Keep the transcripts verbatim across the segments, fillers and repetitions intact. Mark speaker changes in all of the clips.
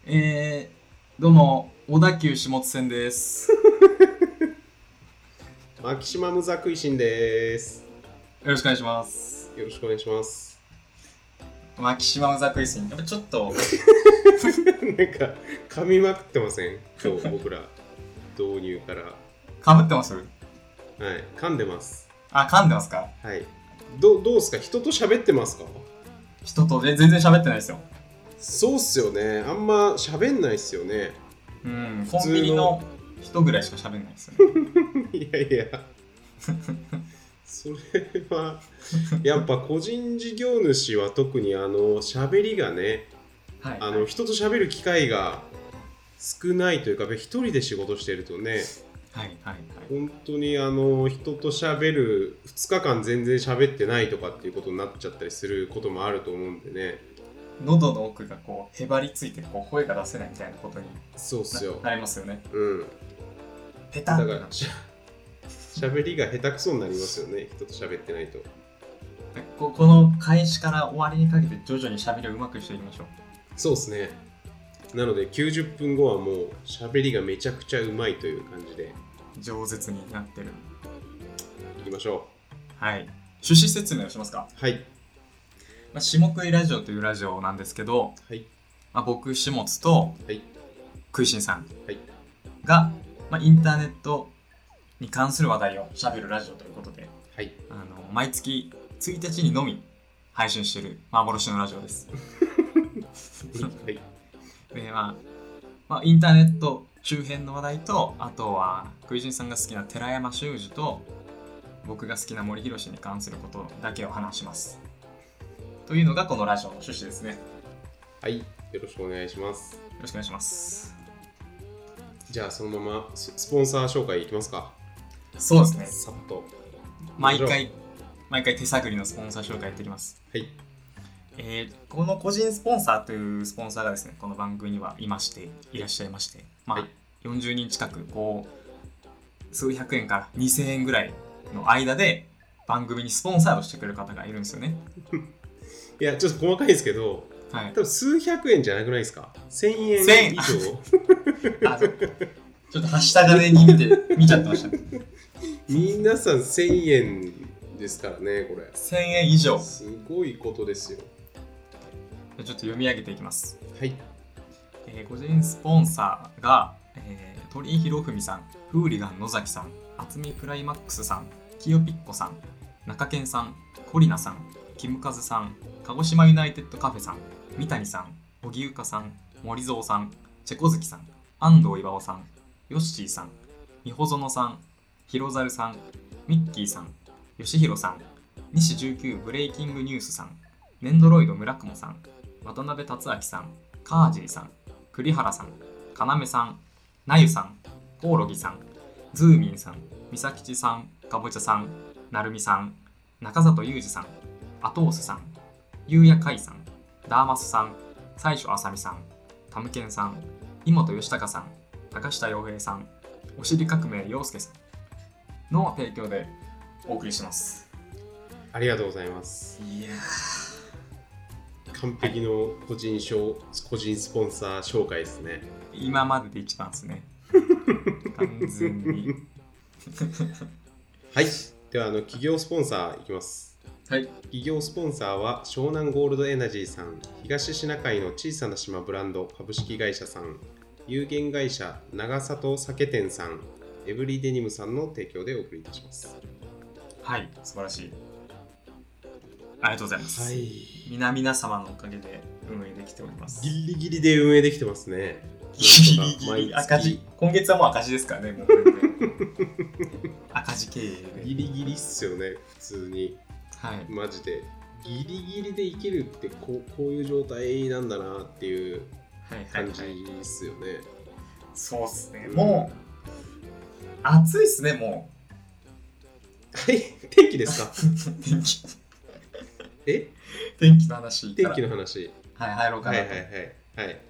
Speaker 1: えー、どうも、小田急下津線です。
Speaker 2: 牧島無作維新です。
Speaker 1: よろしくお願いします。
Speaker 2: よろしくお願いします。
Speaker 1: 牧島無作維新、やっぱちょっと
Speaker 2: なんか噛みまくってません？今日僕ら導入から。
Speaker 1: かぶってます？はい、
Speaker 2: 噛んでます。
Speaker 1: あ、噛んでますか？
Speaker 2: はい。ど, どうですか？人と喋ってますか？
Speaker 1: 人と全然喋ってないですよ。
Speaker 2: そうっすよね。あんま喋んないっすよね。
Speaker 1: うん、コンビニの人ぐらいしか喋んないですよね。
Speaker 2: いやいやそれはやっぱ個人事業主は特にあの喋りがね、はい、あの人と喋る機会が少ないというか、一人で仕事してるとね、
Speaker 1: はいはいはい、
Speaker 2: 本当にあの人と喋るふつかかん全然喋ってないとかっていうことになっちゃったりすることもあると思うんでね。
Speaker 1: 喉の奥がこうへばりついてこう声が出せないみたいなことに
Speaker 2: そうっすよ。
Speaker 1: なりますよね。
Speaker 2: うん。
Speaker 1: ペタッ
Speaker 2: だからしゃべりが下手くそになりますよね、人と喋ってないと。
Speaker 1: こ, この開始から終わりにかけて徐々に喋りをうまくしていきましょう。
Speaker 2: そうですね。なのできゅうじゅっぷんごはもう喋りがめちゃくちゃうまいという感じで
Speaker 1: 饒舌になってる。
Speaker 2: いきましょ
Speaker 1: う。はい。趣旨説明をしますか。
Speaker 2: はい。
Speaker 1: まあ、下食いラジオというラジオなんですけど、
Speaker 2: はい。
Speaker 1: まあ、僕下津と食いしんさんが、はい、まあ、インターネットに関する話題をしゃべるラジオということで、はい、あの毎月ついたちにのみ配信している幻のラジオです。はい。で、まあ、まあ、インターネット周辺の話題と、あとは食いしんさんが好きな寺山修司と僕が好きな森博に関することだけを話します。というのがこのラジオの趣旨ですね。
Speaker 2: はい、よろしくお願いします。
Speaker 1: よろしくお願いします。
Speaker 2: じゃあそのままスポンサー紹介いきますか。
Speaker 1: そうですね。
Speaker 2: さっと
Speaker 1: 毎回毎回手探りのスポンサー紹介やっていきます。
Speaker 2: はい。
Speaker 1: えー、この個人スポンサーというスポンサーがですね、この番組にはいましていらっしゃいまして、まあ、はい、よんじゅうにん近くこう数百円からにせんえんぐらいの間で番組にスポンサーをしてくれる方がいるんですよね。
Speaker 2: いやちょっと細かいですけど、はい、多分数百円じゃなくないですか。せんえん以上。
Speaker 1: あ、ちょっとはした金に見て見ちゃってました、ね。
Speaker 2: 皆さんせんえんですからね、これ。
Speaker 1: せんえん以上。
Speaker 2: すごいことですよ。
Speaker 1: ちょっと読み上げていきます。
Speaker 2: はい。
Speaker 1: えー、個人スポンサーが、えー、鳥居博文さん、フーリガン野崎さん、厚みクライマックスさん、きよぴっこさん、中堅さん、コリナさん、キムカズさん、鹿児島ユナイテッドカフェさん、三谷さん、荻生香さん、森蔵さん、チェコズキさん、安藤岩尾さん、ヨッシーさん、みほぞのさん、ひろざるさん、ミッキーさん、よしひろさん、西じゅうきゅうブレイキングニュースさん、ネンドロイド村雲さん、渡辺達明さん、カージーさん、栗原さん、かなめさん、なゆさん、コオロギさん、ズーミンさん、みさきちさん、かぼちゃさん、なるみさん、中里裕二さん、アトースさん、ゆうやかいさん、ダーマスさん、最初あさみさん、タムケンさん、井本義孝さん、高下洋平さん、おしり革命陽介さんの提供でお送りします。
Speaker 2: ありがとうございます。
Speaker 1: いや
Speaker 2: 完璧の個人ショー、個人スポンサー紹介ですね。
Speaker 1: 今までで一番ですね。完全に。
Speaker 2: はい。ではあの企業スポンサーいきます。
Speaker 1: はい、
Speaker 2: 企業スポンサーは湘南ゴールドエナジーさん、東シナ海の小さな島ブランド株式会社さん、有限会社長里酒店さん、エブリデニムさんの提供でお送りいたします。
Speaker 1: はい、素晴らしい。ありがとうございます。
Speaker 2: はい、
Speaker 1: 皆々様のおかげで運営できております。
Speaker 2: ギリギリで運営できてますね。
Speaker 1: ギリギリ赤字。今月はもう赤字ですからね。もう赤字経営で。
Speaker 2: ギリギリっすよね、普通に。
Speaker 1: はい、
Speaker 2: マジでギリギリで生きるってこ う, こういう状態なんだなっていう感じですよね。はいはいはい、
Speaker 1: そうっすね、うん、もう暑いっすね。も
Speaker 2: うはい天気ですか？
Speaker 1: 天気
Speaker 2: え
Speaker 1: 天気の話
Speaker 2: 天気の話
Speaker 1: はい入ろうかなと。
Speaker 2: はいはいはいはい。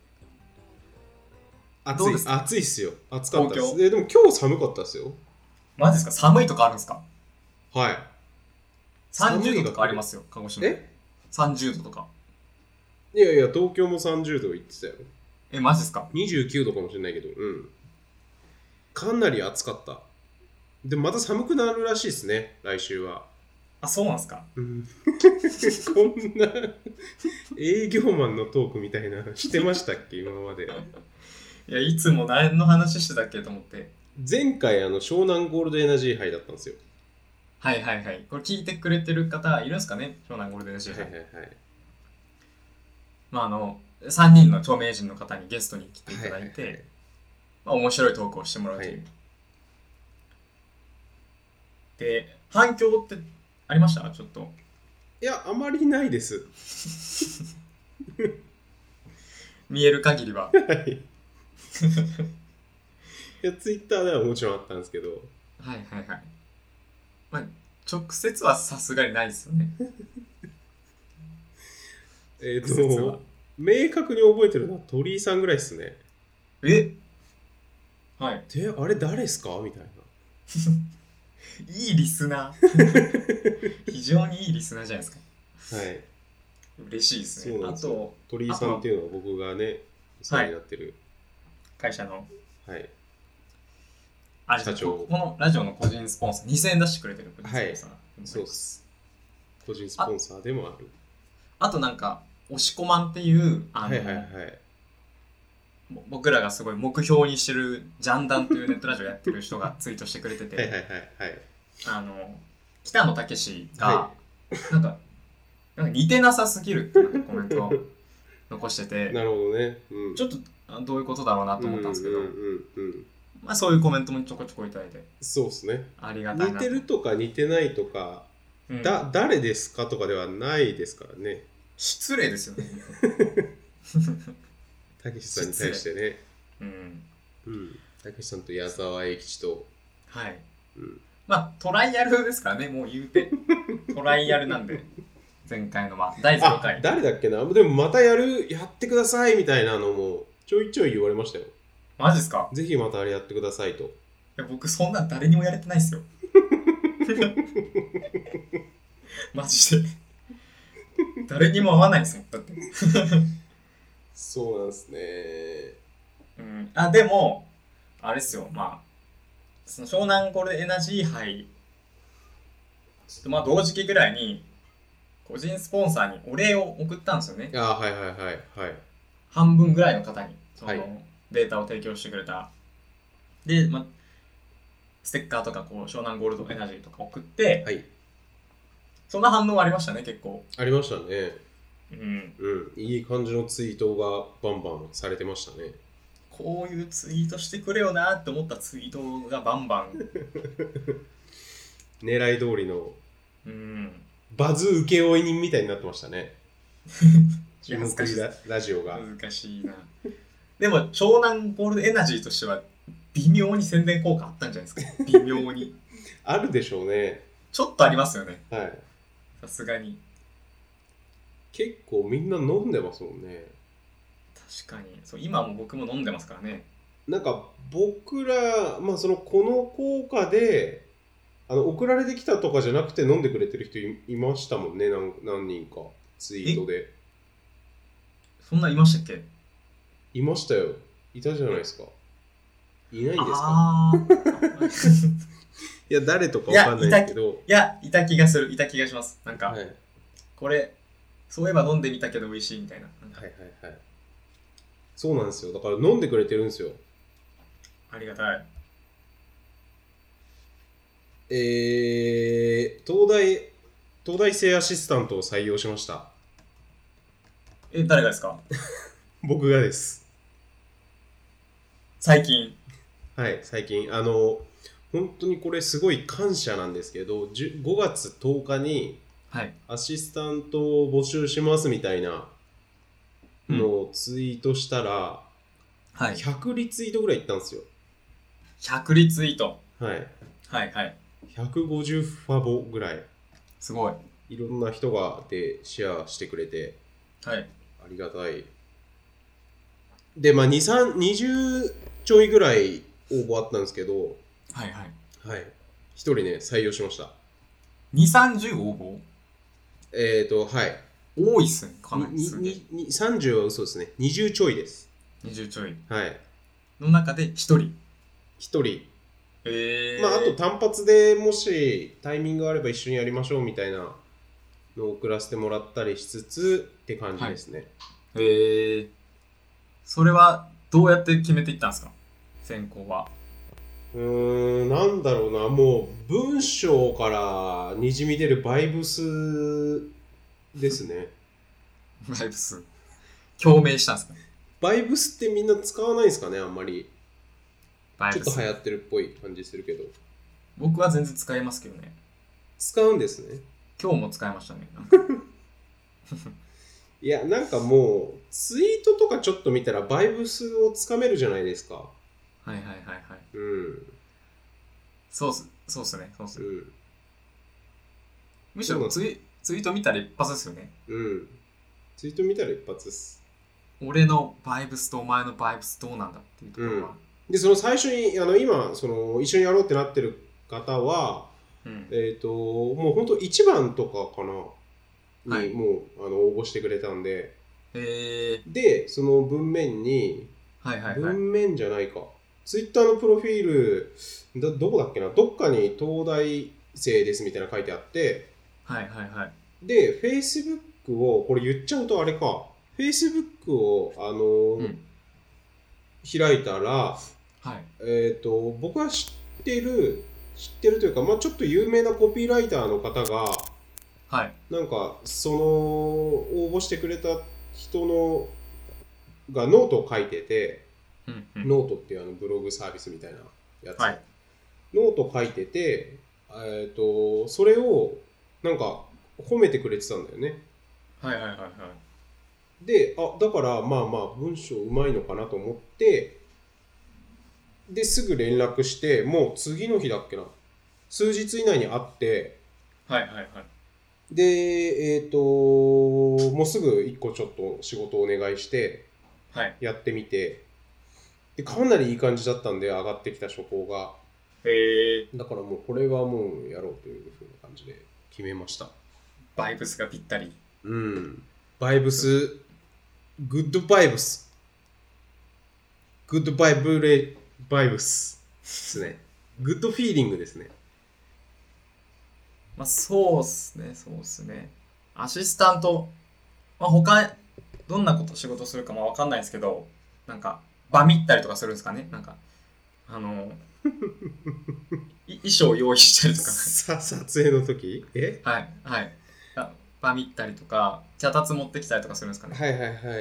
Speaker 2: 暑い暑いっすよ。暑かったです。でも今日寒かったっすよ。
Speaker 1: マジですか？寒いとかあるんですか？
Speaker 2: はい。
Speaker 1: さんじゅうどとかありますよ、鹿児島。え ?さんじゅうどとか。
Speaker 2: いやいや、東京もさんじゅうどいってたよ。
Speaker 1: え、マジっすか？
Speaker 2: にじゅうきゅうどかもしれないけど、うん。かなり暑かった。でもまた寒くなるらしいですね、来週は。
Speaker 1: あ、そうなんすか？
Speaker 2: うん、こんな営業マンのトークみたいなしてましたっけ今まで。
Speaker 1: いや、いつも何の話してたっけと思って。
Speaker 2: 前回あの湘南ゴールドエナジー杯だったんですよ。
Speaker 1: はいはいはい。これ聞いてくれてる方いるんですかね、湘南ゴールドエナジー杯。
Speaker 2: はいはいはい。
Speaker 1: まああのさんにんの著名人の方にゲストに来ていただいて、はいはいはい、まあ、面白いトークをしてもらうという、はい、で反響ってありました？ちょっと。
Speaker 2: いや、あまりないです
Speaker 1: 見える限りは。
Speaker 2: はいいや、ツイッターではもちろんあったんですけど、
Speaker 1: はいはいはい、まあ直接はさすがにないですよね
Speaker 2: えっと明確に覚えてるのは鳥居さんぐらいですね。
Speaker 1: えはい。
Speaker 2: で、あれ誰っすかみたいな。
Speaker 1: いいリスナー。非常にいいリスナーじゃないですか。はい。嬉しいですね。あと、
Speaker 2: 鳥居さんっていうのは僕がね、お世話になってる、はい、
Speaker 1: 会社の、
Speaker 2: はい、
Speaker 1: あれ社長。このラジオの個人スポンサー、にせんえん出してくれてる個人スポンサー、
Speaker 2: はい、そうです。個人スポンサーでもある。
Speaker 1: あ, あとなんか、押し込まんっていう、あの、はいはいはい、僕らがすごい目標にしてるジャンダンというネットラジオやってる人がツイートしてくれてて、はいはいはいはい、あの北野武が、はい、なんかなんか似てなさすぎるってなんかコメントを残してて
Speaker 2: なるほどね、うん、
Speaker 1: ちょっとどういうことだろうなと思ったんですけど、うんうんうんうん、まあそういうコメントもちょこちょこいただいて、
Speaker 2: そうですね、
Speaker 1: ありがたいな。
Speaker 2: 似てるとか似てないとか、うん、だ誰ですかとかではないですからね。
Speaker 1: 失礼ですよね
Speaker 2: たけしさんに対してね。うんうん、たけしさんと矢沢永吉と、
Speaker 1: はい、うん、まあトライアルですからね、もう言うてトライアルなんで前回のまあだいゼロかい、
Speaker 2: 誰だっけな、でもまたやるやってくださいみたいなのもちょいちょい言われましたよ。
Speaker 1: マジですか？
Speaker 2: ぜひまたあれやってくださいと。い
Speaker 1: や僕そんな誰にもやれてないですよマジで誰にも会わないですもんだって
Speaker 2: そうなんですね。
Speaker 1: うん、あでもあれですよ、まあその湘南ゴールドエナジー杯まあ同時期ぐらいに個人スポンサーにお礼を送ったんですよね。
Speaker 2: あはいはいはいはい。
Speaker 1: 半分ぐらいの方にそのデータを提供してくれた。で、まあ、ステッカーとかこう湘南ゴールドエナジーとか送って、はい、そんな反応ありましたね、結構。
Speaker 2: ありましたね。
Speaker 1: うん、
Speaker 2: うん、いい感じのツイートがバンバンされてましたね。
Speaker 1: こういうツイートしてくれよなって思ったツイートがバンバン
Speaker 2: 狙い通りの、
Speaker 1: うん、
Speaker 2: バズ請負人みたいになってましたね注目ラ, ラジオが
Speaker 1: 難しいなでも湘南ゴールドエナジーとしては微妙に宣伝効果あったんじゃないですか。微妙に
Speaker 2: あるでしょうね。
Speaker 1: ちょっとありますよね。
Speaker 2: はい、
Speaker 1: さすがに
Speaker 2: 結構みんな飲んでますもんね。
Speaker 1: 確かにそう、今も僕も飲んでますからね。
Speaker 2: なんか僕ら、まあ、そのこの効果であの送られてきたとかじゃなくて飲んでくれてる人 い, いましたもんね。 何, 何人かツイートで。
Speaker 1: そんないましたっけ？
Speaker 2: いましたよ。いたじゃないですか。いないんですか？いや誰とかわかんないですけど、
Speaker 1: いや い, いた気がするいた気がします。なんか、はい、これそういえば飲んでみたけど美味しいみたいな。
Speaker 2: はいはいはい。そうなんですよ。だから飲んでくれてるんですよ。
Speaker 1: ありがたい。
Speaker 2: えー、東大東大生アシスタントを採用しました。
Speaker 1: え、誰がですか？
Speaker 2: 僕がです。
Speaker 1: 最近。
Speaker 2: はい、最近。あの本当にこれすごい感謝なんですけど、ごがつとおかにアシスタントを募集しますみたいなのをツイートしたら、はい、ひゃくリツイートぐらいいったんですよ。
Speaker 1: ひゃくリツイート。
Speaker 2: はい。
Speaker 1: はいはい。
Speaker 2: ひゃくごじゅうファボぐらい。
Speaker 1: すごい。
Speaker 2: いろんな人がでシェアしてくれて、
Speaker 1: はい。
Speaker 2: ありがたい。で、まあ、にじゅう、にじゅうちょいぐらい応募あったんですけど、
Speaker 1: はいはい。
Speaker 2: はい。ひとりね、採用しました。
Speaker 1: にじゅう、さんじゅう応募？
Speaker 2: えっと、はい。
Speaker 1: 多いっすね、かなりすげえ。
Speaker 2: さんじゅうは嘘ですね。にじゅうちょいです。
Speaker 1: にじゅうちょい
Speaker 2: はい
Speaker 1: の中でひとり
Speaker 2: ひとり、
Speaker 1: えー、
Speaker 2: まああと単発でもしタイミングがあれば一緒にやりましょうみたいなのを送らせてもらったりしつつって感じですね。
Speaker 1: はい、えー、それはどうやって決めていったんですか、選考は。
Speaker 2: うーん、なんだろうな、もう文章からにじみ出るバイブスですね。
Speaker 1: バイブス共鳴したんですか。
Speaker 2: バイブスってみんな使わないですかね、あんまり。
Speaker 1: バイブス
Speaker 2: ちょっと流行ってるっぽい感じするけど。
Speaker 1: 僕は全然使いますけどね。
Speaker 2: 使うんですね。
Speaker 1: 今日も使いましたね。
Speaker 2: いや、なんかもうツイートとかちょっと見たらバイブスをつかめるじゃないですか。
Speaker 1: はいはいはいはい。
Speaker 2: うん。
Speaker 1: そうっす、そうっすね、そうっすね。
Speaker 2: うん、
Speaker 1: むしろツイ、ツイート見たら一発ですよね。
Speaker 2: うん。ツイート見たら一発です。
Speaker 1: 俺のバイブスとお前のバイブスどうなんだっていうところは。
Speaker 2: うん、で、その最初に、あの今その一緒にやろうってなってる方は、うん、えっ、ー、と、もう本当いちばんとかかな。にもう、はい、あの応募してくれたんで、
Speaker 1: へ
Speaker 2: でその文面に、
Speaker 1: はいはいはい、
Speaker 2: 文面じゃないかツイッターのプロフィール ど, どこだっけなどっかに東大生ですみたいな書いてあって、
Speaker 1: はいはいはい、
Speaker 2: で Facebook をこれ言っちゃうとあれか Facebook をあのーうん、開いたら、
Speaker 1: はい、
Speaker 2: えっ、ー、と僕は知ってる知ってるというか、まあ、ちょっと有名なコピーライターの方が
Speaker 1: はい、
Speaker 2: なんかその応募してくれた人のがノートを書いてて、
Speaker 1: うんうん、
Speaker 2: ノートっていうあのブログサービスみたいなやつ、
Speaker 1: はい、
Speaker 2: ノート書いてて、えーと、それをなんか褒めてくれてたんだよね。
Speaker 1: はいはいはいはい。
Speaker 2: で、あ、だからまあまあ文章うまいのかなと思って、ですぐ連絡して、もう次の日だっけな、数日以内に会って、
Speaker 1: はいはいはい。
Speaker 2: で、えっ、ー、と、もうすぐ一個ちょっと仕事をお願いして、やってみて、はい、で、かなりいい感じだったんで、上がってきた初稿が。
Speaker 1: へー。
Speaker 2: だからもうこれはもうやろうという風な感じで決めました。
Speaker 1: バイブスがぴったり。
Speaker 2: うん。バイブス、グッドバイブス。グッドバイブレ、バイブスですね。グッドフィーリングですね。
Speaker 1: まあそうっすね、そうっすね。アシスタント、まあ他、どんなこと仕事するかもわかんないですけど、なんか、バミったりとかするんですかね、なんか、あの、衣装用意したりとか。
Speaker 2: さ、撮影の時え
Speaker 1: はい、はい。バミったりとか、脚立持ってきたりとかするんですかね。
Speaker 2: はいはいはい。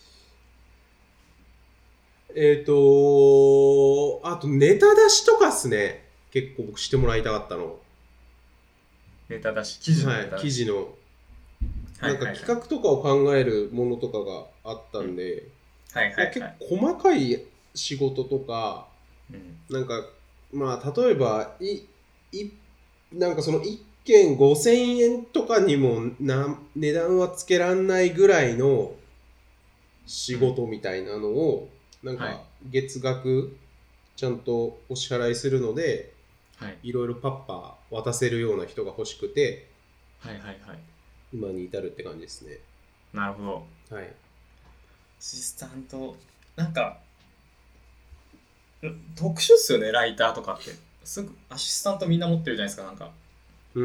Speaker 2: えっ、ー、とあとネタ出しとかっすね。結構僕してもらいたかったの。
Speaker 1: ネタ出し、記事のネタ出し。
Speaker 2: はい、記事の。なんか企画とかを考えるものとかがあったんで、
Speaker 1: はいはいはい、
Speaker 2: 結構細かい仕事とか、うん、なんかまあ例えばいいなんかそのいっけんごせんえんとかにもな値段はつけらんないぐらいの仕事みたいなのを、うん、なんか月額ちゃんとお支払いするので、はい、いろいろパッパ渡せるような人が欲しくて、
Speaker 1: はいはいはい、
Speaker 2: 今に至るって感じですね。
Speaker 1: なるほど。はい。アシスタント、なんか特殊っすよね、ライターとかって。すぐアシスタントみんな持ってるじゃないですか、なんか。
Speaker 2: うん。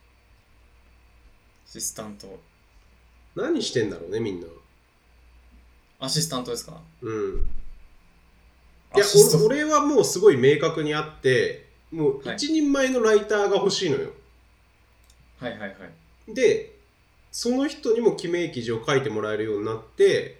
Speaker 1: アシスタント。
Speaker 2: 何してんだろうね、みんな。
Speaker 1: アシスタントですか？
Speaker 2: うん。いや、俺はもうすごい明確にあって、もう一人前のライターが欲しいのよ。
Speaker 1: はいはいはい。
Speaker 2: で、その人にも記名記事を書いてもらえるようになって、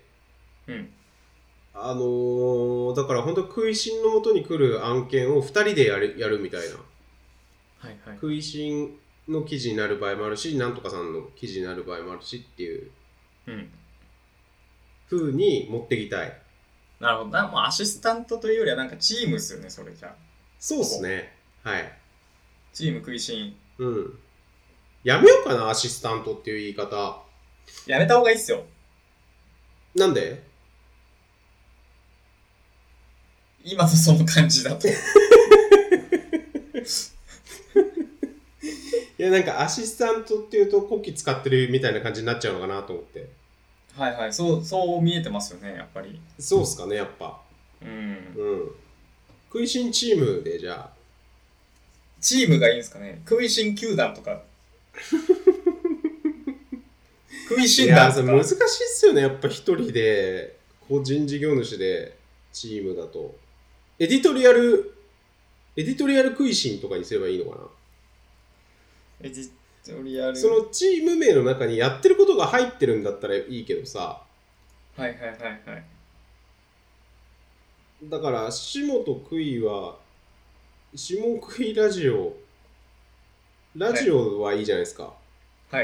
Speaker 2: うん。あのー、だから本当食いしんのもとに来る案件をふたりでやる、やるみたいな。はいはい。食いしんの記事になる場合もあるし、なんとかさんの記事になる場合もあるしっていう、うん。風に持っていきたい。
Speaker 1: なるほど。なもうアシスタントというよりはなんかチームですよね、それじゃあ。
Speaker 2: そうっすね。はい。
Speaker 1: チーム食いしん。
Speaker 2: うん。やめようかな、アシスタントっていう言い方。
Speaker 1: やめた方がいいっすよ。
Speaker 2: なんで？
Speaker 1: 今のその感じだと。い
Speaker 2: や、なんかアシスタントっていうと、こき使ってるみたいな感じになっちゃうのかなと思って。
Speaker 1: はいはい、そうそう見えてますよね、やっぱり。
Speaker 2: そうっすかね、やっぱ。
Speaker 1: うん。
Speaker 2: うん。食いしんチームで、じゃあ。
Speaker 1: チームがいいんですかね。食いしん球団とか。食いしん団とか。
Speaker 2: いや、難しいっすよね、やっぱ一人で、個人事業主で、チームだと。エディトリアル、エディトリアル食いしんとかにすればいいのかな。
Speaker 1: エディトリアル。
Speaker 2: そのチーム名の中にやってることが入ってるんだったらいいけどさ。
Speaker 1: はいはいはいはい。
Speaker 2: だから、下と食いは、下食いラジオ、ラジオはいいじゃないですか。
Speaker 1: はい。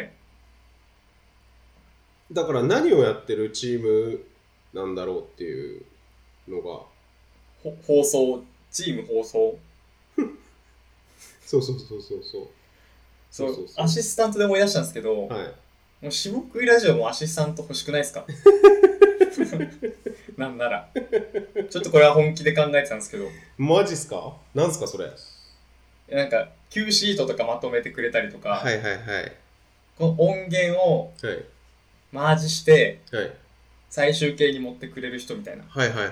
Speaker 2: だから何をやってるチームなんだろうっていうのが。
Speaker 1: ほ放送、チーム放送。
Speaker 2: そうそうそうそうそう。
Speaker 1: そうそうそう、アシスタントで思い出したんですけど、
Speaker 2: はい、
Speaker 1: もう下食いラジオもアシスタント欲しくないですか？なんならちょっとこれは本気で考えてたんですけど。
Speaker 2: マジっすか？なんすかそれ。
Speaker 1: なんか Q シートとかまとめてくれたりとか、
Speaker 2: はいはいはい、
Speaker 1: この音源をマージして、はい、最終形に持ってくれる人みたいな。
Speaker 2: はいはいはい。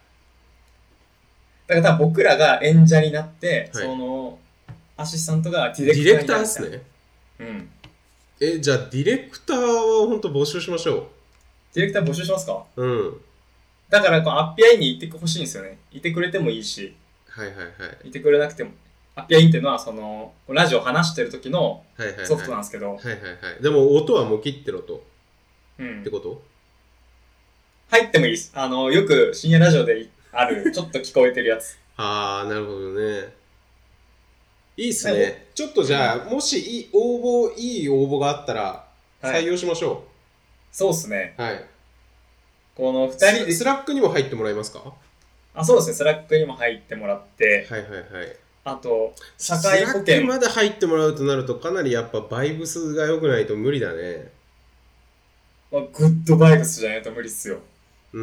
Speaker 1: だから多分僕らが演者になって、はい、そのアシスタントがディレクターになる。
Speaker 2: ディレクターっすね。
Speaker 1: うん。
Speaker 2: え、じゃあディレクターは本当募集しましょう。
Speaker 1: ディレクター募集しますか？
Speaker 2: うん。
Speaker 1: だからこうアッピアインにいてほしいんですよね。いてくれてもいいし。
Speaker 2: はいはいはい。
Speaker 1: いてくれなくても。アッピアインっていうのはそのラジオ話してる時のソフトなんですけど。
Speaker 2: はいはいはい。でも音はもう切ってろと。
Speaker 1: うん。
Speaker 2: ってこと？
Speaker 1: 入ってもいいです。あの、よく深夜ラジオである、ちょっと聞こえてるやつ。
Speaker 2: あー、なるほどね。いいっすね。ちょっとじゃあ、もしいい応募、いい応募があったら、採用しましょう。はい、
Speaker 1: そうっすね。
Speaker 2: はい。
Speaker 1: このふたりで。
Speaker 2: スラックにも入ってもらえますか？
Speaker 1: あ、そうですね。スラックにも入ってもらって。
Speaker 2: はいはいはい。
Speaker 1: あと、社会保険。スラック
Speaker 2: まで入ってもらうとなると、かなりやっぱバイブスが良くないと無理だね。
Speaker 1: まあ、グッドバイブスじゃないと無理っすよ。
Speaker 2: うん。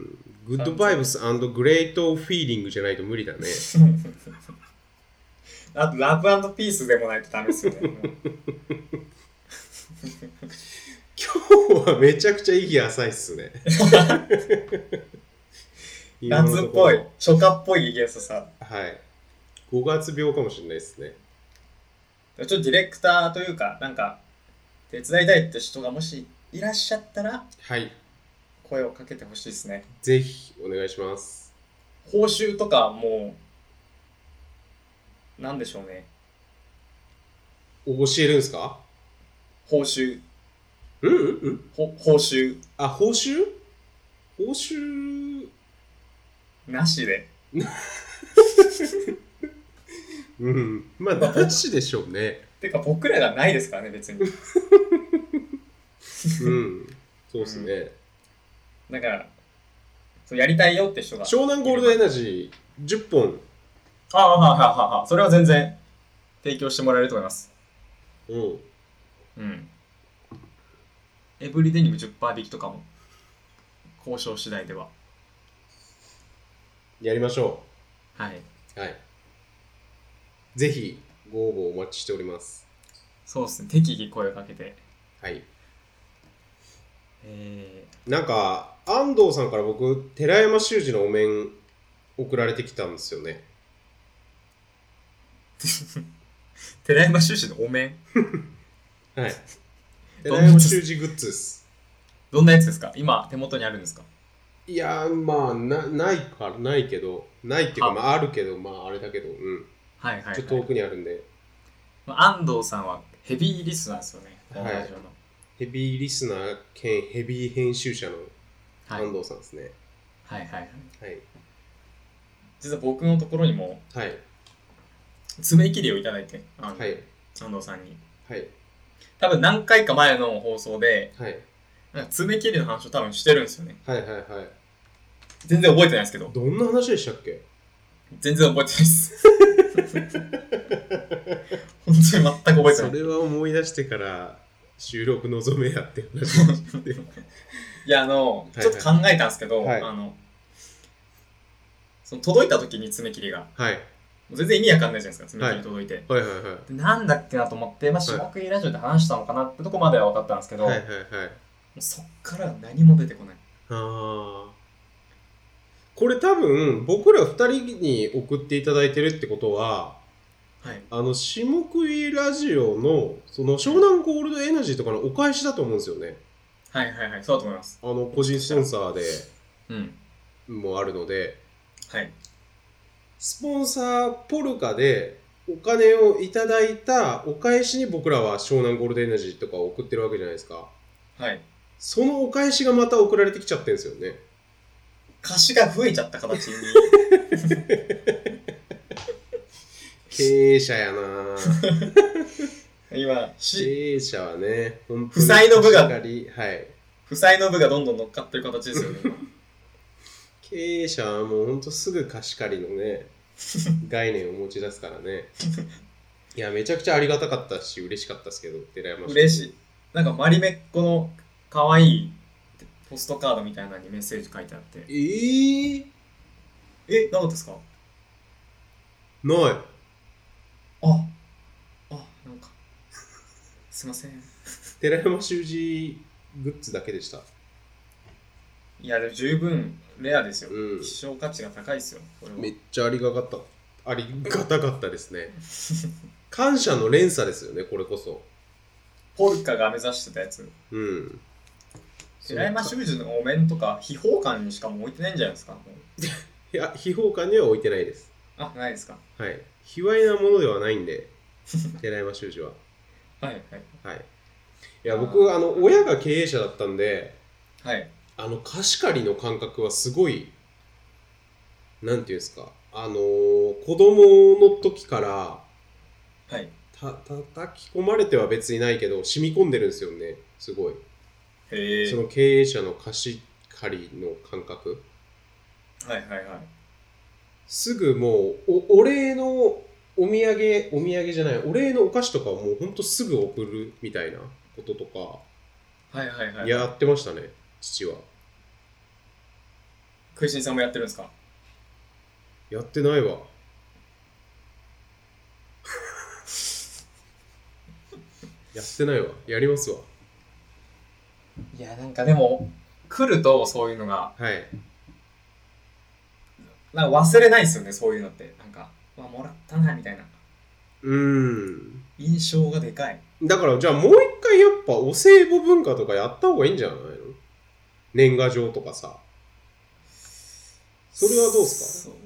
Speaker 2: グッドバイブス&グレートフィーリングじゃないと無理だね。
Speaker 1: あと、ラブ&ピースでもないとダメですよね。
Speaker 2: 今日はめちゃくちゃ息浅いっすね。
Speaker 1: 夏っぽい、初夏っぽいゲストさ。
Speaker 2: はい。ごがつ病かもしれないですね。
Speaker 1: ちょっとディレクターというか、なんか、手伝いたいって人がもしいらっしゃったら、
Speaker 2: はい。
Speaker 1: 声をかけてほしいですね。
Speaker 2: ぜひお願いします。
Speaker 1: 報酬とかもう、なんでしょうね。
Speaker 2: 教えるんですか？
Speaker 1: 報酬。
Speaker 2: うんうんうん。
Speaker 1: ほ報酬。
Speaker 2: あ、報酬？報酬
Speaker 1: なしで。
Speaker 2: うん。まあ、なしでしょうね。
Speaker 1: てか、僕らがないですからね、別に。
Speaker 2: うん。そうですね。
Speaker 1: うん、だから、そうやりたいよって人が。
Speaker 2: 湘南ゴールドエナジーじゅっぽん。
Speaker 1: ああ、はいはいはい。それは全然提供してもらえると思います。
Speaker 2: うん。
Speaker 1: うん。エブリデニム じゅっパーセント 引きとかも交渉次第では
Speaker 2: やりましょ
Speaker 1: う。はい。
Speaker 2: はい。ぜひご応募お待ちしております。
Speaker 1: そうですね。適宜声をかけて。
Speaker 2: はい。
Speaker 1: え
Speaker 2: ー、なんか安藤さんから僕寺山修司のお面送られてきたんですよね。
Speaker 1: 寺山修司のお面
Speaker 2: はい。寺山修司グッズです。
Speaker 1: どんなやつですか？今手元にあるんですか？
Speaker 2: いやー、まあ な, ないからないけどないっていうか、まああるけど、まああれだけど、うん。
Speaker 1: はいはい、はい、
Speaker 2: ちょっと遠くにあるんで。
Speaker 1: 安藤さんはヘビーリスナーですよね。このラジオの、はい、
Speaker 2: ヘビーリスナー兼ヘビー編集者の安藤さんですね。
Speaker 1: はい、はいはいはい。
Speaker 2: はい。
Speaker 1: 実は僕のところにも、
Speaker 2: はい。
Speaker 1: 爪切りをいただいて、あの、はい、安藤さんに。はい。多分何回か前の放送で、はい。なんか爪切りの話を多分してるんですよね。
Speaker 2: はいはいはい。
Speaker 1: 全然覚えてないですけど。
Speaker 2: どんな話でしたっけ？
Speaker 1: 全然覚えてないです。本当に全く覚えてない。
Speaker 2: それは思い出してから収録望めやって話してい
Speaker 1: や、あの、ちょっと考えたんですけど、はいはい、あの、その届いた時に爪切りが、はい、もう全然意味わかんないじゃないですか、爪切り届いて。はいはいはいはい、なんだっけなと思って、まあ、下食いラジオで話したのかなってとこまでは分かったんですけど、はいはいはい、 うそっから何も出てこない。
Speaker 2: ああ。これ多分僕らふたりに送っていただいてるってことは、はい、あの下食いラジオのその湘南ゴールドエナジーとかのお返しだと思うんですよね。
Speaker 1: はいはいはい、そうだと思います。
Speaker 2: あの個人スポンサーでもあるので、
Speaker 1: はい、
Speaker 2: スポンサーポルカでお金をいただいたお返しに僕らは湘南ゴールドエナジーとかを送ってるわけじゃないですか。
Speaker 1: はい。
Speaker 2: そのお返しがまた送られてきちゃってるんですよね。
Speaker 1: 貸しが増えちゃった形に
Speaker 2: 経営者やな
Speaker 1: 今
Speaker 2: 経営者はね、
Speaker 1: 本当に負債の部が、
Speaker 2: はい、
Speaker 1: 負債の部がどんどん乗っかってる形ですよね
Speaker 2: 経営者はもうほんとすぐ貸し借りのね概念を持ち出すからね。いやめちゃくちゃありがたかったし嬉しかったですけど、寺山氏
Speaker 1: 嬉しい。なんかマリメッコの可愛いポストカードみたいなのにメッセージ書いてあって、え
Speaker 2: ー、
Speaker 1: え、なかったですか？
Speaker 2: ない。
Speaker 1: あ、あ、なんかすいません。
Speaker 2: 寺山修司グッズだけでした。
Speaker 1: いやでも十分レアですよ、うん、希少価値が高いですよこれは。
Speaker 2: めっちゃありがたかったありがたかったですね感謝の連鎖ですよね、これこそ。
Speaker 1: ポルカが目指してたやつ。
Speaker 2: うん。
Speaker 1: 寺山修司のお面とか秘宝館にしかも置いてないんじゃないですか？
Speaker 2: いや、秘宝館には置いてないです。
Speaker 1: あ、ないですか？
Speaker 2: はい。卑猥なものではないんで寺山修司は
Speaker 1: はいはい
Speaker 2: はい。いや僕あの親が経営者だったんで、
Speaker 1: はい、
Speaker 2: あの貸し借りの感覚はすごい、なんていうんですか、あのー、子供の時から、はい、た叩き込まれては別にないけど染み込んでるんですよね、すごい。へー。その経営者の貸し借りの感覚。
Speaker 1: はいはいはい。
Speaker 2: すぐもう お, お礼のお土産お土産じゃないお礼のお菓子とかをもうほんとすぐ送るみたいなこととか、
Speaker 1: はいはいはい、はい、
Speaker 2: やってましたね、父は。
Speaker 1: 食いしんさんもやってるんですか？
Speaker 2: やってないわやってないわ。やりますわ。
Speaker 1: いやなんかでも来るとそういうのが、
Speaker 2: はい、
Speaker 1: なんか忘れないですよね、そういうのって。なんかわもらったなみたいな、
Speaker 2: うーん、
Speaker 1: 印象がでかい。
Speaker 2: だからじゃあもう一回やっぱお歳暮文化とかやった方がいいんじゃないの？年賀状とかさ。それはどうですか？そう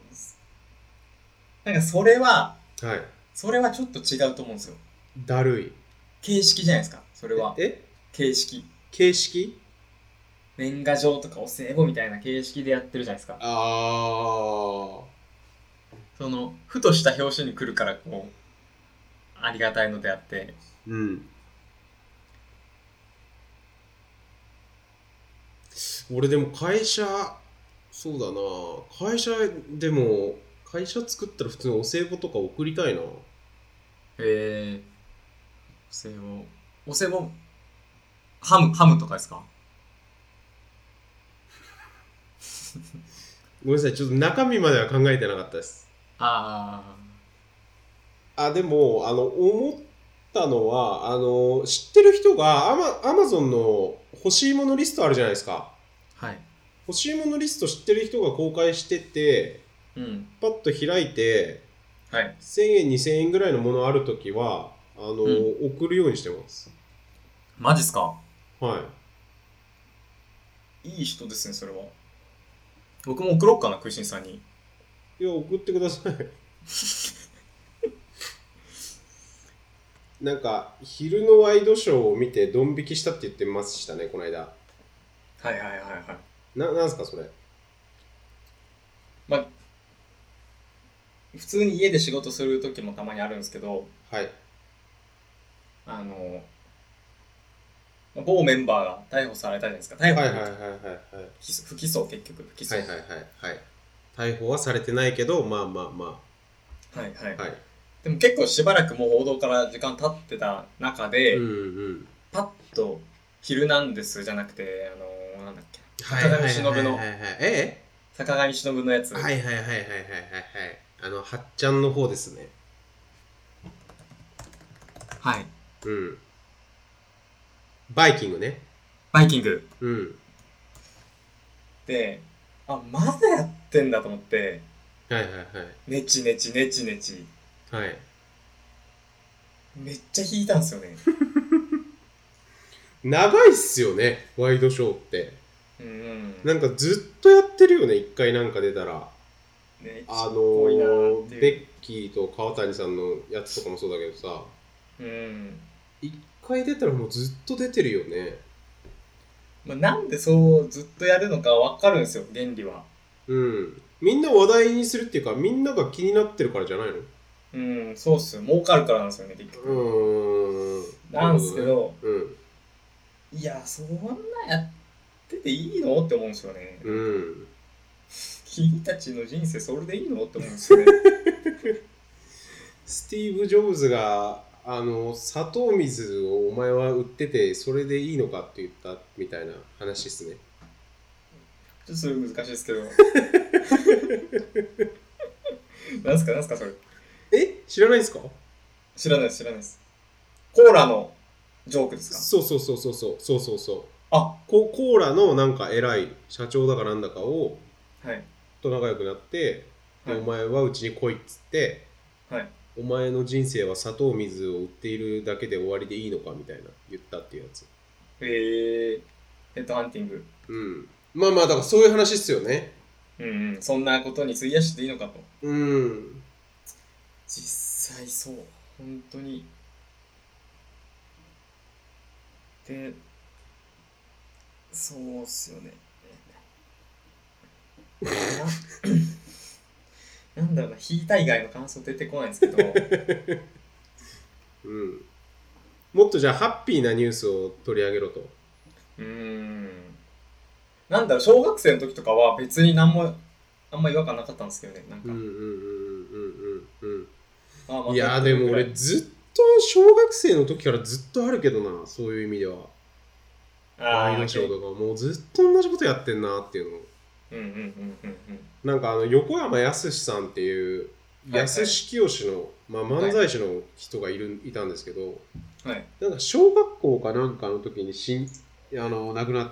Speaker 1: なんかそれは、
Speaker 2: はい、
Speaker 1: それはちょっと違うと思うんですよ。
Speaker 2: だるい
Speaker 1: 形式じゃないですか、それは。
Speaker 2: え
Speaker 1: 形式
Speaker 2: 形式
Speaker 1: 年賀状とかお歳暮みたいな形式でやってるじゃないですか。ああ。そのふとした表紙に来るからこうありがたいのであって。
Speaker 2: うん。俺でも会社そうだな会社でも会社作ったら普通にお歳暮とか送りたいな。へ
Speaker 1: え。お歳暮お歳暮ハムハムとかですか？
Speaker 2: ごめんなさい、ちょっと中身までは考えてなかったです。ああ。あ、でも、あの、思ったのは、あの、知ってる人がアマ、アマゾンの欲しいものリストあるじゃないですか。はい。欲しいものリスト知ってる人が公開してて、うん、パッと開いて、はい、せんえん、にせんえんぐらいのものあるときは、あの、うん、送るようにしてます。
Speaker 1: マジっすか？
Speaker 2: はい。
Speaker 1: いい人ですね、それは。僕も送ろうかな、食いしんさんに。
Speaker 2: いや、送ってください。なんか、昼のワイドショーを見てドン引きしたって言ってましたね、この間。
Speaker 1: はいはいはいはい。
Speaker 2: な、なんすか、それ。
Speaker 1: まあ、普通に家で仕事する時もたまにあるんですけど、はい。あの、某メンバーが逮捕されたじゃないですか。逮捕、はいはいはいはい、はい、不起訴、結局不起訴。
Speaker 2: はいはいはいはい。逮捕はされてないけど、まあまあま
Speaker 1: あ。はいはい。はい、でも結構しばらくもう報道から時間経ってた中で、うんうん、パッと「ヒルナンデス」じゃなくて、あのー、なんだっけ、坂上忍の、え坂上忍のやつ。
Speaker 2: はいはいはいはいはいはいはい。あの、はっちゃんの方ですね。はい。うん。バイキングね。
Speaker 1: バイキング。
Speaker 2: うん。
Speaker 1: で、あ、まだやってんだと思って。
Speaker 2: はいはいはい。
Speaker 1: ネチネチネチネチ。
Speaker 2: はい。
Speaker 1: めっちゃ引いたんすよね。
Speaker 2: 長いっすよね、ワイドショーって。
Speaker 1: うん。
Speaker 2: なんかずっとやってるよね、一回なんか出たら。
Speaker 1: ね、
Speaker 2: あのー、ベッキーと川谷さんのやつとかもそうだけどさ。
Speaker 1: うん。
Speaker 2: 一回出たらもうずっと出てるよね。
Speaker 1: まあ、なんでそうずっとやるのか分かるんですよ、原理は。
Speaker 2: うん。みんな話題にするっていうか、みんなが気になってるからじゃないの？
Speaker 1: うん、そうっすよ。儲かるからなんですよね、結局。
Speaker 2: うーん。
Speaker 1: なんですけど、
Speaker 2: どね、うん。
Speaker 1: いや、そんなやってていいのって思うんですよね。
Speaker 2: うん。
Speaker 1: 君たちの人生それでいいのって思うんですよね。
Speaker 2: スティーブ・ジョブズがあの砂糖水をお前は売っててそれでいいのかって言ったみたいな話ですね。
Speaker 1: ちょっとそれ難しいですけど。なんすかなんすかそれ。
Speaker 2: え、知らないですか？
Speaker 1: 知らないです知らないです。コーラのジョークですか？
Speaker 2: そうそうそうそうそうそうそうそう。
Speaker 1: あ、
Speaker 2: ココーラのなんか偉い社長だかなんだかを、
Speaker 1: はい、
Speaker 2: と仲良くなって、で、はい、お前はうちに来いっつって、
Speaker 1: はい、
Speaker 2: お前の人生は砂糖水を売っているだけで終わりでいいのかみたいな言ったっていうやつ。
Speaker 1: へえー、ヘッドハンティング。
Speaker 2: うん。まあまあだからそういう話っすよね。
Speaker 1: うんうん、そんなことに費やしていいのかと。
Speaker 2: うん。
Speaker 1: 実際そう本当に。で、そうっすよね。な, なんだろうな、引いた以外の感想出てこないんですけど、
Speaker 2: うん、もっとじゃあハッピーなニュースを取り上げろと。
Speaker 1: うーん、なんだろう、小学生の時とかは別に何もあんま違和感なかったんですけどね、なんか。うんうんうん
Speaker 2: うんうんうん。いやでも俺ずっと小学生の時からずっとあるけどな、そういう意味では。ワイドショーとかもうずっと同じことやってんなっていうの。
Speaker 1: うんうんうんうんうん。
Speaker 2: なんかあの横山やすしさんっていうやすしきよしの、まあ、漫才師の人がいる、はい、いたんですけど、
Speaker 1: はい、
Speaker 2: なんか小学校かなんかの時にしんあの亡くなって、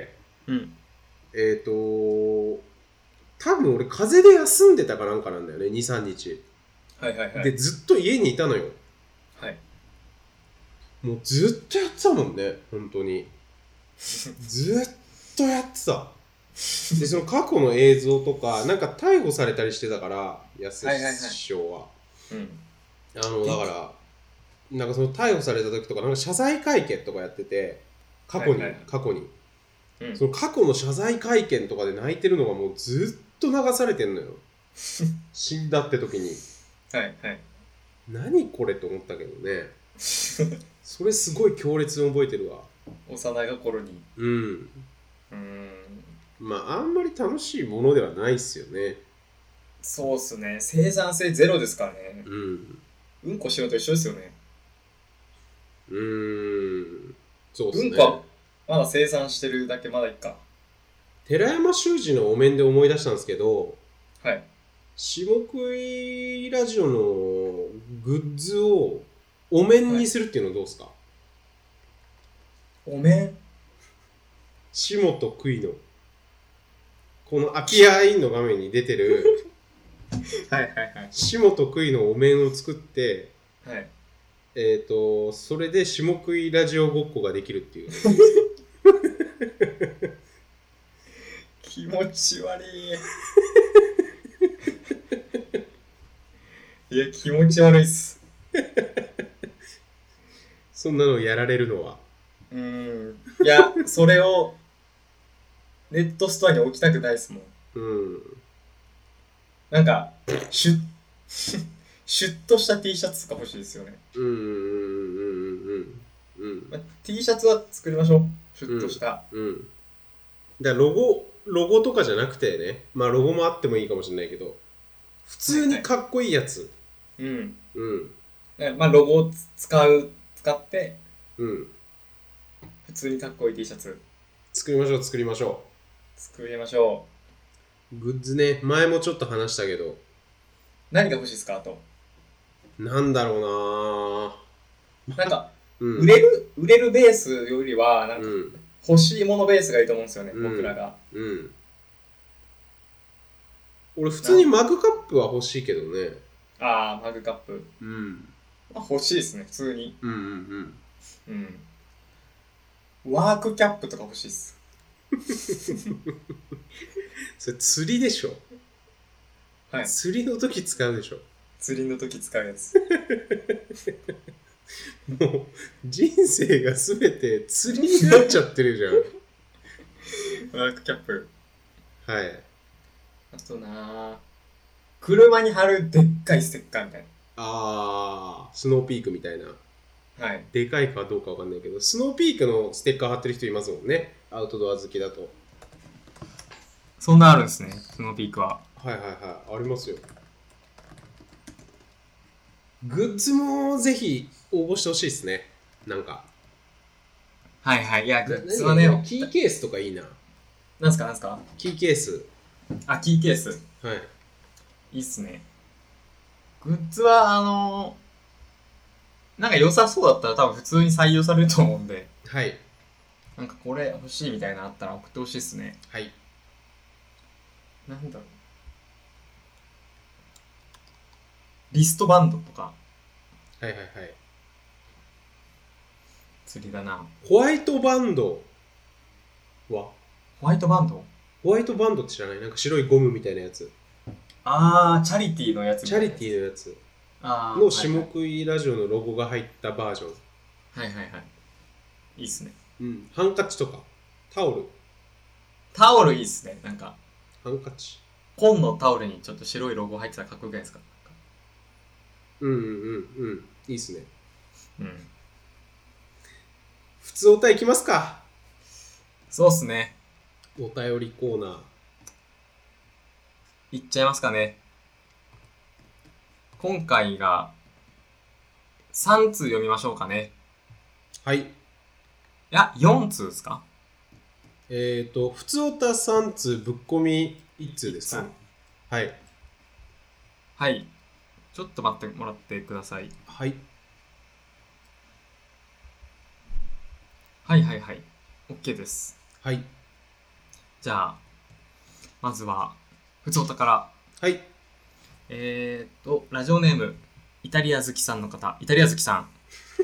Speaker 1: うん、
Speaker 2: えっ、ー、と多分俺風邪で休んでたかなんかなんだよね、にさんにち。
Speaker 1: はいはいはい。
Speaker 2: でずっと家にいたのよ。
Speaker 1: はい。
Speaker 2: もうずっとやってたもんね、本当に。ずっとやってた。でその過去の映像とかなんか逮捕されたりしてたから、安師匠は。あのだからなんかその逮捕された時とかなんか謝罪会見とかやってて、過去に、はいはい、過去に、うん、その過去の謝罪会見とかで泣いてるのがもうずっと流されてんのよ。死んだって時に。
Speaker 1: はいはい。
Speaker 2: 何これと思ったけどね。それすごい強烈に覚えてるわ。
Speaker 1: 幼い頃に。
Speaker 2: うん。うーん。まああんまり楽しいものではないっすよね。
Speaker 1: そうっすね。生産性ゼロですからね。
Speaker 2: うん。
Speaker 1: うんこしろと一緒ですよね。
Speaker 2: うーん。そうっすね。
Speaker 1: うんこはまだ生産してるだけまだいいか。
Speaker 2: 寺山修司のお面で思い出したんですけど、
Speaker 1: はい。
Speaker 2: 下食いラジオのグッズをお面にするっていうのはどうですか？はい、
Speaker 1: お面？
Speaker 2: 下と食いのこの空き家インの画面に出てる
Speaker 1: はいはいはい。
Speaker 2: 下と食いのお面を作って、
Speaker 1: はい、
Speaker 2: えっ、ー、とそれで下食いラジオごっこができるっていう
Speaker 1: 気持ち悪い。いや気持ち悪いっす。
Speaker 2: そんなのやられるのは。
Speaker 1: うーん。いやそれをネットストアに置きたくないっすもん。うん。なんかシュッシュッとした T シャツとか欲しいですよね。うんうんうんうんうん、まあ、T シャツは作りましょう。シュッとした。
Speaker 2: うん。うん、だからロゴロゴとかじゃなくてね、まあロゴもあってもいいかもしれないけど、普通にかっこいいやつ。
Speaker 1: はいはい、うん。うん。まあロゴを使う使って、うん。普通にかっこいい T シャツ
Speaker 2: 作りましょう作りましょ
Speaker 1: う。作りましょ
Speaker 2: う。グッズね、前もちょっと話したけど。
Speaker 1: 何が欲しいですかあと。
Speaker 2: なんだろうな
Speaker 1: なんか、うん、売れる売れるベースよりはなんか、うん、 欲しいものベースがいいと思うんですよね、うん、僕らが。
Speaker 2: うん。俺普通にマグカップは欲しいけどね。
Speaker 1: ああ、マグカップ。
Speaker 2: うん。
Speaker 1: まあ、欲しいですね、普通に。
Speaker 2: うんうんうん。
Speaker 1: うん。ワークキャップとか欲しいっす。
Speaker 2: それ釣りでしょ。
Speaker 1: はい。
Speaker 2: 釣りの時使うでしょ。
Speaker 1: 釣りの時使うやつ。
Speaker 2: もう人生がすべて釣りになっちゃってるじゃ
Speaker 1: ん。ワークキャップ。
Speaker 2: はい。
Speaker 1: あとなぁ、車に貼るでっかいステッカーみたいな。
Speaker 2: あー、スノーピークみたいな。
Speaker 1: はい。
Speaker 2: でかいかどうかわかんないけど、スノーピークのステッカー貼ってる人いますもんね。アウトドア好きだと。
Speaker 1: そんなあるんですね、スノーピークは。
Speaker 2: はいはいはい、ありますよ。グッズもぜひ応募してほしいですね。なんか。
Speaker 1: はいはい。いや、グッズはね。
Speaker 2: キーケースとかいいな。
Speaker 1: なんすかなんすか
Speaker 2: キーケース。
Speaker 1: あ、キーケース。
Speaker 2: はい。
Speaker 1: いいっすね。グッズは、あのー、なんか良さそうだったら多分普通に採用されると思うんで。
Speaker 2: はい。
Speaker 1: なんかこれ欲しいみたいなのあったら送ってほしいっすね。
Speaker 2: はい。
Speaker 1: なんだろう。リストバンドとか。
Speaker 2: はいはいはい。
Speaker 1: 釣りだな。
Speaker 2: ホワイトバンドは
Speaker 1: ホワイトバンド
Speaker 2: ホワイトバンドって知らない？なんか白いゴムみたいなやつ。
Speaker 1: あー、チャリティーのやつみ
Speaker 2: たいなやつ。チャリティーのやつ。
Speaker 1: あ
Speaker 2: の下食いラジオのロゴが入ったバージョン。
Speaker 1: はいはいはい。いいっすね。
Speaker 2: うん。ハンカチとか。タオル。
Speaker 1: タオルいいっすね。なんか。
Speaker 2: ハンカチ。
Speaker 1: 紺のタオルにちょっと白いロゴ入ってたらかっこよくないですか？
Speaker 2: うんうんうんうん。いいっすね。
Speaker 1: うん。
Speaker 2: 普通お便りいきますか。
Speaker 1: そうっすね。
Speaker 2: お便りコーナー。
Speaker 1: いっちゃいますかね。今回がさん通読みましょうかね。
Speaker 2: はい。
Speaker 1: いや、よん通ですか？
Speaker 2: えっ、ー、と、普通おたさん通、ぶっこみいち通ですか？はい。
Speaker 1: はい。ちょっと待ってもらってください。
Speaker 2: はい。
Speaker 1: はいはいはい。OK です。
Speaker 2: はい。
Speaker 1: じゃあ、まずは、ふつおたから。
Speaker 2: はい。
Speaker 1: えーっと、ラジオネーム、イタリア好きさんの方、イタリア好きさん。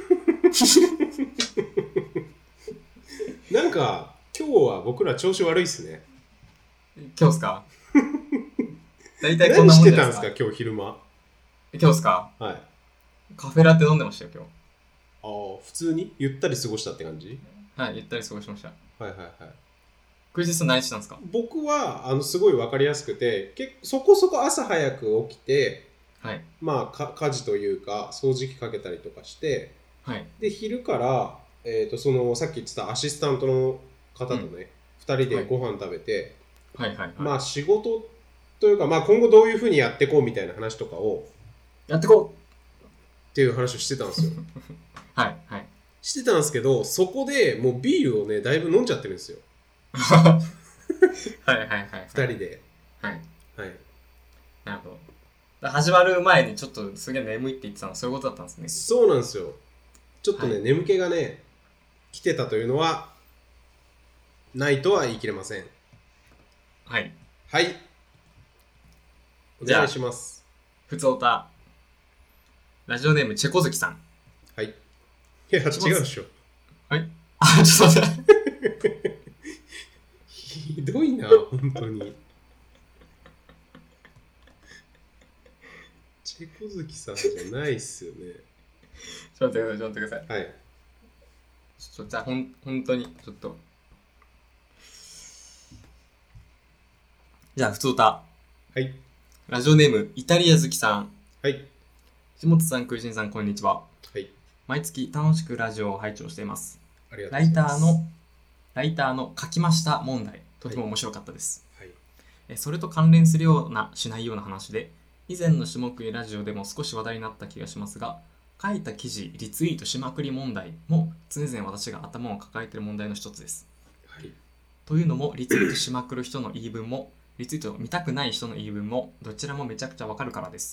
Speaker 2: なんか、今日は僕ら調子悪いっすね。
Speaker 1: 今日っすか？大体こんなもんじゃないですか。何してたんですか、
Speaker 2: 今日昼間。
Speaker 1: 今日っすか？
Speaker 2: はい。
Speaker 1: カフェラテ飲んでましたよ、今日。
Speaker 2: ああ、普通にゆったり過ごしたって感じ？
Speaker 1: はい、ゆったり過ごしました。
Speaker 2: はいはいはい。
Speaker 1: クイズさん何してたんですか？
Speaker 2: 僕はあのすごい分かりやすくて、けそこそこ朝早く起きて、
Speaker 1: はい、
Speaker 2: まあか家事というか掃除機かけたりとかして、
Speaker 1: はい、
Speaker 2: で昼から、えー、とそのさっき言ってたアシスタントの方とね、うん、ふたりでご飯食べて、
Speaker 1: はいはいはいはい、
Speaker 2: まあ仕事というか、まあ、今後どういうふうにやっていこうみたいな話とかを
Speaker 1: やってこう
Speaker 2: っていう話をしてたんですよ。
Speaker 1: はいはい。
Speaker 2: してたんですけど、そこでもうビールをねだいぶ飲んじゃってるんですよ。
Speaker 1: はいはいはいはい。
Speaker 2: ふたりで。
Speaker 1: はい
Speaker 2: はい。
Speaker 1: なるほど。始まる前にちょっとすげえ眠いって言ってたのはそういうことだったんですね。
Speaker 2: そうなんですよ。ちょっとね、
Speaker 1: はい、
Speaker 2: 眠気がね来てたというのはないとは言い切れません。
Speaker 1: はい
Speaker 2: はい。お願いします。
Speaker 1: ふつおたラジオネームチェコズキさん。
Speaker 2: はい。いや違うでしょ。
Speaker 1: はい。あ、ちょっと待って。
Speaker 2: ひどいな本当に。チェコズキさんじゃないっすよね。
Speaker 1: ちょっと待ってください、ちょっと待ってください。
Speaker 2: はい。
Speaker 1: ちょっとじゃあほん本当にちょっと。じゃあ普通歌。
Speaker 2: はい。
Speaker 1: ラジオネームイタリア好きさん。
Speaker 2: はい。
Speaker 1: 下津さん、クイジンさん、こんにちは。
Speaker 2: はい。
Speaker 1: 毎月楽しくラジオを拝聴しています。
Speaker 2: ありがとうございます。
Speaker 1: ライターのライターの書きました問題、とても面白かったです。
Speaker 2: はい。
Speaker 1: えそれと関連するようなしないような話で、以前の下食いラジオでも少し話題になった気がしますが、書いた記事リツイートしまくり問題も常々私が頭を抱えている問題の一つです。
Speaker 2: はい。と
Speaker 1: いうのも、リツイートしまくる人の言い分もリツイートを見たくない人の言い分もどちらもめちゃくちゃわかるからです。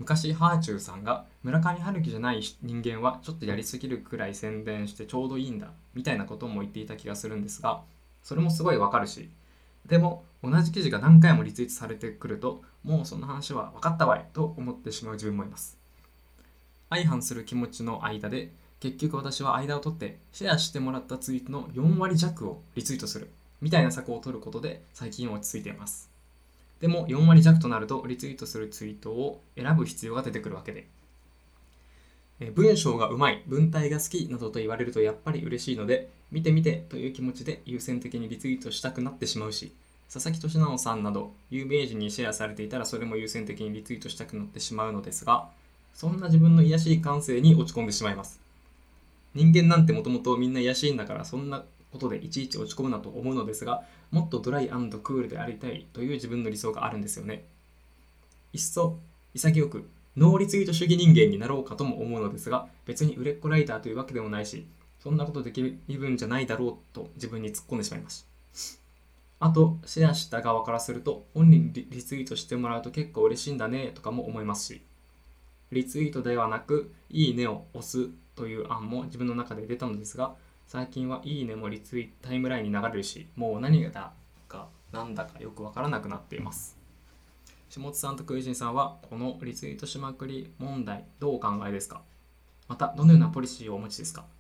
Speaker 1: 昔ハーチューさんが村上春樹じゃない人間はちょっとやりすぎるくらい宣伝してちょうどいいんだみたいなことも言っていた気がするんですが、それもすごいわかるし、でも同じ記事が何回もリツイートされてくると、もうその話は分かったわいと思ってしまう自分もいます。相反する気持ちの間で、結局私は間を取ってシェアしてもらったツイートのよん割弱をリツイートするみたいな策を取ることで最近落ち着いています。でもよん割弱となるとリツイートするツイートを選ぶ必要が出てくるわけで、文章がうまい、文体が好きなどと言われるとやっぱり嬉しいので、見て見てという気持ちで優先的にリツイートしたくなってしまうし、佐々木俊直さんなど有名人にシェアされていたらそれも優先的にリツイートしたくなってしまうのですが、そんな自分の癒しい感性に落ち込んでしまいます。人間なんてもともとみんな癒しいんだから、そんなことでいちいち落ち込むなと思うのですが、もっとドライ&クールでありたいという自分の理想があるんですよね。いっそ潔くノーリツイート主義人間になろうかとも思うのですが、別に売れっ子ライターというわけでもないし、そんなことできる身分じゃないだろうと自分に突っ込んでしまいました。あと、シェアした側からすると、本人にリツイートしてもらうと結構嬉しいんだねとかも思いますし、リツイートではなく、いいねを押すという案も自分の中で出たのですが、最近はいいねもリツイートタイムラインに流れるし、もう何だかなんだかよくわからなくなっています。下津さんとクイジンさんはこのリツイートしまくり問題どうお考えですか？またどのようなポリシーをお持ちですか？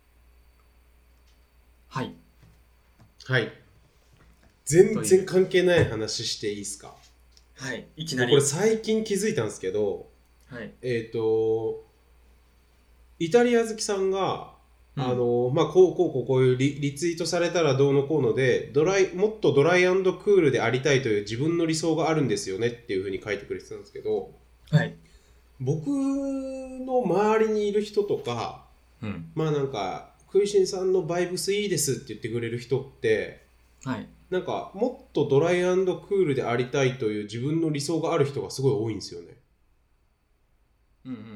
Speaker 1: はい。
Speaker 2: はい。全然関係ない話していいですか？
Speaker 1: はい。いきなり。
Speaker 2: これ最近気づいたんですけど、
Speaker 1: はい、
Speaker 2: えっ、ー、と、イタリア好きさんが、うん、あのまあ、こうこうこうこういう リ, リツイートされたらどうのこうのでドライもっとドライ&クールでありたいという自分の理想があるんですよねっていうふうに書いてくれてたんですけど、
Speaker 1: はい、
Speaker 2: 僕の周りにいる人とか、うん、まあなんかクイシンさんのバイブスいいですって言ってくれる人って、はい、なんかもっとドライ&クールでありたいという自分の理想がある人がすごい多いんですよね。うんうんうんうん。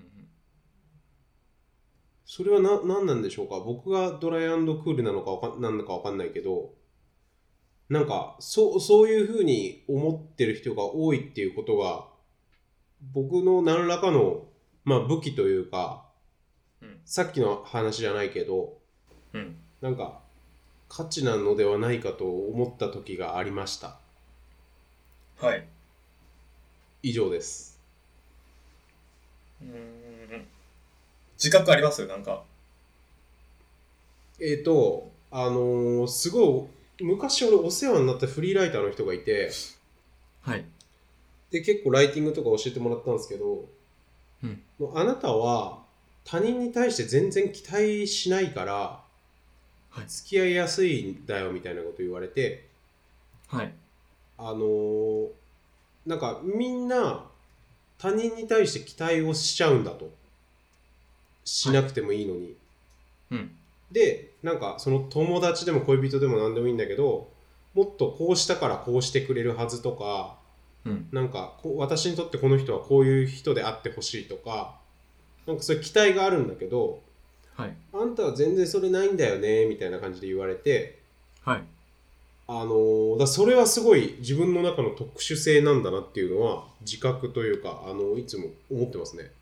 Speaker 2: それはな何なんでしょうか。僕がドライ&クールなのかわかなんだか分かんないけど、なんかそそういうふうに思ってる人が多いっていうことが僕の何らかの、まあ、武器というか、うん、さっきの話じゃないけど、うん、なんか価値なのではないかと思った時がありました。はい。以上です。
Speaker 1: うーん、自覚ありますよ、なんか。
Speaker 2: えっ、ー、と、あのー、すごい、昔俺お世話になったフリーライターの人がいて、はい。で、結構ライティングとか教えてもらったんですけど、うん、もうあなたは他人に対して全然期待しないから、はい、付き合いやすいんだよみたいなこと言われて、はい。あのー、なんかみんな他人に対して期待をしちゃうんだと。しなくてもいいのに。はい、うん。で、なんかその友達でも恋人でも何でもいいんだけど、もっとこうしたからこうしてくれるはずとか、うん、なんかこう私にとってこの人はこういう人であってほしいとか、なんかそういう期待があるんだけど、はい、あんたは全然それないんだよねみたいな感じで言われて、はい、あのー、だそれはすごい自分の中の特殊性なんだなっていうのは自覚というか、あのいつも思ってますね。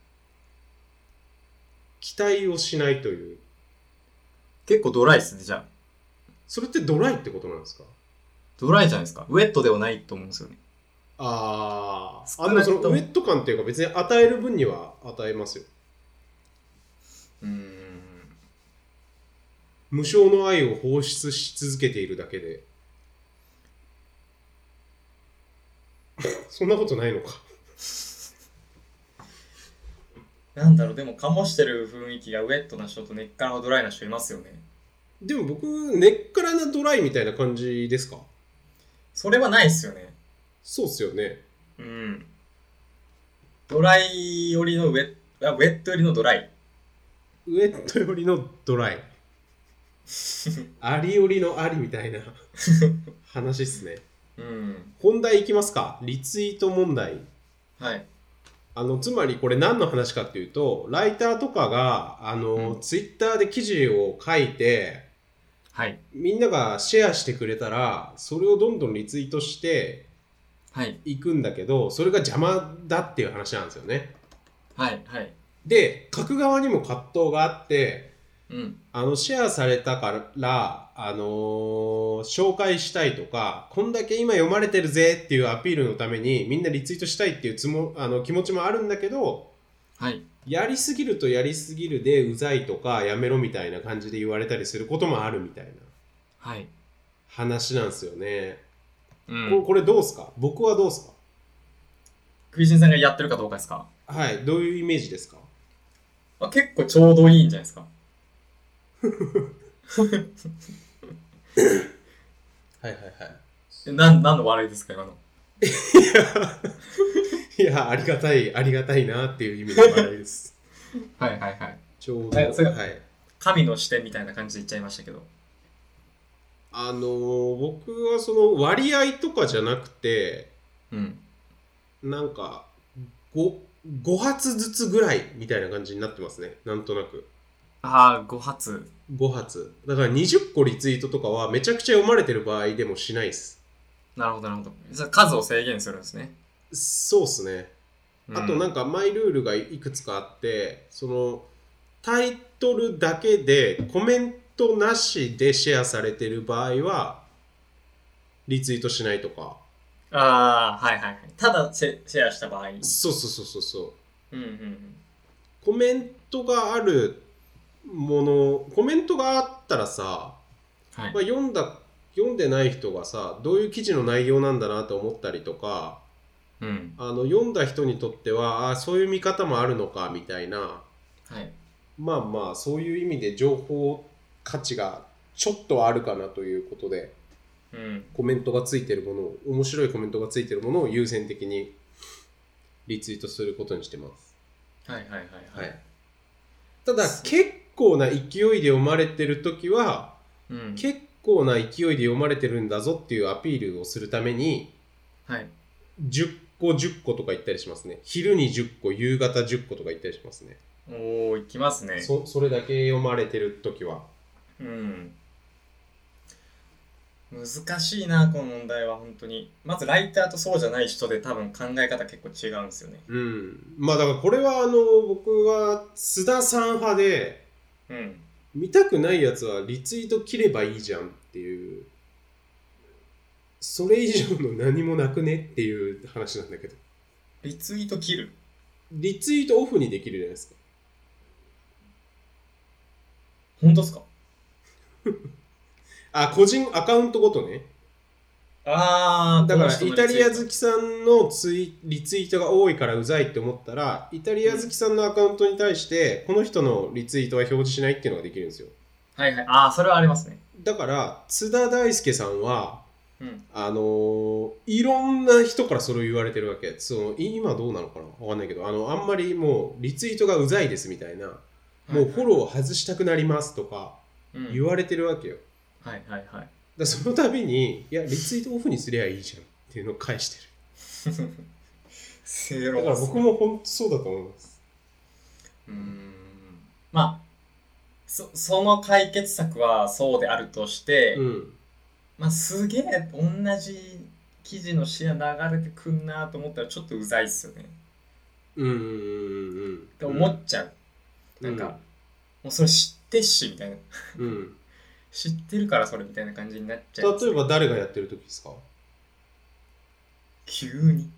Speaker 2: 期待をしないという。
Speaker 1: 結構ドライですね、じゃあ。
Speaker 2: それってドライってことなんですか？
Speaker 1: ドライじゃないですか。ウェットではないと思うんですよね。
Speaker 2: ああ、あのそのウェット感っていうか別に与える分には与えますよ。うーん。無償の愛を放出し続けているだけで。そんなことないのか。
Speaker 1: なんだろう、でも醸してる雰囲気がウェットな人と根っからのドライな人いますよね。
Speaker 2: でも僕、根っからなドライみたいな感じですか？
Speaker 1: それはないっすよね。
Speaker 2: そうっすよね。
Speaker 1: うん。ドライ寄りのウェット、ウェット寄りのドライ。
Speaker 2: ウェット寄りのドライ。あり寄りのありみたいな話っすね。うん。本題いきますか。リツイート問題。はい。あのつまりこれ何の話かっていうと、ライターとかがあの、うん、ツイッターで記事を書いて、はい、みんながシェアしてくれたらそれをどんどんリツイートして、 行くんだけど、はい、それが邪魔だっていう話なんですよね。
Speaker 1: はいはい。
Speaker 2: で、書く側にも葛藤があって、
Speaker 1: うん、
Speaker 2: あのシェアされたから、あのー、紹介したいとか、こんだけ今読まれてるぜっていうアピールのためにみんなリツイートしたいっていうつもあの気持ちもあるんだけど、
Speaker 1: はい、
Speaker 2: やりすぎるとやりすぎるでうざいとかやめろみたいな感じで言われたりすることもあるみたいな話なんですよね。はい、こ, これどうすか？僕はどうすか？
Speaker 1: クイジンさんがやってるかどうかですか？
Speaker 2: はい、どういうイメージですか？
Speaker 1: あ、結構ちょうどいいんじゃないですか。
Speaker 2: はいはいはい。
Speaker 1: な何の笑いですか今の？
Speaker 2: いや、いやありがたいありがたいなっていう意味の笑いです。
Speaker 1: はいはいはい。
Speaker 2: ちょうど、はい、
Speaker 1: 神の視点みたいな感じで言っちゃいましたけど。
Speaker 2: あのー、僕はその割合とかじゃなくて、
Speaker 1: うん、
Speaker 2: なんか 5, ご発ずつぐらいみたいな感じになってますね。なんとなく。
Speaker 1: ああ、ご発。
Speaker 2: ご発。だからにじゅっこリツイートとかはめちゃくちゃ読まれてる場合でもしないです。
Speaker 1: なるほどなるほど。数を制限するんですね。
Speaker 2: そうっすね。あとなんかマイルールがいくつかあって、そのタイトルだけでコメントなしでシェアされてる場合はリツイートしないとか。
Speaker 1: ああ、はいはいはい。ただシェアした場合。
Speaker 2: そうそうそうそうそう。
Speaker 1: うんうんうん。
Speaker 2: コメントがあるもの、コメントがあったらさ、はい、まあ、読んだ読んでない人がさ、どういう記事の内容なんだなと思ったりとか、
Speaker 1: うん、
Speaker 2: あの読んだ人にとってはあそういう見方もあるのかみたいな、
Speaker 1: はい、
Speaker 2: まあまあそういう意味で情報価値がちょっとあるかなということで、
Speaker 1: うん、
Speaker 2: コメントがついてるものを面白いコメントがついてるものを優先的にリツイートすることにしてます。
Speaker 1: はいはいはいはい。はい、
Speaker 2: ただ結構な勢いで読まれてるときは、うん、結構な勢いで読まれてるんだぞっていうアピールをするために、はい、じゅっこじゅっことか言ったりしますね。昼にじゅっこ、夕方じゅっことか言ったりしますね。
Speaker 1: おー、いきますね。
Speaker 2: そ, それだけ読まれてるときは。
Speaker 1: うん。難しいな、この問題は本当に。まずライターとそうじゃない人で多分考え方結構違うんですよね。
Speaker 2: うん。まあだからこれはあの僕は須田さん派で、うん、見たくないやつはリツイート切ればいいじゃんっていう。それ以上の何もなくねっていう話なんだけど。
Speaker 1: リツイート切る？
Speaker 2: リツイートオフにできるじゃないですか。
Speaker 1: 本当ですか？
Speaker 2: あ、個人アカウントごとね。
Speaker 1: ああ、
Speaker 2: だからイタリア好きさんのツイリツイートが多いからうざいって思ったら、イタリア好きさんのアカウントに対して、この人のリツイートは表示しないっていうのができるんですよ。
Speaker 1: はいはい。ああ、それはありますね。
Speaker 2: だから津田大介さんは、うん、あのー、いろんな人からそれを言われてるわけ。その今どうなのかなわかんないけど、あのあんまりもうリツイートがうざいですみたいな、もうフォローを外したくなりますとか言われてるわけよ。
Speaker 1: うん、はいはいはい。
Speaker 2: だその度にいやリツイートオフにすりゃいいじゃんっていうのを返してる。だから僕も本当そうだと思います。
Speaker 1: うーん、まあ そ, その解決策はそうであるとして、うん、まあすげえ同じ記事のシェア流れてくんなと思ったらちょっとうざいっすよね。
Speaker 2: うんうんうんうん
Speaker 1: って思っちゃう。うん、なんか、もうそれ知ってっしみたいな。うん知ってるからそれみたいな感じになっちゃう、ね。
Speaker 2: 例えば誰がやってる時ですか？
Speaker 1: 急に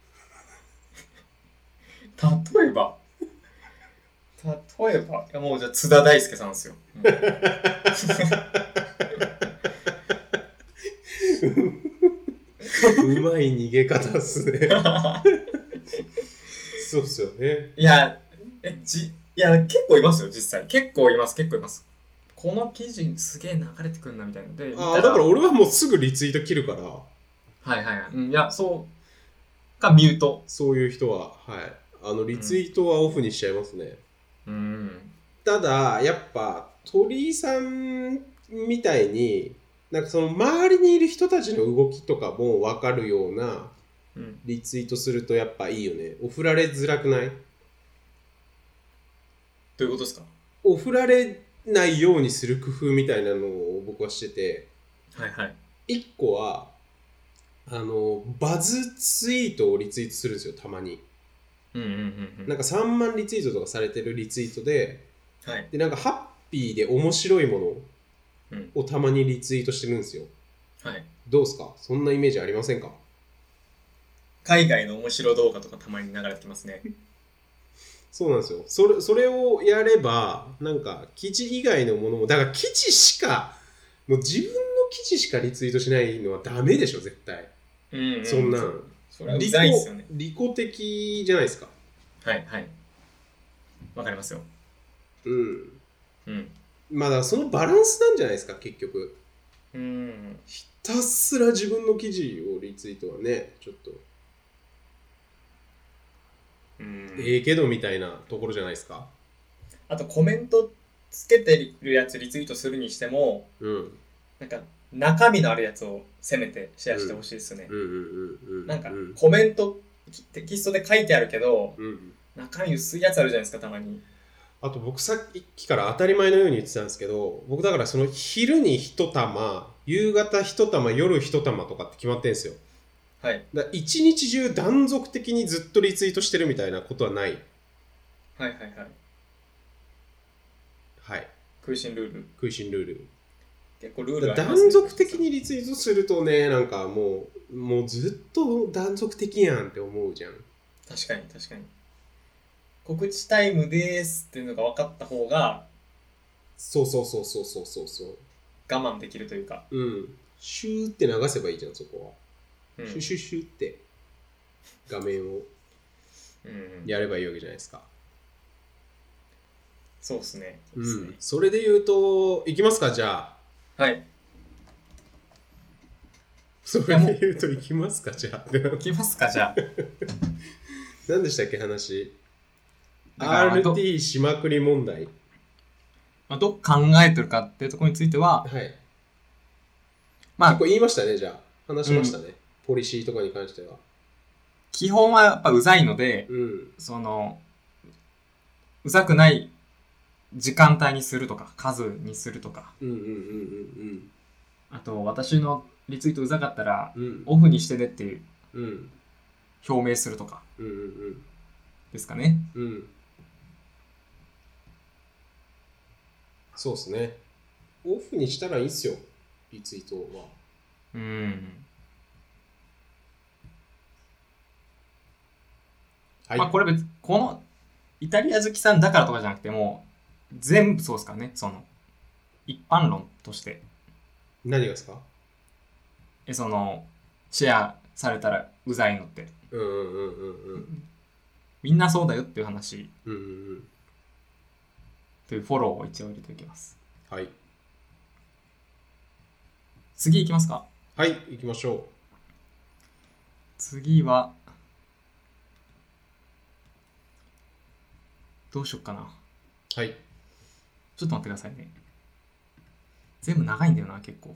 Speaker 1: 例えば例えばいやもうじゃあ津田大介さんですよ。
Speaker 2: うまい逃げ方っすね。そうっすよね。
Speaker 1: いやえじいや結構いますよ実際。結構います結構います。この記事すげえ流れてくるなみたいなで、
Speaker 2: ああだから俺はもうすぐリツイート切るから。
Speaker 1: はいはいはい。うん、いやそうかミュート。
Speaker 2: そういう人ははいあのリツイートはオフにしちゃいますね。うん。ただやっぱ鳥居さんみたいになんかその周りにいる人たちの動きとかも分かるようなリツイートするとやっぱいいよね。オフられづらくない？ど
Speaker 1: ういうことですか？
Speaker 2: オフられないようにする工夫みたいなのを僕はしてて、
Speaker 1: はいはい。
Speaker 2: いっこはあのバズツイートをリツイートするんですよ、たまに。
Speaker 1: うんうんうんうん、
Speaker 2: なんかさんまんリツイートとかされてるリツイートで、
Speaker 1: はい、
Speaker 2: でなんかハッピーで面白いものをたまにリツイートしてるんですよ、
Speaker 1: はい、
Speaker 2: どうですか、そんなイメージありませんか？
Speaker 1: 海外の面白動画とかたまに流れてきますね。
Speaker 2: そうなんですよ。それ、それをやればなんか記事以外のものも、だから記事しかもう自分の記事しかリツイートしないのはダメでしょ絶対。
Speaker 1: うん、うん、
Speaker 2: そんなん
Speaker 1: それはうざいっすよね。
Speaker 2: 利己的じゃないですか。はい
Speaker 1: はい、わかりますよ。
Speaker 2: うん
Speaker 1: うん、
Speaker 2: まあだからそのバランスなんじゃないですか結局。
Speaker 1: うん、
Speaker 2: ひたすら自分の記事をリツイートはねちょっとうん、ええけどみたいなところじゃないですか。
Speaker 1: あとコメントつけてるやつリツイートするにしても、うん、なんか中身のあるやつをせめてシェアしてほしいですね。なんかコメントテキストで書いてあるけど、うん、中身薄いやつあるじゃないですかたまに。
Speaker 2: あと僕さっきから当たり前のように言ってたんですけど、僕だからその昼に一玉、夕方一玉、夜一玉とかって決まってるんですよ。はい。だから一日中断続的にずっとリツイートしてるみたいなことはない。
Speaker 1: はいはいはい。
Speaker 2: はい。
Speaker 1: 食いしんルール。
Speaker 2: 食いしんルール。
Speaker 1: 結構ルールあ
Speaker 2: りますね。断続的にリツイートするとね、なんかもう、もうずっと断続的やんって思うじゃん。
Speaker 1: 確かに確かに。告知タイムですっていうのが分かった方が、
Speaker 2: そうそうそうそうそうそうそう。
Speaker 1: 我慢できるというか。
Speaker 2: うん。シューって流せばいいじゃん、そこは。シュシュシュって画面をやればいいわけじゃないですか。
Speaker 1: そうですね。
Speaker 2: うん。それで言うと、いきますか、じゃ
Speaker 1: あ。はい。
Speaker 2: それで言うと、いきますか、じゃあ。
Speaker 1: いきますか、じゃあ。
Speaker 2: 何でしたっけ、話。アールティー しまくり問題。
Speaker 1: まあ、どう考えてるかっていうところについては、はい。
Speaker 2: まあ、結構言いましたね、じゃあ。話しましたね。うん、ポリシーとかに関しては。
Speaker 1: 基本はやっぱうざいので、うん、その、うざくない時間帯にするとか、数にするとか。うんうんうんうんうん。あと、私のリツイートうざかったら、うん、オフにしてねっていう、うん、表明するとか。うんうんうん。ですかね。うん。
Speaker 2: そうですね。オフにしたらいいっすよ、リツイートは。うん。
Speaker 1: はい、まあこれ別このイタリア好きさんだからとかじゃなくてもう全部そうですからね。その一般論として。
Speaker 2: 何がですか？
Speaker 1: えそのシェアされたらうざいのって。
Speaker 2: うんうんうんうんうん。
Speaker 1: みんなそうだよっていう話。うんうんうん。というフォローを一応入れておきます。はい。次行きますか？
Speaker 2: はい、行きましょう。
Speaker 1: 次はどうしよっかな。はい。ちょっと待ってくださいね。全部長いんだよな、結構。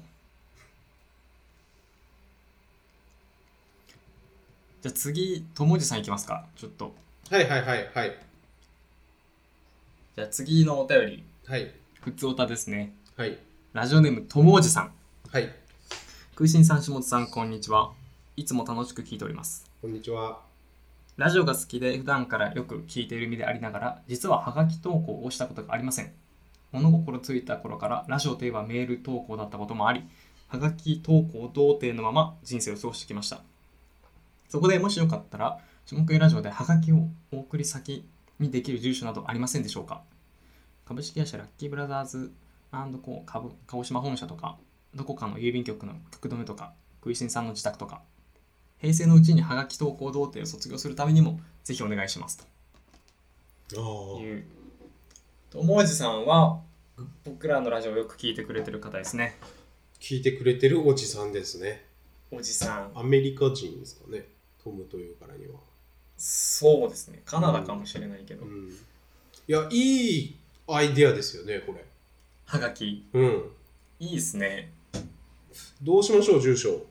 Speaker 1: じゃあ次、ともじさんいきますか。ちょっと。
Speaker 2: はいはいはいはい。
Speaker 1: じゃあ次のお便り。
Speaker 2: はい。
Speaker 1: ふつおたですね。
Speaker 2: はい。
Speaker 1: ラジオネーム、ともじさん。
Speaker 2: はい。
Speaker 1: 空心さん、下津さん、こんにちは。いつも楽しく聞いております。
Speaker 2: こんにちは。
Speaker 1: ラジオが好きで普段からよく聞いている身でありながら、実はハガキ投稿をしたことがありません。物心ついた頃からラジオといえばメール投稿だったこともあり、ハガキ投稿童貞のまま人生を過ごしてきました。そこでもしよかったら、下食いラジオでハガキをお送り先にできる住所などありませんでしょうか？株式会社ラッキーブラザーズ&こう鹿児島本社とか、どこかの郵便局の局留めとか、食いしんさんの自宅とか、平成のうちにハガキ投稿童貞を卒業するためにもぜひお願いしますという。ともじさんは僕らのラジオをよく聞いてくれてる方ですね。
Speaker 2: 聞いてくれてるおじさんですね。
Speaker 1: おじさん。
Speaker 2: アメリカ人ですかね。トムというからには。
Speaker 1: そうですね。カナダかもしれないけど。うんうん、
Speaker 2: いや、いいアイデアですよね、これ。
Speaker 1: ハガキ。うん。いいですね。
Speaker 2: どうしましょう、住所。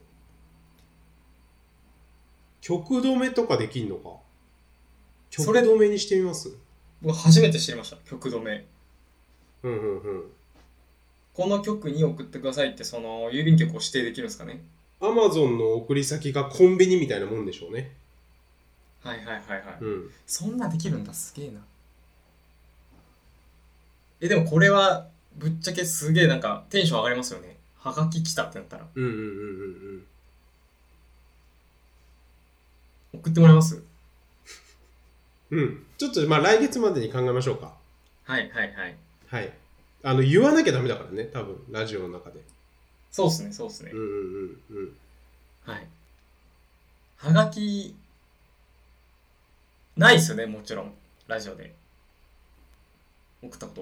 Speaker 2: 曲止めとかできんのか。曲止めにしてみます？
Speaker 1: 僕初めて知りました、曲止め。
Speaker 2: うんうんうん。
Speaker 1: この曲に送ってくださいってその郵便局を指定できるんですかね。
Speaker 2: アマゾンの送り先がコンビニみたいなもんでしょうね。
Speaker 1: はいはいはいはい、
Speaker 2: うん、
Speaker 1: そんなできるんだ、すげえな。えでもこれはぶっちゃけすげえなんかテンション上がりますよね。はがき来たってなったら。
Speaker 2: うんうんうんうんうん。
Speaker 1: 送ってもらえます？
Speaker 2: うん。ちょっとまあ来月までに考えましょうか。
Speaker 1: はいはいはい。
Speaker 2: はい。あの言わなきゃダメだからね、多分ラジオの中で。
Speaker 1: そうっすねそうっすね。
Speaker 2: うんうんうんうん。
Speaker 1: はい。はがきないっすよね、もちろんラジオで送ったこと。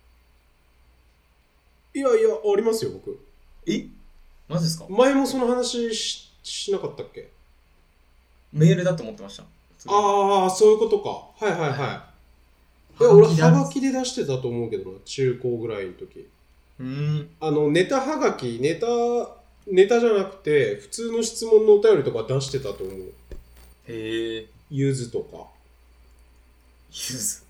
Speaker 2: いやいやありますよ僕。
Speaker 1: えマジですか？
Speaker 2: 前もその話 し, しなかったっけ？
Speaker 1: メールだと思ってました。
Speaker 2: ああそういうことか。はいはいはい。はい、いや俺はがきで出してたと思うけどな、中高ぐらいの時。
Speaker 1: うーん。
Speaker 2: あのネタはがきネタネタじゃなくて普通の質問のお便りとか出してたと思う。
Speaker 1: へえ。
Speaker 2: ゆずとか。
Speaker 1: ゆず。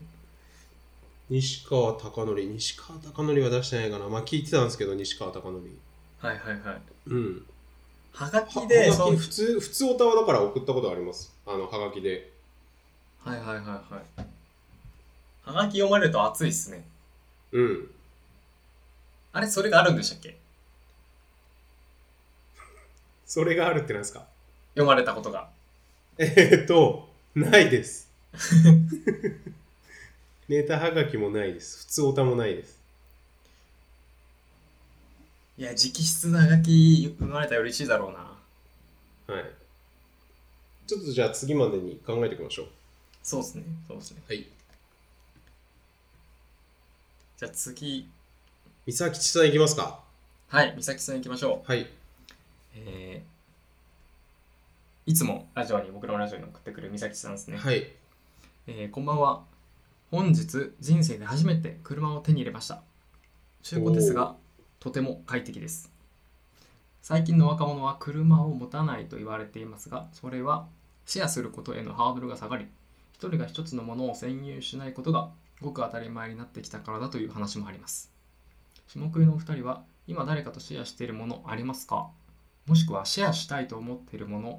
Speaker 2: 西川貴教西川貴教は出してないかな。まあ聞いてたんですけど西川貴教。
Speaker 1: はいはいはい。
Speaker 2: うん。
Speaker 1: はがきで
Speaker 2: はがき普通普通おたわだから送ったことあります。あのはがきで。
Speaker 1: はいはいはいはい。はがき読まれると熱いっすね。
Speaker 2: うん。
Speaker 1: あれそれがあるんでしたっけ？
Speaker 2: それがあるってなんですか？
Speaker 1: 読まれたことが。
Speaker 2: えーっとないです。ネタはがきもないです。普通おたもないです。
Speaker 1: いや直筆のはがき読まれたら嬉しいだろうな。
Speaker 2: はい。ちょっとじゃあ次までに考えていきましょう。
Speaker 1: そうですねそうですね。
Speaker 2: はい。
Speaker 1: じゃあ次
Speaker 2: 三崎さんいきますか？
Speaker 1: はい、三崎さん行きましょう。
Speaker 2: はい。
Speaker 1: えー、いつもラジオに僕のラジオに送ってくる三崎さんですね。
Speaker 2: はい。
Speaker 1: えー、こんばんは。本日人生で初めて車を手に入れました。中古ですがとても快適です。最近の若者は車を持たないと言われていますが、それはシェアすることへのハードルが下がり、一人が一つのものを占有しないことがごく当たり前になってきたからだという話もあります。下食いのお二人は今誰かとシェアしているものありますか？もしくはシェアしたいと思っているもの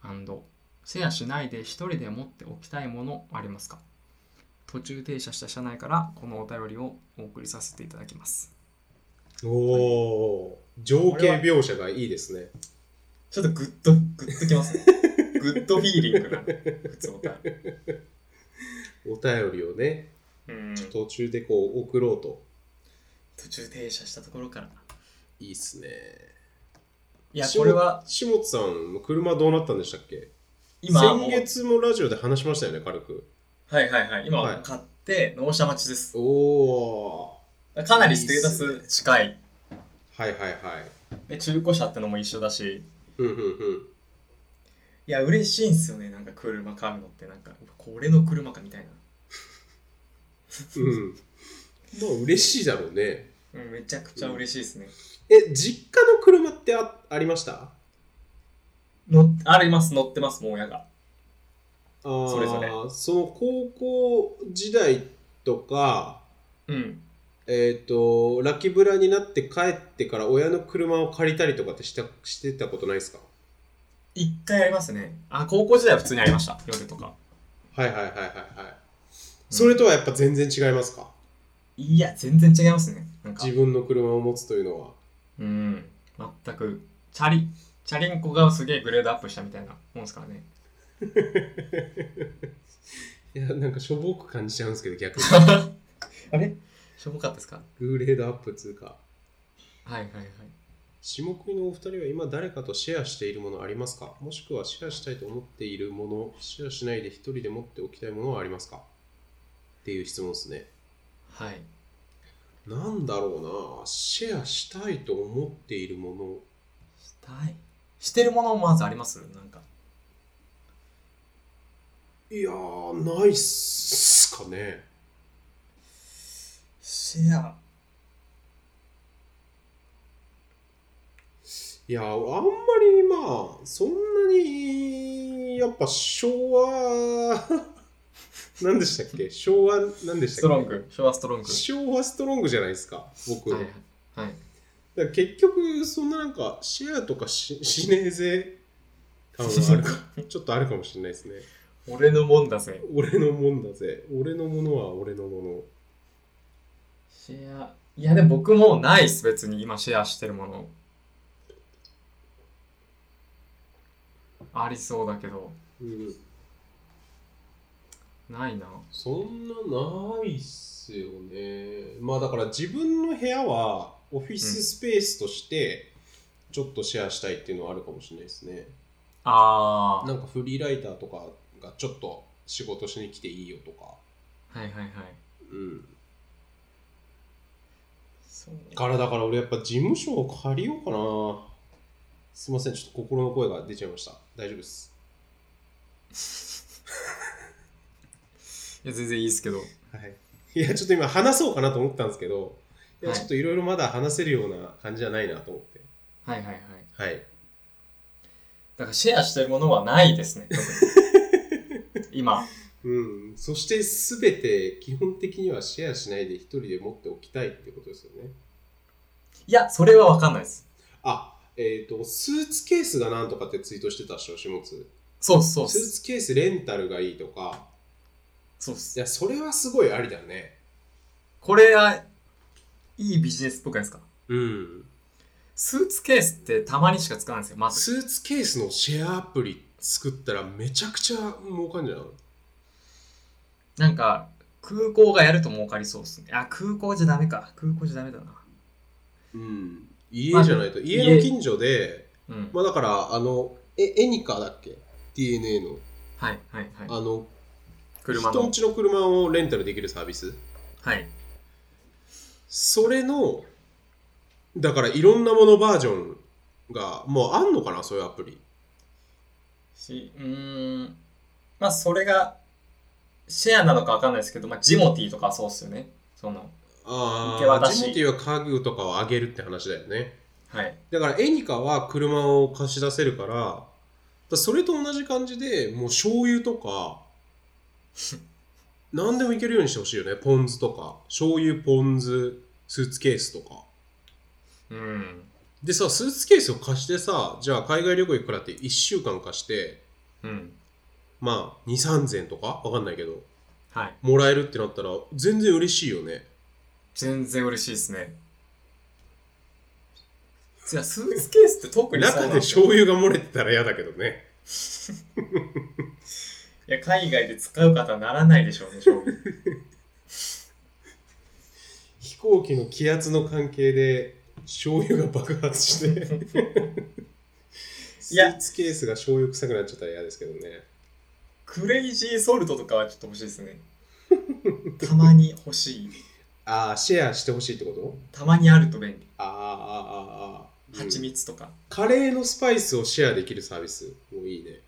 Speaker 1: &シェアしないで一人で持っておきたいものありますか？途中停車した車内からこのお便りをお送りさせていただきます。
Speaker 2: おお、はい、情景描写がいいですね。
Speaker 1: ちょっとグッとグッときますね。グッドフィーリングな普通お便
Speaker 2: り。お便りをね、うん、途中でこう送ろうと。
Speaker 1: 途中停車したところから。
Speaker 2: いいっすね。
Speaker 1: いやこれは
Speaker 2: 下津さん車どうなったんでしたっけ？今先月もラジオで話しましたよね、軽く。
Speaker 1: はいはいはい。今、はい、買って納車待ちです。
Speaker 2: おお。
Speaker 1: かなりステータス近い。いいね、
Speaker 2: はいはいはい。
Speaker 1: で中古車ってのも一緒だし。
Speaker 2: うんうんうん。
Speaker 1: いや嬉しいんすよね、なんか車買うのってなんかこれの車かみたいな。
Speaker 2: うん。まあ嬉しいだろうね。
Speaker 1: うん、めちゃくちゃ嬉しいですね。
Speaker 2: うん、え、実家の車って あ, ありました？
Speaker 1: のあります、乗ってます、もう親が。
Speaker 2: あそれぞれ。その高校時代とか、
Speaker 1: うん。
Speaker 2: えっ、ー、と、ラキブラになって帰ってから親の車を借りたりとかってしたしてたことないですか？
Speaker 1: 一回ありますね。あ、高校時代は普通にありました、夜とか。
Speaker 2: はいはいはいはいはい。それとはやっぱ全然違いますか？
Speaker 1: いや、全然違いますね。なんか
Speaker 2: 自分の車を持つというのは。
Speaker 1: うん、全く。チャリ、チャリンコがすげえグレードアップしたみたいなもんですからね。
Speaker 2: いや、なんかしょぼく感じちゃうんですけど、逆に。
Speaker 1: あれしょぼかったですか？
Speaker 2: グレードアップつうか。
Speaker 1: はいはいはい。
Speaker 2: 下食いのお二人は今誰かとシェアしているものありますか？もしくはシェアしたいと思っているもの、シェアしないで一人で持っておきたいものはありますか？っていう質問ですね。
Speaker 1: はい。
Speaker 2: なんだろうな、シェアしたいと思っているもの。
Speaker 1: したい。してるものもまずあります？なんか。
Speaker 2: いやー、ないっすかね。
Speaker 1: シェア。
Speaker 2: いや、あんまりまあ、そんなに、やっぱ昭和、何でしたっけ？昭和、何でしたっけ？
Speaker 1: ストロング。昭和ストロング。
Speaker 2: 昭和ストロングじゃないですか、僕。
Speaker 1: はいはい。
Speaker 2: だから結局そんななんかシェアとか し, しねえぜ感はあるかちょっとあるかもしれないですね。
Speaker 1: 俺のもんだぜ。
Speaker 2: 俺のもんだぜ。俺のものは俺のもの。
Speaker 1: シェア、いやでも僕もないっす、別に今シェアしてるもの。ありそうだけど。
Speaker 2: うん。
Speaker 1: ないな。
Speaker 2: そんなないっすよね。まあだから自分の部屋はオフィススペースとしてちょっとシェアしたいっていうのはあるかもしれないですね。
Speaker 1: ああ。
Speaker 2: なんかフリーライターとかがちょっと仕事しに来ていいよとか。
Speaker 1: はいはいはい。
Speaker 2: うん。
Speaker 1: そう
Speaker 2: からだから俺やっぱ事務所を借りようかな。すいません、ちょっと心の声が出ちゃいました。大丈夫です。
Speaker 1: いや全然いいですけど。
Speaker 2: はい。いやちょっと今話そうかなと思ったんですけど、いや
Speaker 1: はい
Speaker 2: ちょっといろいろまだ話せるような感じじゃないなと思って。
Speaker 1: はいはいはい。
Speaker 2: はい。
Speaker 1: だからシェアしてるものはないですね。特に今。
Speaker 2: うん。そしてすべて基本的にはシェアしないで一人で持っておきたいってことですよね。
Speaker 1: いや、それは分かんないです。
Speaker 2: あ、えっと、スーツケースがなんとかってツイートしてたっしょ、下津。
Speaker 1: そうそうっ
Speaker 2: スー
Speaker 1: す。
Speaker 2: ツケースレンタルがいいとか。
Speaker 1: そうっす。
Speaker 2: いや、それはすごいありだね。
Speaker 1: これはいいビジネスっぽくないですか？
Speaker 2: うん。
Speaker 1: スーツケースってたまにしか使わないんですよ、まず。
Speaker 2: スーツケースのシェアアプリ作ったらめちゃくちゃ儲かんじゃん。
Speaker 1: なんか、空港がやると儲かりそうですね。あ、空港じゃダメか。空港じゃダメだな。
Speaker 2: うん。家じゃないと。まあ、家の近所で、うん、まあだから、あの、え、エニカだっけ ?ディーエヌエー の。
Speaker 1: はいはいはい。
Speaker 2: あの、
Speaker 1: 車の
Speaker 2: 人んちの車をレンタルできるサービス。
Speaker 1: はい。
Speaker 2: それの、だからいろんなものバージョンがもうあんのかな、そういうアプリ。
Speaker 1: し、うーん。まあそれがシェアなのかわかんないですけど、まあジモティーとかそうっすよね。その、
Speaker 2: ああ、ジモティーは家具とかをあげるって話だよね。
Speaker 1: はい。
Speaker 2: だからエニカは車を貸し出せるから、からそれと同じ感じでもう醤油とか何でもいけるようにしてほしいよね。ポン酢とか醤油、ポン酢、スーツケースとか。
Speaker 1: うん。
Speaker 2: でさ、スーツケースを貸してさ、じゃあ海外旅行行くからっていっしゅうかん貸して、
Speaker 1: うん、
Speaker 2: まあに、さんぜんとかわかんないけど、
Speaker 1: はい、
Speaker 2: もらえるってなったら全然嬉しいよね。
Speaker 1: 全然嬉しいですね。じゃあスーツケースって特に
Speaker 2: 中で醤油が漏れてたら嫌だけどね。
Speaker 1: いや、海外で使う方はならないでしょうね、醤油。
Speaker 2: 飛行機の気圧の関係で醤油が爆発してスーツケースが醤油臭くなっちゃったら嫌ですけどね。
Speaker 1: クレイジーソルトとかはちょっと欲しいですね。たまに欲しい。
Speaker 2: ああ、シェアしてほしいってこと？
Speaker 1: たまにあると便利。
Speaker 2: ああ、ああ、ああ。
Speaker 1: 蜂蜜とか、うん。
Speaker 2: カレーのスパイスをシェアできるサービスもいいね。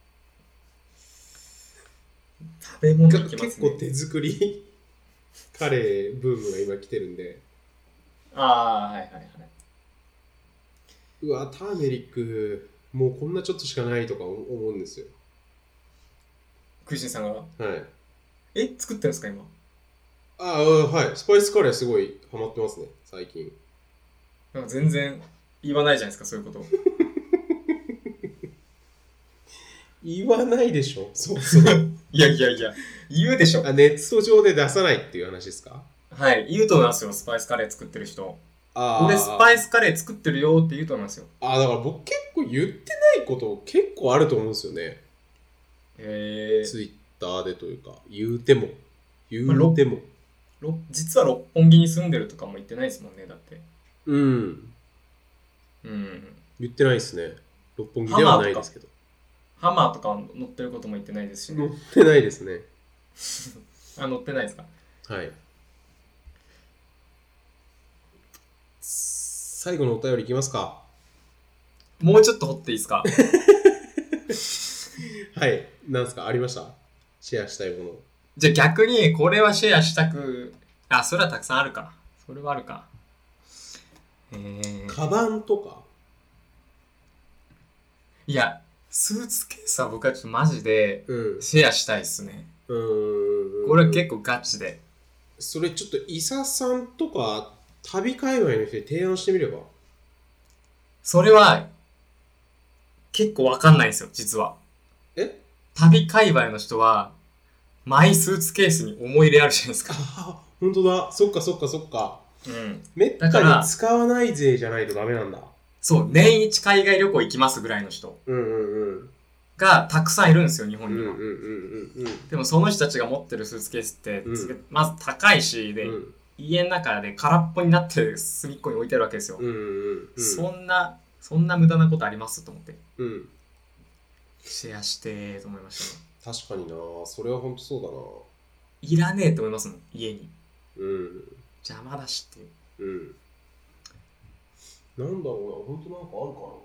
Speaker 1: 食べ物いきますね。
Speaker 2: 結構手作りカレーブームが今来てるんで。
Speaker 1: ああ、はいはいはい。
Speaker 2: うわ、ターメリックもうこんなちょっとしかないとか思うんですよ。
Speaker 1: クイシンさんが？
Speaker 2: はい。
Speaker 1: え、作ってるんですか今？
Speaker 2: ああ、はい。スパイスカレーすごいハマってますね、最近。
Speaker 1: なんか全然言わないじゃないですか、そういうこと。
Speaker 2: 言わないでしょ、そうそう。
Speaker 1: いやいやいや、言うでしょ。
Speaker 2: あ、ネット上で出さないっていう話ですか？
Speaker 1: はい、言うと思いますよ、スパイスカレー作ってる人。あ、俺スパイスカレー作ってるよって言うと思いますよ。
Speaker 2: ああ、だから僕結構言ってないこと結構あると思うんですよね。
Speaker 1: へえ。
Speaker 2: ツイッターでというか、言うても。言うても。
Speaker 1: まあ、実は六本木に住んでるとかも言ってないですもんね、だって。
Speaker 2: うん。うん。言ってないですね。六本木ではないですけど。
Speaker 1: ハマーとか乗ってることも言ってないですし
Speaker 2: ね。乗ってないですね。
Speaker 1: あ、乗ってないですか？はい。
Speaker 2: 最後のお便りいきますか？
Speaker 1: もうちょっと掘っていいですか？
Speaker 2: はい。なんすか？ありました？シェアしたいもの。
Speaker 1: じゃあ逆にこれはシェアしたく、あ、それはたくさんあるか。それはあるか。
Speaker 2: えー、カバンとか？
Speaker 1: いや、スーツケースは僕はちょっとマジでシェアしたいっすね。うん。これは結構ガチで。
Speaker 2: それちょっとイサさんとか旅界隈の人に提案してみれば？
Speaker 1: それは結構わかんないんですよ、実は。
Speaker 2: え
Speaker 1: 旅界隈の人はマイスーツケースに思い入れあるじゃないですか。
Speaker 2: あ、本当だ。そっかそっかそっか。
Speaker 1: うん。
Speaker 2: めったに使わない税じゃないとダメなんだ。
Speaker 1: そう、年一海外旅行行きますぐらいの人。
Speaker 2: うんうんうん。
Speaker 1: がたくさんいるんですよ、日本には。
Speaker 2: うんうんうんうんうん。
Speaker 1: でもその人たちが持ってるスーツケースって、うん、まず高いし、で、うん、家の中で空っぽになって隅っこに置いてあるわけですよ。うんうんうんうん、そんな、そんな無駄なことありますと思って。うん、シェアしてと思いました
Speaker 2: ね。確かにな、それは本当そうだな。
Speaker 1: いらねえと思いますもん、家に。
Speaker 2: うん。
Speaker 1: 邪魔だしって。
Speaker 2: うん。なんだろうな、本当なんかあるかな。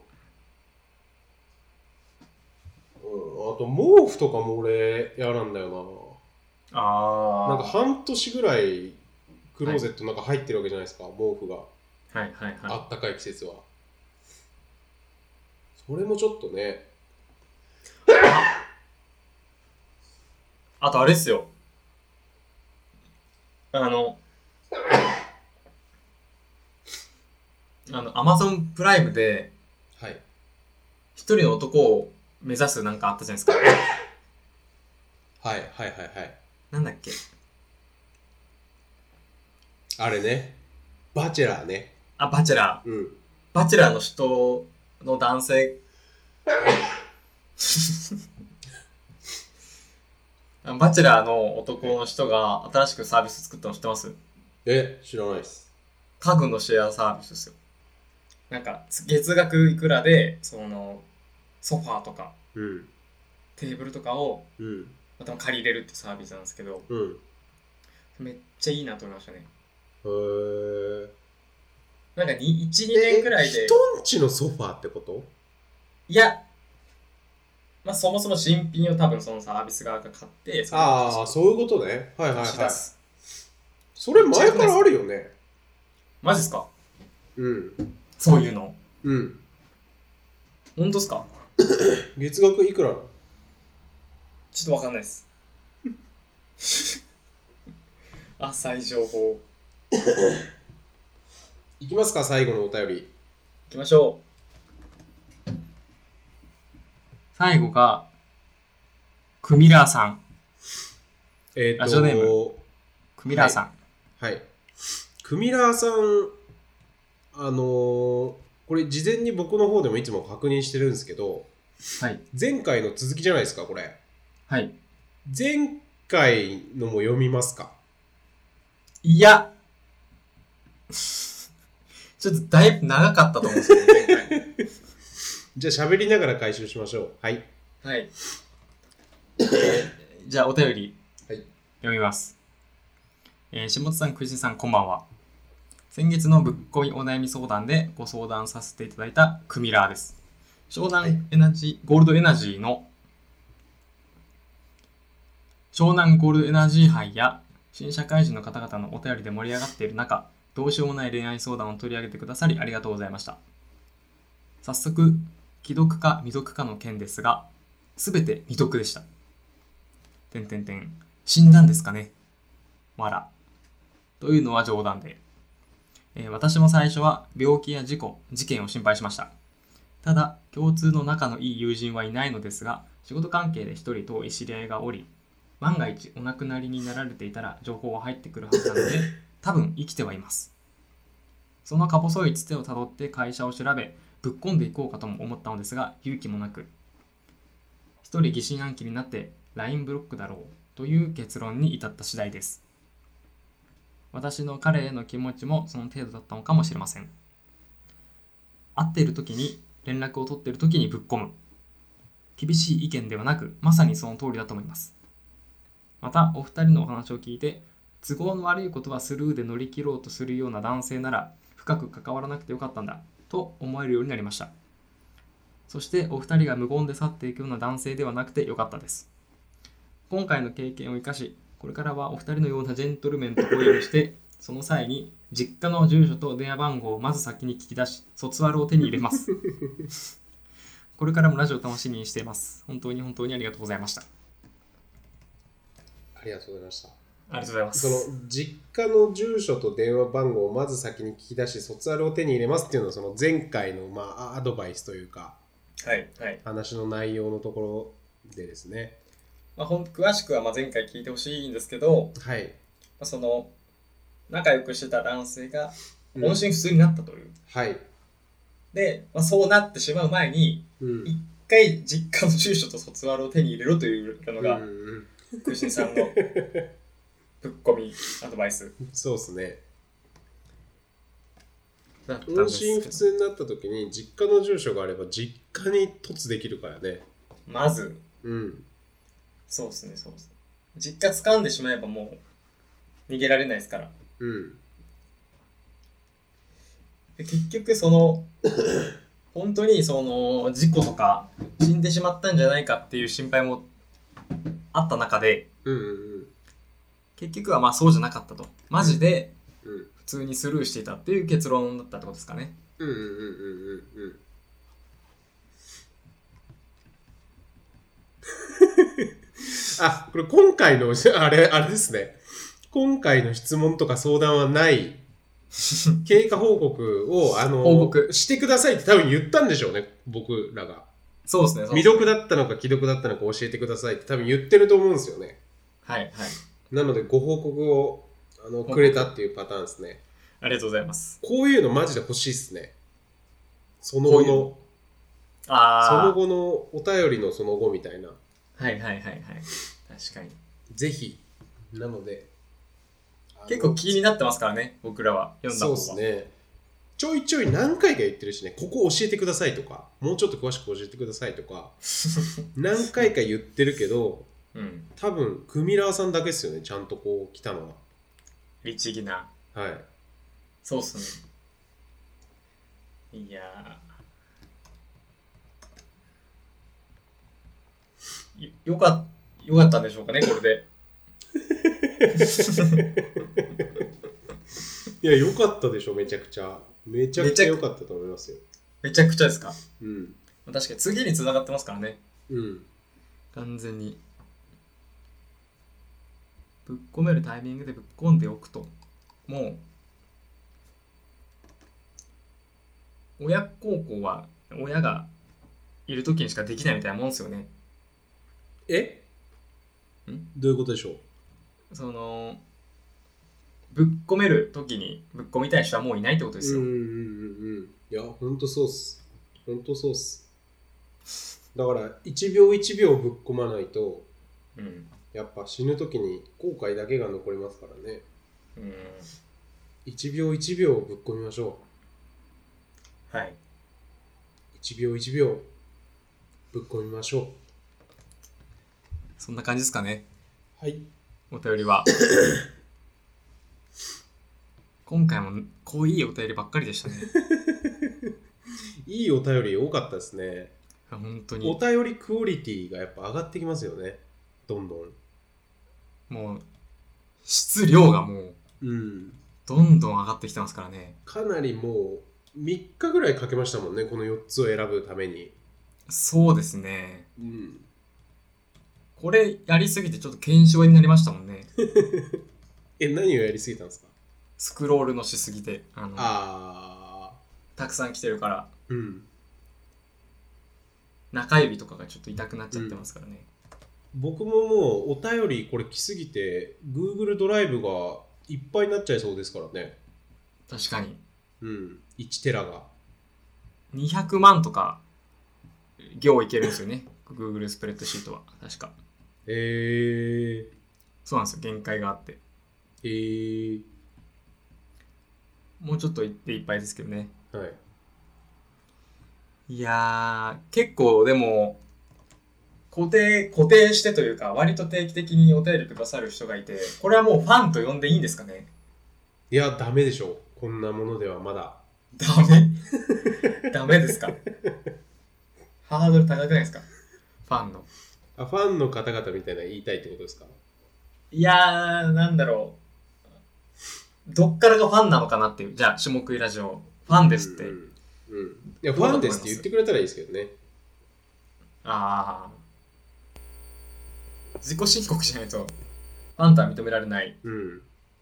Speaker 2: うん、あと毛布とかも俺嫌なんだよな。ああ。なんか半年ぐらいクローゼットの中入ってるわけじゃないですか、はい、毛布が。
Speaker 1: はいはいはい。
Speaker 2: あったかい季節は。それもちょっとね。
Speaker 1: あとあれっすよ。あの、あの、アマゾンプライムで、はい。一人の男を目指すなんかあったじゃないですか。
Speaker 2: はいはいはいはい。
Speaker 1: なんだっけ。
Speaker 2: あれね。バチェラーね。
Speaker 1: あ、バチェラー。うん。バチェラーの人の男性。バチェラーの男の人が新しくサービス作ったの知ってます？
Speaker 2: え、知らないです。
Speaker 1: 家具のシェアサービスですよ。なんか月額いくらでそのソファーとか、うん、テーブルとかを、うん、また借りれるってサービスなんですけど、うん、めっちゃいいなと思いましたね。へー。なんかいち、にねんくらいで。
Speaker 2: 人んちのソファーってこと？
Speaker 1: いや、まあそもそも新品を多分そのサービス側が買って、
Speaker 2: ああ、そういうことね。はいはいはい。それ前からあるよね。
Speaker 1: マジっすか？うん。そういうの。うん。本当っすか？
Speaker 2: 月額いくら？
Speaker 1: ちょっとわかんないです。浅い情報。
Speaker 2: いきますか、最後のお便り。い
Speaker 1: きましょう。最後が、クミラーさん。えー、ラジオネーム、クミラーさん。
Speaker 2: はい。はい、クミラーさん、あのー、これ事前に僕の方でもいつも確認してるんですけど、はい、前回の続きじゃないですか、これ。はい。前回のも読みますか？
Speaker 1: いや、ちょっとだいぶ長かったと思うんですよね、前回。
Speaker 2: じゃあ喋りながら回収しましょう。はい。
Speaker 1: はい。じゃあお便り、はい、読みます。えー、下津さん、くじさん、こんばんは。先月のぶっこみお悩み相談でご相談させていただいたクミラーです。湘南エナジー、はい、ゴールドエナジーの湘南ゴールドエナジー杯や新社会人の方々のお便りで盛り上がっている中、どうしようもない恋愛相談を取り上げてくださりありがとうございました。早速、既読か未読かの件ですが、すべて未読でした。てんてんてん、死んだんですかね？わら。というのは冗談で。えー、私も最初は病気や事故、事件を心配しました。ただ、共通の仲のいい友人はいないのですが、仕事関係で一人遠い知り合いがおり、万が一お亡くなりになられていたら情報は入ってくるはずなので、多分生きてはいます。そのか細いつてをたどって会社を調べ、ぶっ込んでいこうかとも思ったのですが、勇気もなく、一人疑心暗鬼になって ライン ブロックだろうという結論に至った次第です。私の彼への気持ちもその程度だったのかもしれません。会っている時に連絡を取っている時にぶっ込む。厳しい意見ではなく、まさにその通りだと思います。また、お二人のお話を聞いて、都合の悪いことはスルーで乗り切ろうとするような男性なら、深く関わらなくてよかったんだ、と思えるようになりました。そして、お二人が無言で去っていくような男性ではなくてよかったです。今回の経験を生かし、これからはお二人のようなジェントルメンと恋をして、その際に実家の住所と電話番号をまず先に聞き出し、卒アルを手に入れます。これからもラジオを楽しみにしています。本当に本当にありがとうございました。
Speaker 2: ありがとうございました。
Speaker 1: ありがとうございます。
Speaker 2: その実家の住所と電話番号をまず先に聞き出し卒アルを手に入れますっていうのはその前回のまあアドバイスというか、
Speaker 1: はいはい、
Speaker 2: 話の内容のところでですね、
Speaker 1: まあ、ほん詳しくはまあ前回聞いてほしいんですけど、
Speaker 2: はい、ま
Speaker 1: あ、その仲良くしてた男性が音信不通になったという、うん、
Speaker 2: はい
Speaker 1: で、まあ、そうなってしまう前に、うん、一回実家の住所と卒アルを手に入れろというのが、うんうん、クシンさんのぶっ込みアドバイス。
Speaker 2: そうですね。音信不通になった時に実家の住所があれば実家に突できるからね。
Speaker 1: まず、
Speaker 2: うん、
Speaker 1: そうですね、そうですね。実家掴んでしまえばもう逃げられないですから。
Speaker 2: うん。
Speaker 1: で結局その本当にその事故とか死んでしまったんじゃないかっていう心配もあった中で、
Speaker 2: うんうんうん、
Speaker 1: 結局はまあそうじゃなかったと。マジで普通にスルーしていたっていう結論だったってことですかね。
Speaker 2: うんうんうんうんうん。あ、これ今回のあれあれですね。今回の質問とか相談はない経過報告をあの
Speaker 1: 報告
Speaker 2: してくださいって多分言ったんでしょうね、僕らが。
Speaker 1: そうですね。
Speaker 2: 未読だったのか既読だったのか教えてくださいって多分言ってると思うんですよね。
Speaker 1: はいはい。
Speaker 2: なのでご報告をあのくれたっていうパターンですね。
Speaker 1: ありがとうございます。
Speaker 2: こういうのマジで欲しいっすね。その後の
Speaker 1: ううあ
Speaker 2: その後のお便りのその後みたいな。
Speaker 1: はいはいはいはい。確かに。
Speaker 2: ぜひ。なので
Speaker 1: 結構気になってますからね、僕らは読んだ方が。
Speaker 2: そうですね。ちょいちょい何回か言ってるしね、ここ教えてくださいとか、もうちょっと詳しく教えてくださいとか、何回か言ってるけど、
Speaker 1: うん、
Speaker 2: 多分、クミラーさんだけですよね、ちゃんとこう来たのは。
Speaker 1: 律儀な。
Speaker 2: はい。
Speaker 1: そうっすね。いやー。よ、よか、よかったんでしょうかね、これで。
Speaker 2: いや、よかったでしょ、めちゃくちゃ。めちゃくちゃ良かったと思いますよ。
Speaker 1: めちゃくちゃですか。
Speaker 2: うん。
Speaker 1: 確かに次に繋がってますからね。
Speaker 2: うん。
Speaker 1: 完全に。ぶっ込めるタイミングでぶっ込んでおくと、もう、親孝行は親がいる時にしかできないみたいなもんですよね。
Speaker 2: え？ん？どういうことでしょ
Speaker 1: う？その、ぶっ込める時にぶっ込みたい人はもういないってことですよ。
Speaker 2: うんうんうんうん。いや、ほんとそうっす。ほんとそうっす。だからいちびょういちびょうぶっ込まないと、
Speaker 1: うん、
Speaker 2: やっぱ死ぬ時に後悔だけが残りますからね。
Speaker 1: うん、
Speaker 2: いちびょういちびょうぶっ込みましょ
Speaker 1: う。はい。
Speaker 2: いちびょういちびょうぶっ込みましょう。
Speaker 1: そんな感じですかね。
Speaker 2: はい。
Speaker 1: お便りは。今回もこういいお便りばっかりでしたね。
Speaker 2: いいお便り多かったですね。
Speaker 1: 本当に。
Speaker 2: お便りクオリティがやっぱ上がってきますよね。どんどん。
Speaker 1: もう質量がもう、
Speaker 2: うん、
Speaker 1: どんどん上がってきてますからね。
Speaker 2: かなりもうみっかぐらいかけましたもんね、このよっつを選ぶために。
Speaker 1: そうですね。
Speaker 2: うん。
Speaker 1: これやりすぎてちょっと検証になりましたもんね。
Speaker 2: え、何をやりすぎたんですか？
Speaker 1: スクロールのしすぎて、あの
Speaker 2: あ
Speaker 1: たくさん来てるから、
Speaker 2: うん、
Speaker 1: 中指とかがちょっと痛くなっちゃってますからね。
Speaker 2: うん、僕ももうお便りこれ来すぎて Google ドライブがいっぱいになっちゃいそうですからね。
Speaker 1: 確かに。
Speaker 2: うん、いちテラが
Speaker 1: にひゃくまんとか行いけるんですよね。Google スプレッドシートは確か。
Speaker 2: へえー、
Speaker 1: そうなんですよ、限界があって。
Speaker 2: へえー、
Speaker 1: もうちょっといっていっぱいですけどね。
Speaker 2: はい。
Speaker 1: いやー、結構でも固定固定してというか割と定期的にお便りくださる人がいて、これはもうファンと呼んでいいんですかね？
Speaker 2: いや、ダメでしょ、こんなものではまだ。
Speaker 1: ダメダメですか？ハードル高くないですか？ファンの。
Speaker 2: あ、ファンの方々みたいな言いたいってことですか？
Speaker 1: いやー、なんだろう。どっからがファンなのかなっていう。じゃあ、下食いラジオ、ファンですって。うん、うん
Speaker 2: うん、いや、ファンですって言ってくれたらいいですけどね。
Speaker 1: ああ。自己申告しないとファンとは認められない。
Speaker 2: うん。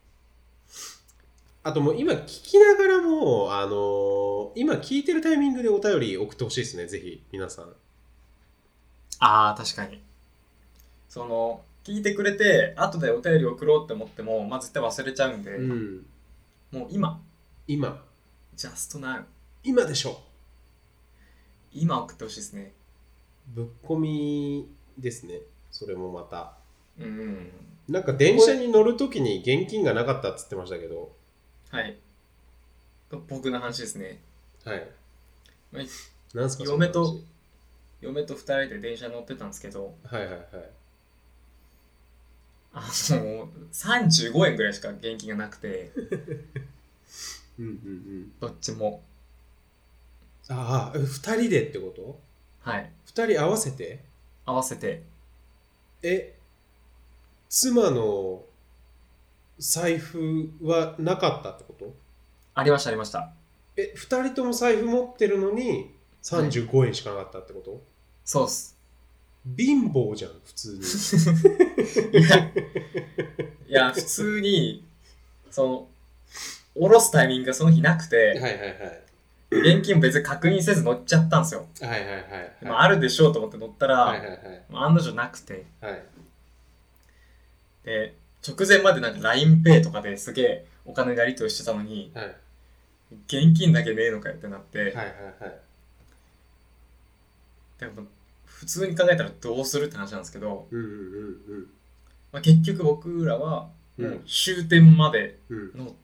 Speaker 2: あともう今聞きながらも、あのー、今聞いてるタイミングでお便り送ってほしいですね、ぜひ皆さん。
Speaker 1: ああ、確かに。その聞いてくれて後でお便り送ろうって思っても、まあ、絶対忘れちゃうんで、うん、もう今
Speaker 2: 今
Speaker 1: just now
Speaker 2: 今でしょ。
Speaker 1: 今送ってほしいですね。
Speaker 2: ぶっ込みですね、それもまた。
Speaker 1: うん、
Speaker 2: なんか電車に乗るときに現金がなかったっつってましたけど。
Speaker 1: はい。僕の話ですね。
Speaker 2: はい。
Speaker 1: なんすか嫁と嫁とふたりで電車乗ってたんですけど、
Speaker 2: はいはいはい。
Speaker 1: あのさんじゅうごえんぐらいしか現金がなくて
Speaker 2: うんうんうん、
Speaker 1: どっちも。
Speaker 2: ああ、ふたりでってこと？
Speaker 1: はい。
Speaker 2: ふたり合わせて？
Speaker 1: 合わせて。
Speaker 2: え、妻の財布はなかったってこと？
Speaker 1: ありましたありました。
Speaker 2: え、ふたりとも財布持ってるのにさんじゅうごえんしかなかったってこと？はい、
Speaker 1: そうっす。
Speaker 2: 貧乏じゃん普通
Speaker 1: にいやいや普通にその下ろすタイミングがその日なくて、はいはいはい、現金別に確認せず乗っちゃったんですよ。はいはいはい、はい、まあ、あるでしょうと思って乗ったら、はいはいはい、案の定なくて、はい、で直前までなんか ラインペイ とかですげえお金のやり取りしてたのに、はい、現金だけねえのかよってなって、はいはいはい、でも普通に考えたらどうするって話なんですけど、うんうんうんうんまあ、結局僕らはもう終点まで乗って、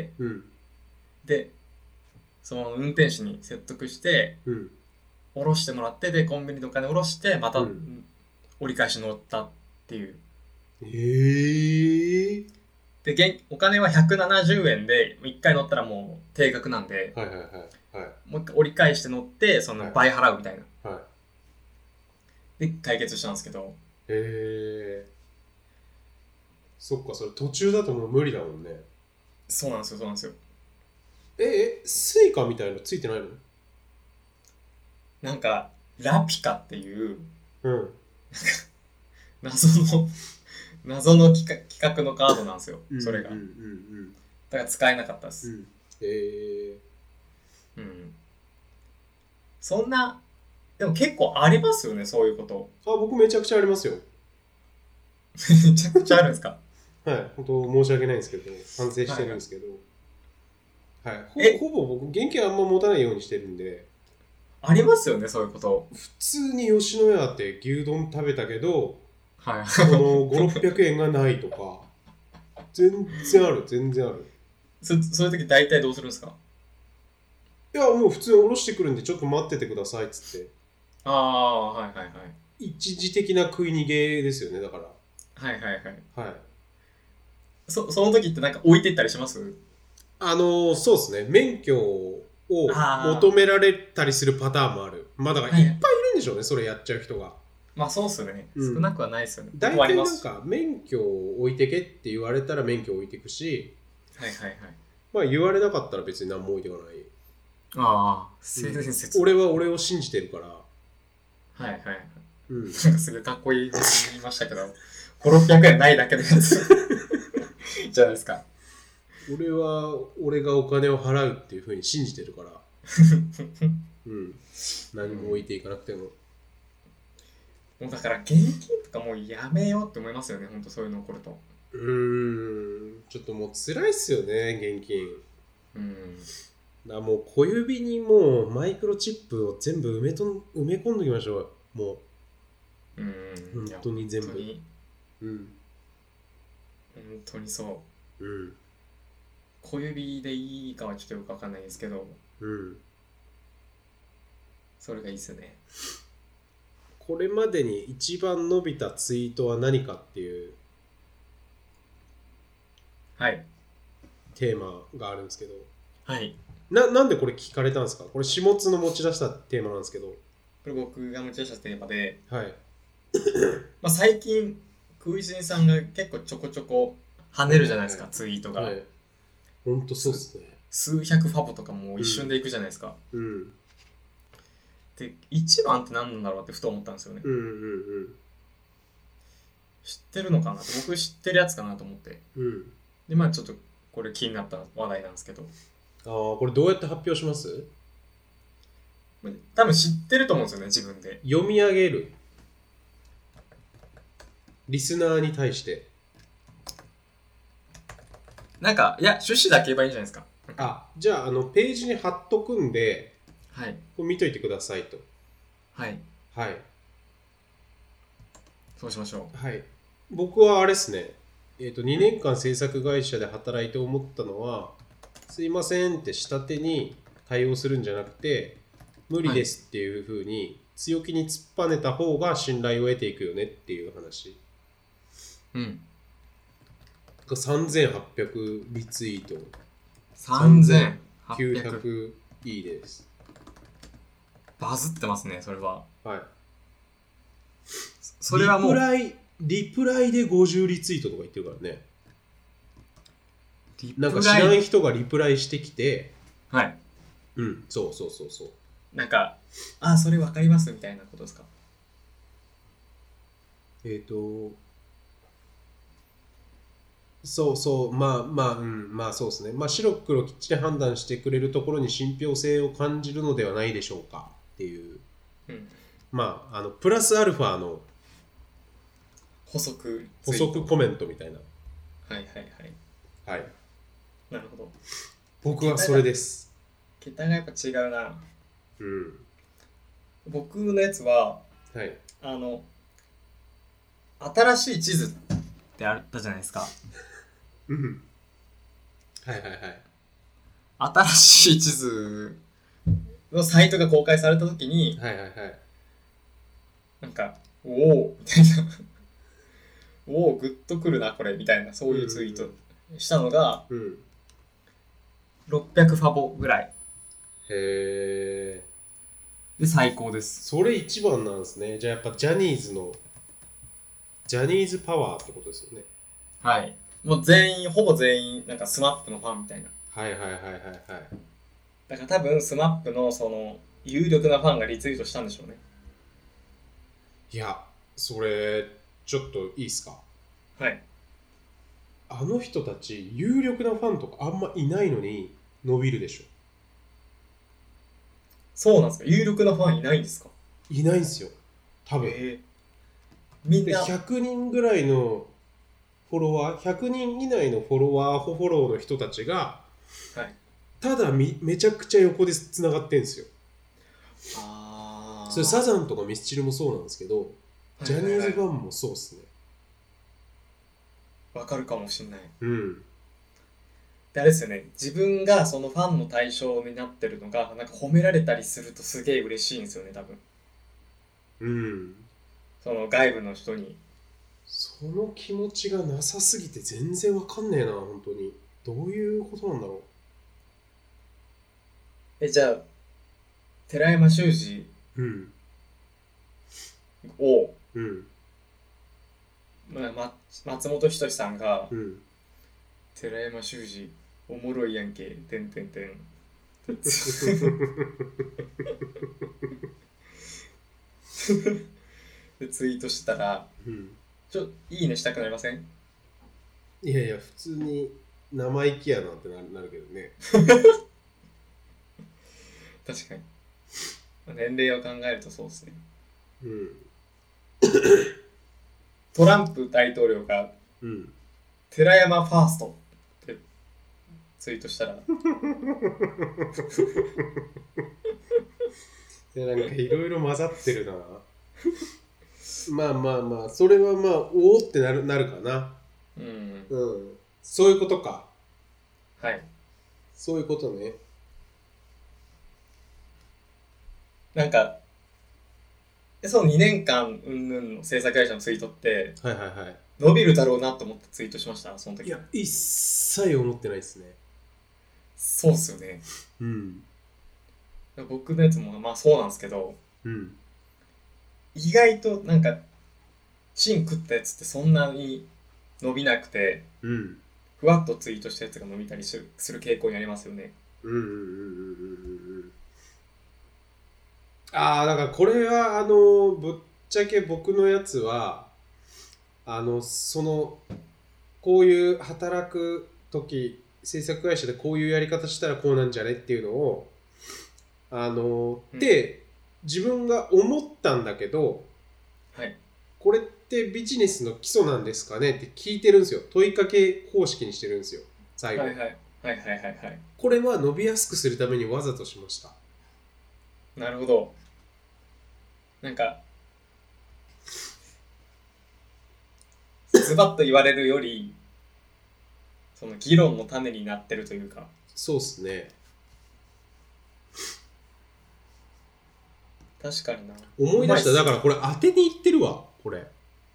Speaker 1: うんうん、でその運転手に説得して、うん、降ろしてもらって、でコンビニのお金降ろしてまた折り返し乗ったっていう。へ、うん、えー、で現お金はひゃくななじゅうえんでいっかい乗ったらもう定額なんで、はいはいはいはい、もう一回折り返して乗ってその倍払うみたいな、はいはい、で解決したんですけど。
Speaker 2: へえー、そっか、それ途中だともう無理だもんね。
Speaker 1: そうなんですよそうなんですよ。
Speaker 2: ええ、スイカみたいのついてないの？
Speaker 1: なんかラピカっていう、うん、謎の謎の企画、企画のカードなんですよそれが、うんうんうんうん、だから使えなかったです、うん、へえー、うん、そんなでも結構ありますよねそういうこと。
Speaker 2: あ、僕めちゃくちゃありますよ。
Speaker 1: めちゃくちゃあるんですか？
Speaker 2: はい、本当申し訳ないんですけど反省してるんですけど、はいはい、ほ, ほぼ僕現金あんま持たないようにしてるんで。
Speaker 1: ありますよねそういうこと。
Speaker 2: 普通に吉野家って牛丼食べたけど、はい、このごひゃくろっぴゃくえんがないとか全然ある全然ある。
Speaker 1: そそういう時大体どうするんですか？
Speaker 2: いやもう普通に下ろしてくるんでちょっと待っててくださいっつって。
Speaker 1: ああはいはいはい。
Speaker 2: 一時的な食い逃げですよねだから。
Speaker 1: はいはいはいはい。そ, その時ってなんか置いてったりします？
Speaker 2: あのー、そうですね、免許を求められたりするパターンもある。まあだからいっぱいいるんでしょうね、はい、それやっちゃう人が。
Speaker 1: まあそうっすよね、うん、少なくはないですよね。
Speaker 2: 大体なんか免許を置いてけって言われたら免許を置いてくし、はいはいはい、まあ言われなかったら別に何も置いてかない。ああ、性善説、うん、俺は俺を信じてるから。はいはいはい、うん、なんか
Speaker 1: すごいかっこいい言いましたけどごひゃくろっぴゃくえんないだけのやつじゃないですか。
Speaker 2: 俺は俺がお金を払うっていう風に信じてるからうん、何も置いていかなくても、も
Speaker 1: うだから現金とかもうやめようって思いますよね、ほんとそういうの起こると。
Speaker 2: うーん、ちょっともう辛いっすよね現金。うん、だもう小指にもうマイクロチップを全部埋めと埋め込んでおきましょう。もう、うん、本当に全部。本当に、うん、
Speaker 1: 本当にそう。うん。小指でいいかはちょっとよくわかんないですけど、うん、それがいいっすよね。
Speaker 2: これまでに一番伸びたツイートは何かっていう、はい、テーマがあるんですけど、はい、な, なんでこれ聞かれたんですか？これ下津の持ち出したテーマなんですけど。こ
Speaker 1: れ僕が持ち出したテーマで、はい、まあ最近クイズンさんが結構ちょこちょこ跳ねるじゃないですか、はい、ツイートが。はい、
Speaker 2: ほんとそうですね。
Speaker 1: 数百ファボとかも一瞬でいくじゃないですか。うん。うん、で、一番って何なんだろうってふと思ったんですよね。うんうんうん。 知ってるのかなと、僕知ってるやつかなと思って、
Speaker 2: うん、
Speaker 1: でまあちょっとこれ気になった話題なんですけど、
Speaker 2: ああ、これどうやって発表します？
Speaker 1: 多分知ってると思うんですよね、自分で。
Speaker 2: 読み上げる。リスナーに対して。
Speaker 1: なんか、いや、趣旨だけ言えばいいんじゃないですか。
Speaker 2: あ、じゃあ、あの、ページに貼っとくんで、
Speaker 1: はい。
Speaker 2: これ見といてくださいと。
Speaker 1: はい。
Speaker 2: はい。
Speaker 1: そうしましょ
Speaker 2: う。はい。僕はあれですね、えっと、にねんかん制作会社で働いて思ったのは、すいませんって下手に対応するんじゃなくて、無理ですっていう風に強気に突っぱねた方が信頼を得ていくよねっていう話。
Speaker 1: うん。
Speaker 2: さんぜんはっぴゃくリツイート。
Speaker 1: さんぜん
Speaker 2: きゅうひゃくいいです。
Speaker 1: バズってますね、それは。
Speaker 2: はい。
Speaker 1: それはもう。
Speaker 2: リプライ、リプライでごじゅうリツイートとか言ってるからね。なんか知らん人がリプライしてきて、
Speaker 1: はい。
Speaker 2: うん、そうそうそうそう。
Speaker 1: なんか、あ、それ分かりますみたいなことですか？
Speaker 2: えっと、そうそう、まあまあ、うん、まあそうですね。まあ白黒きっちり判断してくれるところに信憑性を感じるのではないでしょうかっていう、うん、まあ、あの、プラスアルファの
Speaker 1: 補足、
Speaker 2: 補足コメントみたいな。
Speaker 1: はいはいはい。はい。なるほど。
Speaker 2: 僕はそれです。
Speaker 1: 桁がやっぱ違うな。
Speaker 2: うん。
Speaker 1: 僕のやつは、
Speaker 2: はい。
Speaker 1: あの、新しい地図ってあったじゃないですか。
Speaker 2: うん。はいはいはい。
Speaker 1: 新しい地図のサイトが公開されたときに、
Speaker 2: はいはいはい。
Speaker 1: なんか、おおみたいな。おお、グッとくるな、これ、みたいな、そういうツイートしたのが、うんうん、ろっぴゃくファボぐらい。
Speaker 2: へ
Speaker 1: ー。で、最高です。
Speaker 2: それ一番なんですね。じゃあやっぱジャニーズの、ジャニーズパワーってことですよね。
Speaker 1: はい。もう全員、ほぼ全員、なんかスマップのファンみたいな。
Speaker 2: はいはいはいはいはい。
Speaker 1: だから多分スマップのその、有力なファンがリツイートしたんでしょうね。
Speaker 2: いや、それ、ちょっといいっすか？
Speaker 1: はい。
Speaker 2: あの人たち、有力なファンとかあんまいないのに伸びるでしょ。
Speaker 1: そうなんですか？有力なファンいないんですか？
Speaker 2: いないんすよ。多分。えー、みんな。ひゃくにんぐらいのフォロワー、ひゃくにん以内のフォロワー、フォローの人たちが、はい、ただみめちゃくちゃ横でつながってんですよ。ああ。それサザンとかミスチルもそうなんですけど、はいはいはい、ジャニーズファンもそうっすね。
Speaker 1: わかるかもしんない。うん。で、あれですよね、自分がそのファンの対象になってるのが、なんか褒められたりするとすげえ嬉しいんですよね、多分。うん。その外部の人に。
Speaker 2: その気持ちがなさすぎて全然わかんねえな、本当に。どういうことなんだろう。
Speaker 1: え、じゃあ、寺山修司を、うん。まあ、ま、松本人志さんが、うん、寺山修司おもろいやんけ、てんてんてん。でツイートしたら、うん、ちょいいねしたくなりません？
Speaker 2: いやいや、普通に生意気やなってなる、なるけどね。
Speaker 1: 確かに。年齢を考えるとそうですね。うん。トランプ大統領が、うん、寺山ファーストってツイートしたらい
Speaker 2: や、なんかいろいろ混ざってるな。まあまあまあ、それはまあおおってなる、なるかな。うん、うん、そういうことか。はい、そういうことね。
Speaker 1: なんかそのにねんかんうんぬんの制作会社のツイートって、はいはいはい、伸びるだろうなと思ってツイートしました、その時。
Speaker 2: いや、一切思ってないですね。
Speaker 1: そうっすよね。うん。僕のやつもまあそうなんですけど、うん、意外となんかチン食ったやつってそんなに伸びなくて、うん、ふわっとツイートしたやつが伸びたりする、する傾向にありますよね。うんうんうんうんうんうん。
Speaker 2: ああ、だからこれはあのぶっちゃけ僕のやつはあのそのこういう働く時制作会社でこういうやり方したらこうなんじゃねっていうのをあの、うん、で自分が思ったんだけど、
Speaker 1: はい、
Speaker 2: これってビジネスの基礎なんですかねって聞いてるんですよ。問いかけ方式にしてるんですよ最後。
Speaker 1: はいはいはいはいはいはい。
Speaker 2: これは伸びやすくするためにわざとしました。
Speaker 1: なるほど。なんかズバッと言われるよりその議論の種になってるというか。
Speaker 2: そうっすね。
Speaker 1: 確かにな。
Speaker 2: 思い出した。だからこれ当てにいってるわこれ。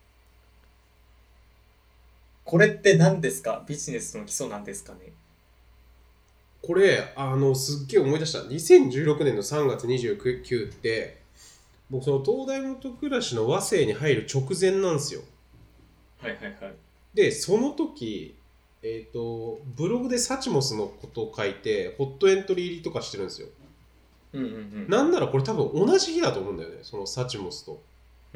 Speaker 1: これって何ですか？ビジネスの基礎なんですかね？
Speaker 2: これあのすっげえ思い出した。にせんじゅうろくねんのさんがつにじゅうくにちって僕その東大元暮らしの和製に入る直前なんですよ。
Speaker 1: はいはいはい。
Speaker 2: でその時えっ、ー、とブログでサチモスのことを書いてホットエントリー入りとかしてるんですよ。
Speaker 1: うんうんうん、
Speaker 2: なんならこれ多分同じ日だと思うんだよね、そのサチモスと。
Speaker 1: うん、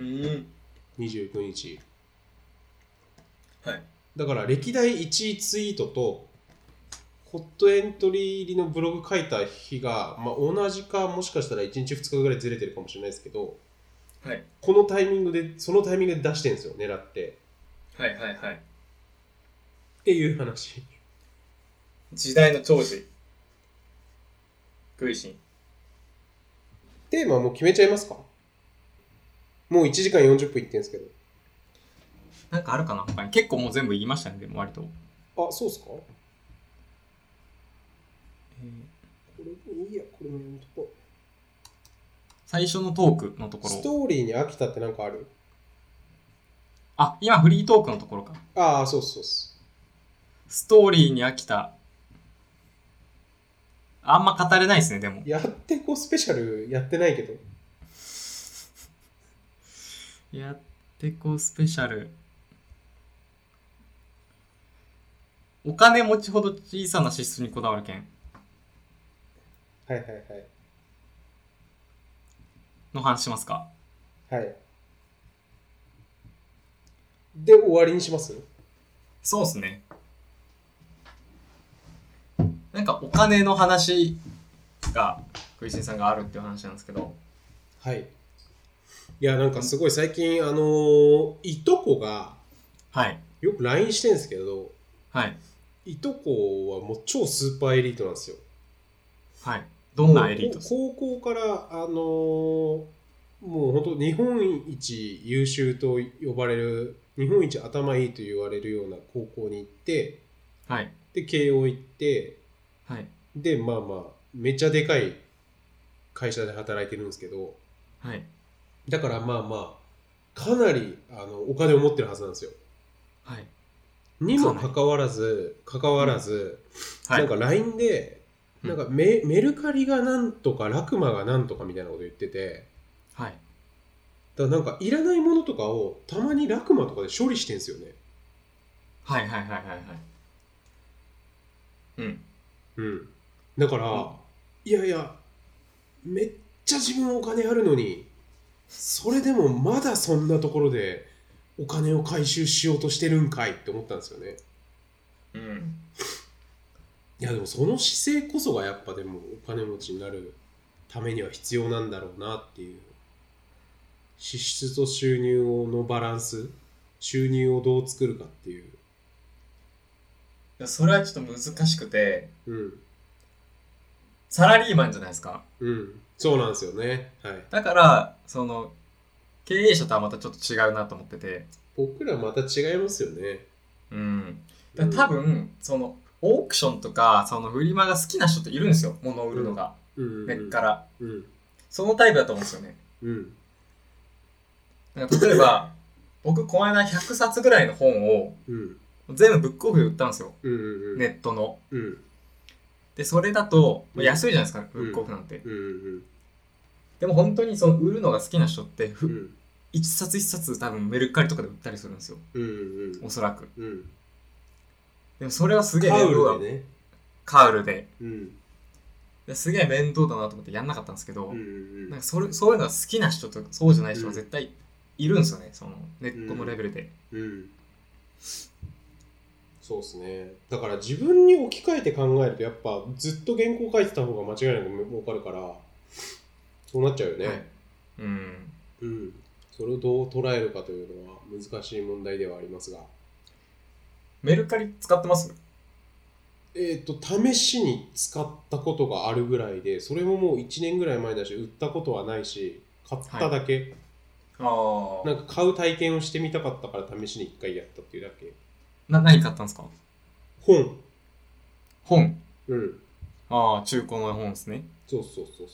Speaker 2: にじゅうくにち。
Speaker 1: はい。
Speaker 2: だから歴代いちいツイートとホットエントリー入りのブログ書いた日が、まあ、同じかもしかしたらいちにちふつかぐらいずれてるかもしれないですけど、
Speaker 1: はい、
Speaker 2: このタイミングでそのタイミングで出してるんですよ、狙って。
Speaker 1: はいはいはい。
Speaker 2: っていう話。
Speaker 1: 時代の寵児。グイシン。
Speaker 2: テーマもう決めちゃいますか？もういちじかんよんじゅっぷんいってんですけど。
Speaker 1: なんかあるかな？他に結構もう全部言いましたね、でも割と。
Speaker 2: あ、そうっすか？えー、これいいや、これも読みとこう。
Speaker 1: 最初のトークのところ。
Speaker 2: ストーリーに飽きたってなんかある？
Speaker 1: あ、今フリートークのところか。
Speaker 2: ああ、そうっすそうっす。
Speaker 1: ストーリーに飽きた。あんま語れないですね、でも。
Speaker 2: やってこスペシャルやってないけど。
Speaker 1: やってこスペシャル。お金持ちほど小さな支出にこだわる件。
Speaker 2: はいはいはい。
Speaker 1: の話しますか？
Speaker 2: はい。で、終わりにします？
Speaker 1: そうですね。なんかお金の話がクイシンさんがあるっていう話なんですけど。
Speaker 2: はい。いや、なんかすごい最近、あのー、いとこが、
Speaker 1: はい。
Speaker 2: よく ライン してるんですけど、
Speaker 1: はい。
Speaker 2: いとこはもう超スーパーエリートなんですよ。
Speaker 1: はい。どんなエリートですか？
Speaker 2: 高校から、あのー、もう本当日本一優秀と呼ばれる、日本一頭いいと言われるような高校に行って、
Speaker 1: はい。
Speaker 2: で、慶応行って、
Speaker 1: はい。
Speaker 2: で、まあまあ、めっちゃでかい会社で働いてるんですけど、
Speaker 1: はい。
Speaker 2: だからまあまあ、かなりあのお金を持ってるはずなんですよ。
Speaker 1: はい。
Speaker 2: にもかかわらず、かかわらず、うん、なんか ライン で、はい、なんか メ, メルカリがなんとか、ラクマがなんとかみたいなこと言ってて、
Speaker 1: はい。
Speaker 2: だからなんかいらないものとかをたまにラクマとかで処理してんすよね。
Speaker 1: はいはいはいはいはい。うん。
Speaker 2: うん。だから、うん、いやいや、めっちゃ自分お金あるのに、それでもまだそんなところでお金を回収しようとしてるんかいって思ったんですよね。
Speaker 1: うん。
Speaker 2: いやでもその姿勢こそがやっぱでもお金持ちになるためには必要なんだろうなっていう。支出と収入のバランス、収入をどう作るかっていう。
Speaker 1: それはちょっと難しくて、
Speaker 2: うん、
Speaker 1: サラリーマンじゃないですか。
Speaker 2: うん、そうなんですよね。はい。
Speaker 1: だからその経営者とはまたちょっと違うなと思ってて。
Speaker 2: 僕らまた違いますよね。
Speaker 1: うん。だ多分、うん、そのオークションとかそのフリマが好きな人っているんですよ。物を売るのが、
Speaker 2: うん、
Speaker 1: 根っから、
Speaker 2: うん、
Speaker 1: そのタイプだと思うんですよね。
Speaker 2: うん。
Speaker 1: なんか例えば僕この間ひゃくさつぐらいの本を全部ブックオフで売ったんですよ、
Speaker 2: うんうんうん、
Speaker 1: ネットの、
Speaker 2: うん、
Speaker 1: でそれだと安いじゃないですか、うん、ブックオフなんて、
Speaker 2: うんうんうん、
Speaker 1: でも本当にその売るのが好きな人ってふ、うん、一冊一冊多分メルカリとかで売ったりするんですよ、うんうん、おそらく、うん、でもそれはすげえ面倒だ、ね、カウルで、うん、ですげえ面倒だなと思ってやんなかったんですけど、うんうん、なんかそれそういうのが好きな人とそうじゃない人が絶対いるんですよね、そのネットのレベルで。
Speaker 2: うん、うん、そうですね。だから自分に置き換えて考えるとやっぱずっと原稿書いてた方が間違いなく儲かるからそうなっちゃうよね、はい、
Speaker 1: うん、
Speaker 2: うん、それをどう捉えるかというのは難しい問題ではありますが。
Speaker 1: メルカリ使ってます？
Speaker 2: えっと試しに使ったことがあるぐらいで、それももういちねんぐらい前だし売ったことはないし買っただけ、はい、あなんか買う体験をしてみたかったから試しにいっかいやったっていうだけ。
Speaker 1: な何買ったんですか？
Speaker 2: 本。
Speaker 1: 本。
Speaker 2: うん。
Speaker 1: ああ、中古の本ですね。
Speaker 2: そうそうそう。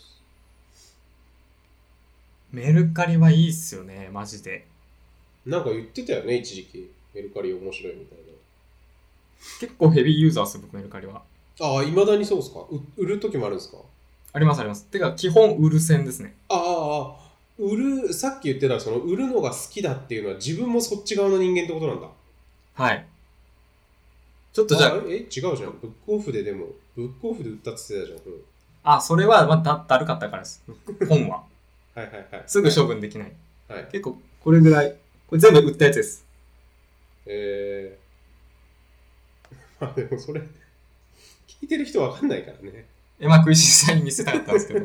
Speaker 1: メルカリはいいっすよね、マジで。
Speaker 2: なんか言ってたよね、一時期。メルカリ面白いみたいな。
Speaker 1: 結構ヘビーユーザーっす、僕メルカリは。
Speaker 2: ああ、いまだにそうですか？売る時もあるんですか？
Speaker 1: ありますあります。てか、基本売る線ですね。
Speaker 2: ああ、売る、さっき言ってた、その売るのが好きだっていうのは自分もそっち側の人間ってことなんだ。
Speaker 1: はい。ちょっとじゃあ、あ
Speaker 2: え、違うじゃん。ブックオフででも、ブックオフで売ったって言ってたじゃん。うん、
Speaker 1: あ、それは、まあ、だ、だるかったからです。本は。
Speaker 2: はいはいはい。
Speaker 1: すぐ処分できない。
Speaker 2: はい。
Speaker 1: 結構、これぐらい。これ全部売ったやつです。
Speaker 2: えー。まあでもそれ、聞いてる人わかんないからね。
Speaker 1: え、まあ、クイシーさんに見せたかったんですけど。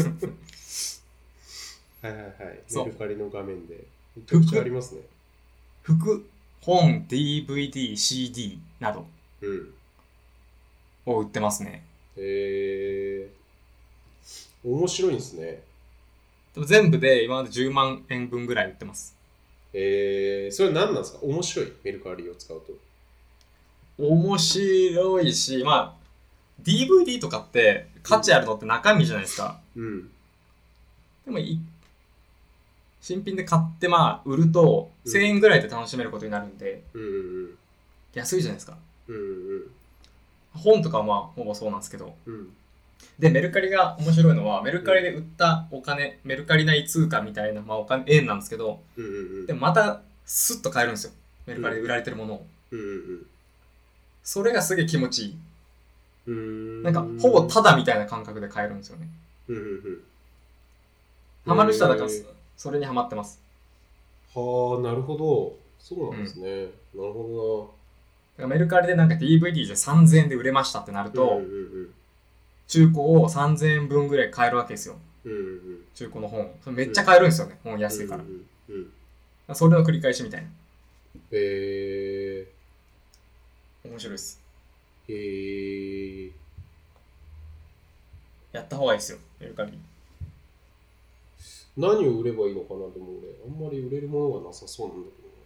Speaker 2: はいはいはい。メルカリの画面で。め
Speaker 1: ちゃ
Speaker 2: くちゃありますね。
Speaker 1: 服、本、ディーブイディー、シーディー などを売ってますね。
Speaker 2: へ、うん、えー。面白いんですね。
Speaker 1: でも全部で今までじゅうまんえんぶんぐらい売ってます。
Speaker 2: えー、それ何なんですか？面白い、メルカリを使うと。
Speaker 1: 面白いし、まあ、ディーブイディー とかって価値あるのって中身じゃないですか。
Speaker 2: うん。
Speaker 1: でもい、新品で買ってまあ売るとせんえんぐらいで楽しめることになるんで、
Speaker 2: うんうんうん、
Speaker 1: 安いじゃないですか。
Speaker 2: うんうん、
Speaker 1: 本とかはまあほぼそうなんですけど、
Speaker 2: うん、
Speaker 1: でメルカリが面白いのはメルカリで売ったお金、メルカリ内通貨みたいな、まあ、お金円なんですけど、
Speaker 2: うんうんうん、
Speaker 1: でまたスッと買えるんですよ、メルカリで売られてるものを、うんうんうん、それがすげえ気持ちいい。うーん、なんかほぼタダみたいな感覚で買えるんですよね。うんうんうん、ハマる人はだからそれにハマってます。
Speaker 2: はあ、なるほど。そうなんですね。うん、なるほ
Speaker 1: どな。メルカリでなんか ディーブイディー じゃさんぜんえんで売れましたってなると、うんうんうん、中古をさんぜんえんぶんぐらい買えるわけですよ。うんうんうん、中古の本。それめっちゃ買えるんですよね。うん、本安いから、うんうんうん。それの繰り返しみたいな。へえー。面白いです。へえー。やった方がいいですよ、メルカリ。
Speaker 2: 何を売ればいいのかな。でも俺、あんまり売れるものがなさそうなんだ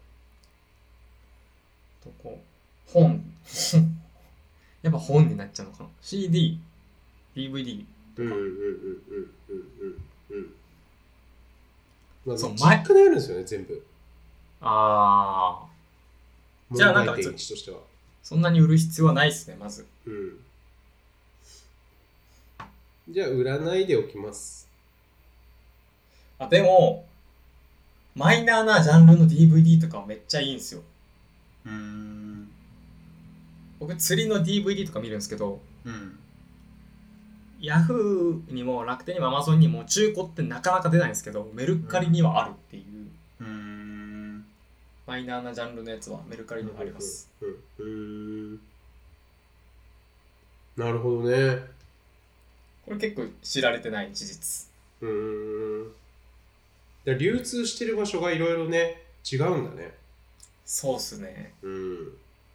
Speaker 1: けど。とこ本。やっぱ本になっちゃうのかな。シーディー、ディーブイディー とか。うんうんうんうんうんうん。
Speaker 2: まあ、そう、実家であるんですよね、全部。
Speaker 1: ああ。じゃあなんか、そんなに売る必要はないですね、まず。うん。
Speaker 2: じゃあ、売らないでおきます。
Speaker 1: あ、でも、マイナーなジャンルの ディーブイディー とかはめっちゃいいんですよ。うーん。僕、釣りの ディーブイディー とか見るんですけど、うん。ヤフーにも楽天にもアマゾンにも中古ってなかなか出ないんですけど、メルカリにはあるっていう。うーん。マイナーなジャンルのやつはメルカリにはあります。うん。うん。
Speaker 2: うん、なるほどね。
Speaker 1: これ結構知られてない事実。う
Speaker 2: ーん。流通してる場所がいろいろね、違うんだね。
Speaker 1: そうっすね。うん。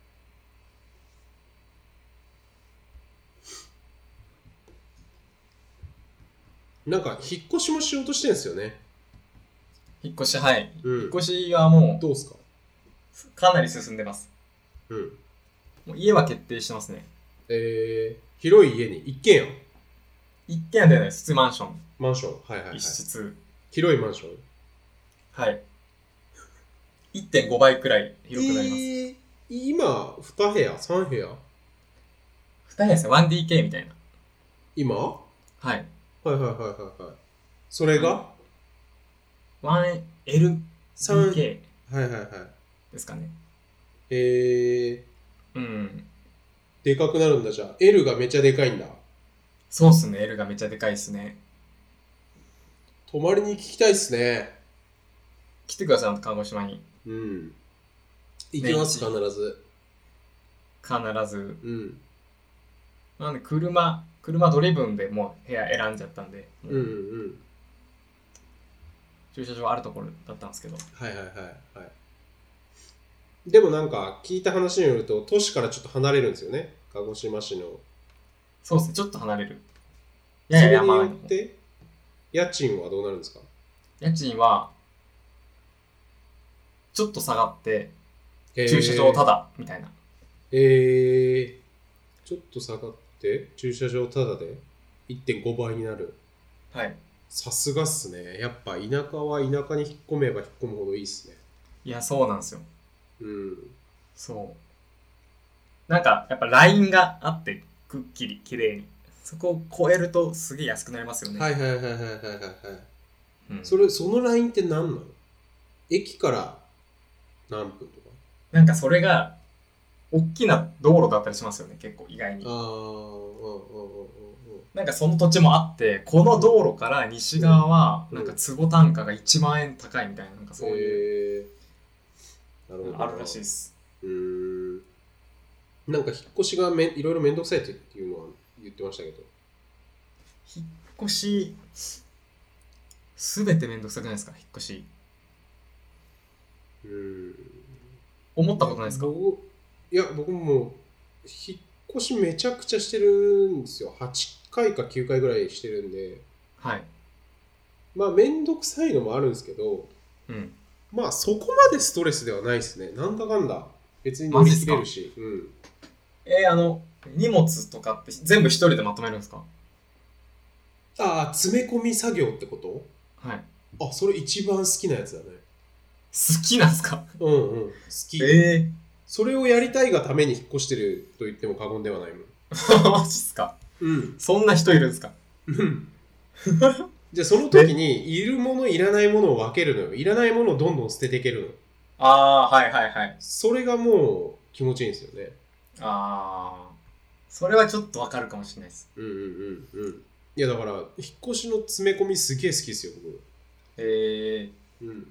Speaker 2: なんか引っ越しもしようとしてるんですよね。
Speaker 1: 引っ越し、はい。うん、引っ越しはもう、
Speaker 2: どうですか？
Speaker 1: かなり進んでます。うん。もう家は決定してますね。
Speaker 2: えー、広い家に一軒家？
Speaker 1: 一軒家ではないです。普通マンション。
Speaker 2: マンション。はいはいはい。
Speaker 1: 一室。
Speaker 2: 広いマンション？
Speaker 1: はい。いってんごばいくらい広くなります。え
Speaker 2: ー、今、に部屋 ?さん 部屋 ?に
Speaker 1: 部屋ですね。ワンディーケー みたいな。
Speaker 2: 今？
Speaker 1: はい。
Speaker 2: はいはいはいはいはい。それが
Speaker 1: ワンエルディーケ
Speaker 2: ー はいはいはい。
Speaker 1: ですかね。
Speaker 2: え
Speaker 1: ー。うん。
Speaker 2: でかくなるんだじゃあ。L がめちゃでかいんだ。
Speaker 1: そうっすね。L がめちゃでかいっすね。
Speaker 2: 泊まりに聞きたいっすね。
Speaker 1: 来てください、鹿児島に。
Speaker 2: うん。行きます、必ず。
Speaker 1: 必ず。
Speaker 2: うん。
Speaker 1: なんで、車、車ドリブンでもう部屋選んじゃったんで。
Speaker 2: うんうんうん。
Speaker 1: 駐車場あるところだったんですけど。
Speaker 2: はいはいはいはい。でもなんか聞いた話によると都市からちょっと離れるんですよね、鹿児島市の。
Speaker 1: そうですね、ちょっと離れる。
Speaker 2: いやいや、それによって家賃はどうなるんですか？
Speaker 1: 家賃はちょっと下がって駐車場タダみたいな。
Speaker 2: えー、ちょっと下がって駐車場タダで いってんご 倍になる。
Speaker 1: はい。
Speaker 2: さすがっすね。やっぱ田舎は田舎に引っ込めば引っ込むほどいいっすね。
Speaker 1: いや、そうなんですよ。
Speaker 2: うん。
Speaker 1: そう。なんかやっぱラインがあってくっきり綺麗に。そこを超えるとすげえ安くなりますよね。
Speaker 2: はいはいはいはいはいはい、はい。うん、それそのラインって何なの？駅から何分とか？
Speaker 1: なんかそれが大きな道路だったりしますよね、結構意外に。
Speaker 2: ああ、うんうんうんうん。
Speaker 1: なんかその土地もあって、この道路から西側はなんか坪単価がいちまん円高いみたいな、なんかそういう、
Speaker 2: えー、なるほど、
Speaker 1: あるらしいです。
Speaker 2: うーん。なんか引っ越しがめいろいろめんどくさいっていうのは言ってましたけど。
Speaker 1: 引っ越しすべてめんどくさくないですか、引っ越し。
Speaker 2: うーん。
Speaker 1: 思ったことないですか？
Speaker 2: いや、僕ももう引っ越しめちゃくちゃしてるんですよ。はちかいかきゅうかいぐらいしてるんで。
Speaker 1: はい。
Speaker 2: まあめんどくさいのもあるんですけど、
Speaker 1: うん。
Speaker 2: まあそこまでストレスではないですね。なんだかんだ別に乗り切れるし。うん。
Speaker 1: えー、あの荷物とかって全部一人でまとめるんですか？
Speaker 2: ああ、詰め込み作業ってこと？
Speaker 1: はい。
Speaker 2: あ、それ一番好きなやつだね。
Speaker 1: 好きなんですか？
Speaker 2: うんうん、好き。
Speaker 1: えー、
Speaker 2: それをやりたいがために引っ越してると言っても過言ではないもん。
Speaker 1: マジっすか？
Speaker 2: うん。
Speaker 1: そんな人いるんですか？
Speaker 2: うん。じゃあその時にいるものいらないものを分けるのよ。いらないものをどんどん捨てていけるの。
Speaker 1: ああ、はいはいはい。
Speaker 2: それがもう気持ちいいんですよね。
Speaker 1: ああ、それはちょっとわかるかもしれないです。
Speaker 2: うんうんうんうん。いやだから引っ越しの詰め込みすげえ好きですよ僕。
Speaker 1: へえ
Speaker 2: ー。うん。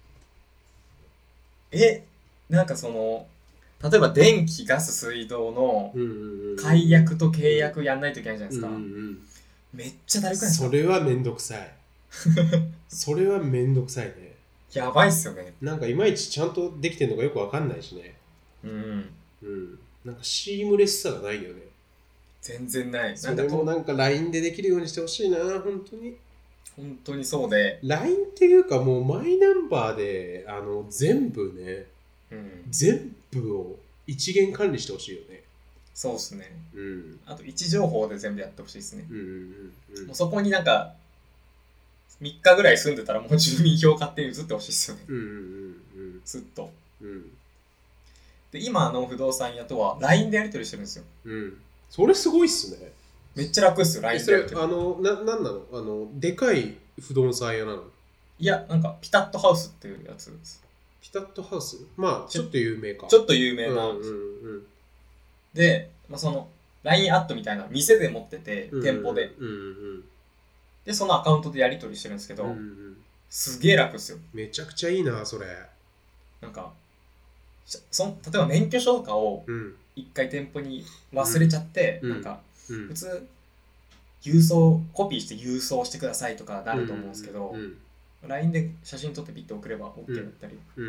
Speaker 1: え、なんかその例えば電気ガス水道の解約と契約やんないといけないじゃないですか。
Speaker 2: うんうんうん、
Speaker 1: めっちゃだるくないですか？
Speaker 2: それはめんどくさい。それはめんどくさいね。
Speaker 1: やばいっすよね。
Speaker 2: なんかいまいちちゃんとできてるのかよくわかんないしね。
Speaker 1: うん。
Speaker 2: うん。なんかシームレスさがないよね。
Speaker 1: 全然ない。
Speaker 2: それもなんか ライン でできるようにしてほしいな、本当に。
Speaker 1: 本当にそうで。
Speaker 2: ライン っていうかもうマイナンバーであの全部ね、うん、全部を一元管理してほしいよね。
Speaker 1: そうっすね。
Speaker 2: うん。
Speaker 1: あと位置情報で全部やってほしいですね。
Speaker 2: うんうんうん。
Speaker 1: もうそこになんかみっかぐらい住んでたらもう住民票勝手に移ってほしいですよね。
Speaker 2: うんうんうんうん。
Speaker 1: すっと。
Speaker 2: うん。
Speaker 1: で今の不動産屋とは ライン でやり取りしてるんですよ。
Speaker 2: うん。それすごいっすね。
Speaker 1: めっちゃ楽っすよ、ライン でやり取り。
Speaker 2: あの、な、なんなのあの、でかい不動産屋なの？
Speaker 1: いや、なんか、ピタッとハウスっていうやつです。
Speaker 2: ピタッとハウス？まあ、ちょっと有名か。
Speaker 1: ちょっと有名な。
Speaker 2: うんうんうん、
Speaker 1: で、まあ、その、ライン アットみたいな店で持ってて、うんうん、店舗で、
Speaker 2: うんうん。で、
Speaker 1: そのアカウントでやり取りしてるんですけど、うんうん、すげえ楽っすよ。
Speaker 2: めちゃくちゃいいな、それ。
Speaker 1: なんか、そ例えば免許証とかを一回店舗に忘れちゃって、うん、なんか、うん、普通郵送コピーして郵送してくださいとかなると思うんですけど、うんうんうん、ライン で写真撮ってピッと送れば OK だったり、うんうんうん、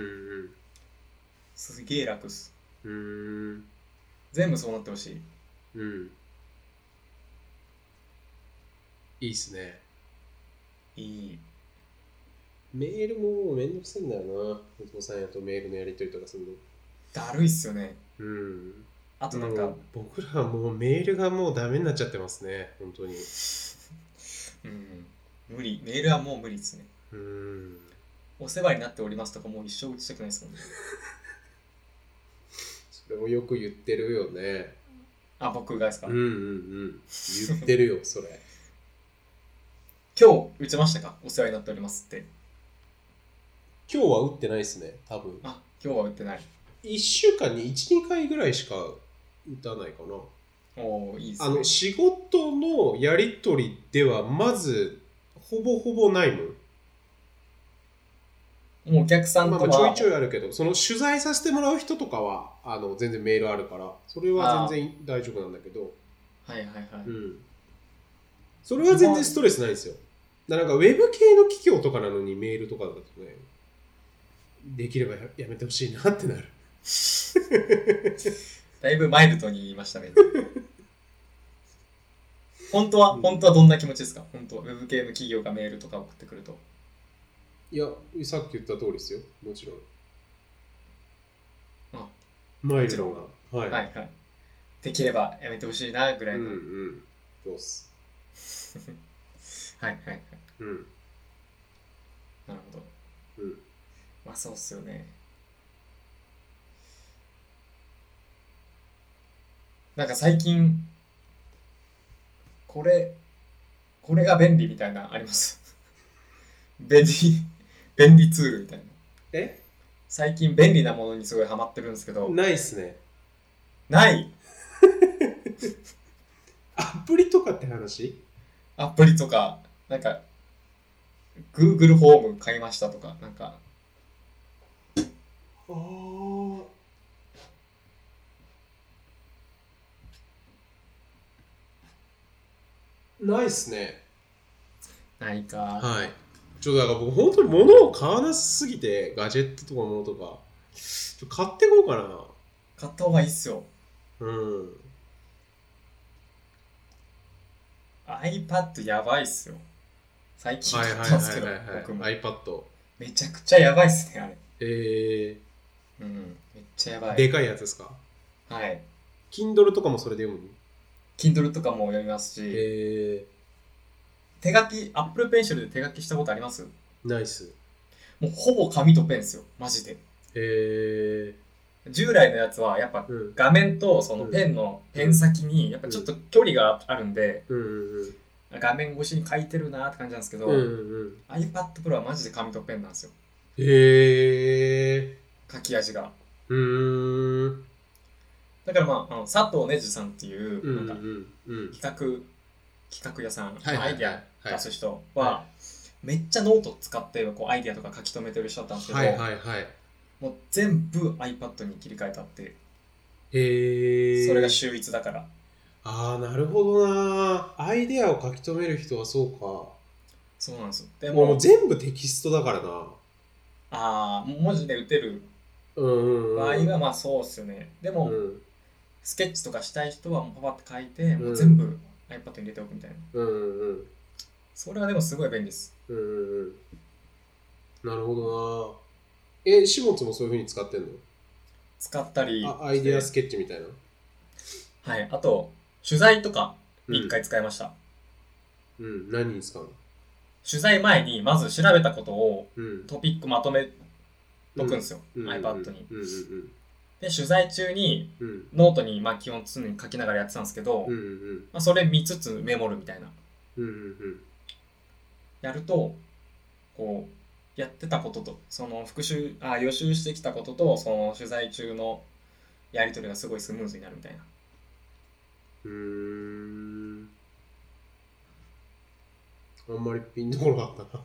Speaker 1: すげえ楽っす。うーん、全部そうなってほしい。
Speaker 2: うん、いいっすね。
Speaker 1: いい。
Speaker 2: メールももうめんどくさいんだよな、お父さんやとメールのやり取りとかするの。
Speaker 1: だるいっすよね。
Speaker 2: うん。
Speaker 1: あとなんか
Speaker 2: 僕らはもうメールがもうダメになっちゃってますね、本当に。
Speaker 1: うん、無理。メールはもう無理ですね。うん。お世話になっておりますとかもう一生打ちたくないですもんね。
Speaker 2: それもよく言ってるよね。
Speaker 1: あ、僕がですか？
Speaker 2: うんうんうん。言ってるよ、それ。
Speaker 1: 今日打ちましたか？お世話になっておりますって。
Speaker 2: 今日は打ってないですね、多分。
Speaker 1: あ、今日は打ってない。
Speaker 2: いっしゅうかんにいち、にかいぐらいしか打たないかな。
Speaker 1: おー、いいですね。
Speaker 2: あの、仕事のやり取りではまずほぼほぼないもん。
Speaker 1: もうお客さんとは、
Speaker 2: まあ、ちょいちょいあるけど、その取材させてもらう人とかはあの全然メールあるから、それは全然大丈夫なんだけど、
Speaker 1: はいはいはい、
Speaker 2: うん、それは全然ストレスないですよ。だからなんかウェブ系の企業とかなのにメールとかだとね、できれば や, やめてほしいなってなる。
Speaker 1: だいぶマイルドに言いましたね。本当は、うん、本当はどんな気持ちですか？本当ウェブ系の企業がメールとか送ってくると。
Speaker 2: いや、さっき言った通りですよ、もちろん。
Speaker 1: あ、
Speaker 2: マイルドが、
Speaker 1: はい、はいはい。できればやめてほしいなぐらいの。
Speaker 2: うんうん。どうす。
Speaker 1: はいはいはい。
Speaker 2: うん。
Speaker 1: なるほど。うん。まあそうっすよね。なんか最近これこれが便利みたいなのあります？便利便利ツールみたいな。
Speaker 2: え？
Speaker 1: 最近便利なものにすごいハマってるんですけど。
Speaker 2: ないっすね。
Speaker 1: ない
Speaker 2: アプリとかって話？
Speaker 1: アプリとかなんか Google ホーム買いましたとかなんか。
Speaker 2: ああ。ないっすね。
Speaker 1: ないか。
Speaker 2: はい。ちょっとだから僕本当に物を買わなすぎて、ガジェットとか物とかちょ買ってこうかな。
Speaker 1: 買った方がいいっすよ。
Speaker 2: うん。
Speaker 1: iPad やばいっすよ。最近買ったんですけど、僕も
Speaker 2: iPad
Speaker 1: めちゃくちゃやばいっすね、あれ。
Speaker 2: え
Speaker 1: ー、うん、めっちゃやばい。
Speaker 2: でかいやつですか？
Speaker 1: はい。
Speaker 2: Kindle とかもそれで読むの？
Speaker 1: Kindle とかも読みますし、
Speaker 2: え
Speaker 1: ー、手書き、Apple Pencil で手書きしたことあります？
Speaker 2: ナイス。
Speaker 1: もうほぼ紙とペンですよ、マジで。
Speaker 2: え
Speaker 1: ー、従来のやつはやっぱ画面とそのペンのペン先にやっぱちょっと距離があるんで、
Speaker 2: うんうんうん
Speaker 1: 画面越しに書いてるなーって感じなんですけど、
Speaker 2: うんうん、
Speaker 1: iPad Pro はマジで紙とペンなんですよ。
Speaker 2: へー。
Speaker 1: 書き味が。
Speaker 2: うーん。
Speaker 1: だからまあ、あの佐藤ねじさんっていう、
Speaker 2: うんうん
Speaker 1: なんか企画、企画屋さん、
Speaker 2: はいはいはい、
Speaker 1: アイディア出す人は、はい、めっちゃノート使ってこうアイディアとか書き留めてる人だったんですけど、
Speaker 2: はいはいはい、
Speaker 1: もう全部 iPad に切り替えたって。
Speaker 2: へー。
Speaker 1: それが秀逸だから。
Speaker 2: ああ、なるほどな。アイデアを書き留める人はそうか。
Speaker 1: そうなんですよ。で
Speaker 2: も、もう全部テキストだからな。
Speaker 1: ああ、文字で打てる場合はまあそうっすよね。でも、うん、スケッチとかしたい人はもうパパって書いて、うん、もう全部 iPad に入れておくみたいな。
Speaker 2: うんうんうん。
Speaker 1: それはでもすごい便利です。
Speaker 2: うんうんうん。なるほどな。え、始末もそういう風に使ってんの？
Speaker 1: 使ったり。
Speaker 2: あ、アイデアスケッチみたいな。
Speaker 1: はい。あと、取材とかに一回使いました。
Speaker 2: うん、うん、何に使うの？
Speaker 1: 取材前にまず調べたことをトピックまとめとくんですよ、うん、iPad に、うんうんうん、で取材中にノートにまあ基本常に書きながらやってたんですけど、うんうんうん、まあ、それ見つつメモるみたいな、うんうんうん、やるとこうやってたこととその復習あ予習してきたこととその取材中のやり取りがすごいスムーズになるみたいな。
Speaker 2: うーん、あんまりピンとこなかったな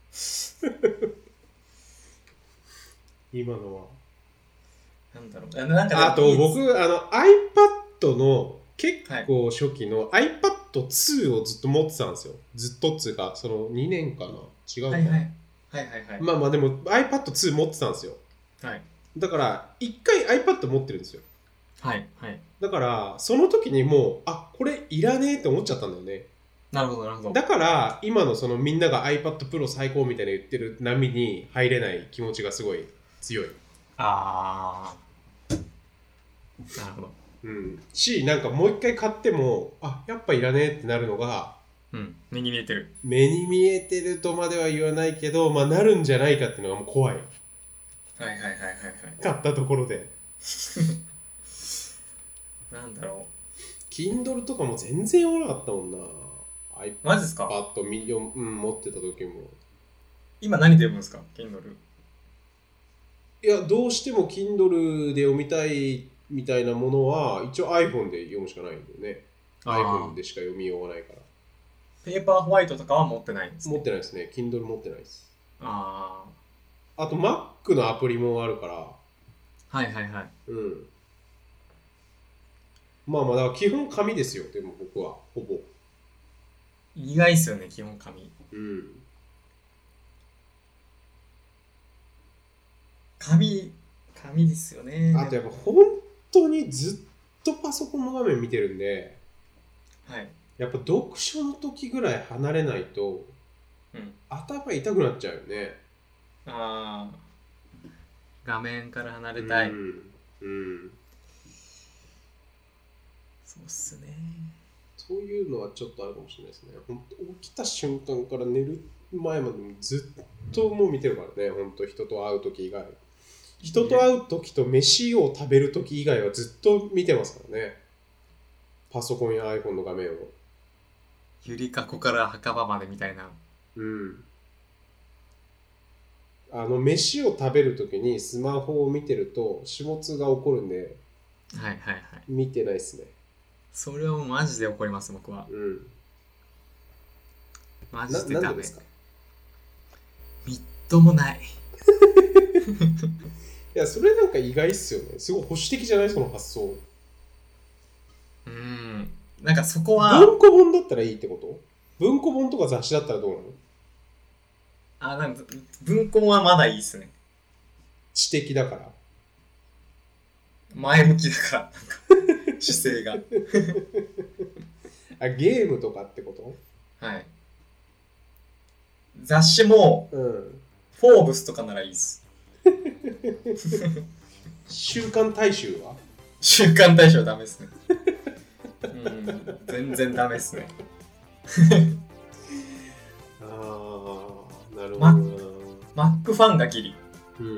Speaker 2: 今のは
Speaker 1: なんだろう。なんか
Speaker 2: あと僕あの iPad の結構初期の アイパッドツー をずっと持ってたんですよ。ずっとっつうかそのにねんかな、違うかな、はいはい、はいはいはい。まあまあでも アイパッドツー 持ってたんですよ。はい。だから一回 iPad 持ってるんですよ。
Speaker 1: はいはい。
Speaker 2: だからその時にもうあこれいらねえって思っちゃったんだよね。
Speaker 1: なるほどなるほど。
Speaker 2: だから今のそのみんなが iPad Pro 最高みたいな言ってる波に入れない気持ちがすごい強い。
Speaker 1: ああ、なるほど。
Speaker 2: うん。しなんかもう一回買ってもあやっぱいらねえってなるのが、
Speaker 1: うん、目に見えてる。
Speaker 2: 目に見えてるとまでは言わないけど、まあなるんじゃないかっていうのがもう怖い。
Speaker 1: はいはいはいはいはい。
Speaker 2: 買ったところで。
Speaker 1: なんだろう。
Speaker 2: Kindle とかも全然おらなかったもんな。
Speaker 1: マジですか？
Speaker 2: パッとミリオン、うん、持ってた時も。
Speaker 1: 今何で読むんですか Kindle？
Speaker 2: いやどうしても Kindle で読みたいみたいなものは一応 iPhone で読むしかないんだよね。 iPhone でしか読みようがないから。
Speaker 1: ペーパーホワイトとかは持ってないんです、ね、
Speaker 2: 持ってないですね。 Kindle 持ってないです。
Speaker 1: ああ
Speaker 2: あと Mac のアプリもあるから。
Speaker 1: はいはいはい。
Speaker 2: うん。まあまあ、だから基本紙ですよ、でも僕は、ほぼ。
Speaker 1: 意外っすよね、基本紙。
Speaker 2: うん。
Speaker 1: 紙、紙ですよね。
Speaker 2: あとやっぱ本当にずっとパソコンの画面見てるんで、
Speaker 1: はい。
Speaker 2: やっぱ読書の時ぐらい離れないと、
Speaker 1: うん。
Speaker 2: 頭痛くなっちゃうよね。
Speaker 1: ああ。画面から離れたい。
Speaker 2: うん。うん。
Speaker 1: そうっすね。
Speaker 2: そういうのはちょっとあるかもしれないですね。本当起きた瞬間から寝る前までずっともう見てるからね、本当人と会う時以外。人と会う時と飯を食べる時以外はずっと見てますからね。パソコンや iPhone の画面を。
Speaker 1: ゆりかこから墓場までみたいな。
Speaker 2: うん。あの飯を食べる時にスマホを見てると始末が起こるんで、
Speaker 1: はいはいはい。
Speaker 2: 見てないっすね。
Speaker 1: それはもうマジで怒ります、僕は。
Speaker 2: うん。
Speaker 1: マジでダメ。
Speaker 2: なんでですか？
Speaker 1: みっともない。
Speaker 2: いや、それなんか意外っすよね。すごい保守的じゃない？その発想。
Speaker 1: うーん。なんかそこは。
Speaker 2: 文庫本だったらいいってこと？文庫本とか雑誌だったらどうなの？
Speaker 1: あ、なんか文庫はまだいいっすね。
Speaker 2: 知的だから。
Speaker 1: 前向きだから、なんか姿勢が。
Speaker 2: あ、ゲームとかってこと？
Speaker 1: はい。雑誌も、
Speaker 2: うん。
Speaker 1: フォーブスとかならいいっす。
Speaker 2: 週刊大衆は？
Speaker 1: 週刊大賞ダメっすね。うん、全然ダメっすね。
Speaker 2: ああ、なるほどな。
Speaker 1: マックファンがギリ。
Speaker 2: うん。うん。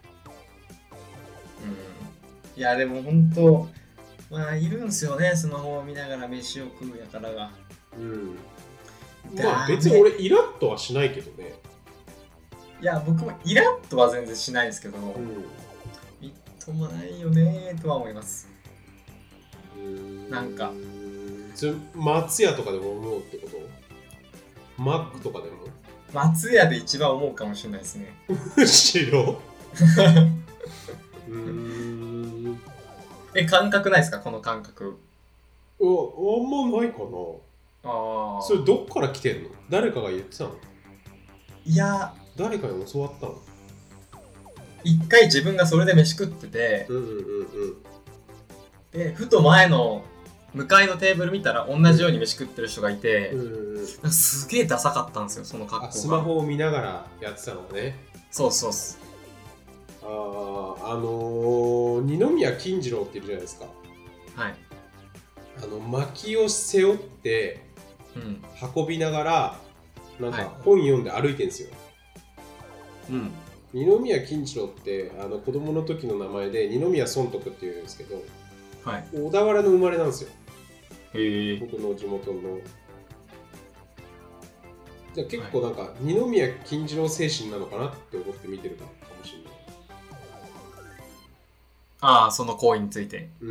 Speaker 1: いや、でも本当、まあ、いるんすよね、スマホを見ながら飯を食うやからが。
Speaker 2: うん。まあ、別に俺、イラッとはしないけどね。
Speaker 1: いや、僕もイラッとは全然しないですけど、
Speaker 2: うん。
Speaker 1: みっともないよねとは思います。
Speaker 2: うーん。
Speaker 1: なんか。
Speaker 2: 松屋とかでも思うってこと？マックとかでも？
Speaker 1: 松屋で一番思うかもしれないですね。
Speaker 2: むしろうーん。
Speaker 1: え、感覚ないですか、この感覚？
Speaker 2: あ、あんまないかな。
Speaker 1: ああ。
Speaker 2: それどっから来てんの？誰かが言ってたの？
Speaker 1: いや、
Speaker 2: 誰かに教わったの？
Speaker 1: 一回自分がそれで飯食ってて、
Speaker 2: うんうんうんうん。
Speaker 1: で、ふと前の向かいのテーブル見たら同じように飯食ってる人がいて、うんうんうん、なんかすげえダサかったんですよ、その格好が。
Speaker 2: スマホを見ながらやってたのね。
Speaker 1: そうそうっす。
Speaker 2: ああ、あのー、二宮金次郎っているじゃないですか。
Speaker 1: はい。
Speaker 2: あの薪を背負って運びながら、うん、なんか本読んで歩いてるんですよ。はい、うん。二宮金次郎ってあの子供の時の名前で二宮尊徳っていうんですけど、はい、小田原の生まれなんですよ。へえ。僕の地元の。じゃあ結構なんか、はい、二宮金次郎精神なのかなって思って見てるかもしれない。
Speaker 1: ああ、その行為について。
Speaker 2: うん。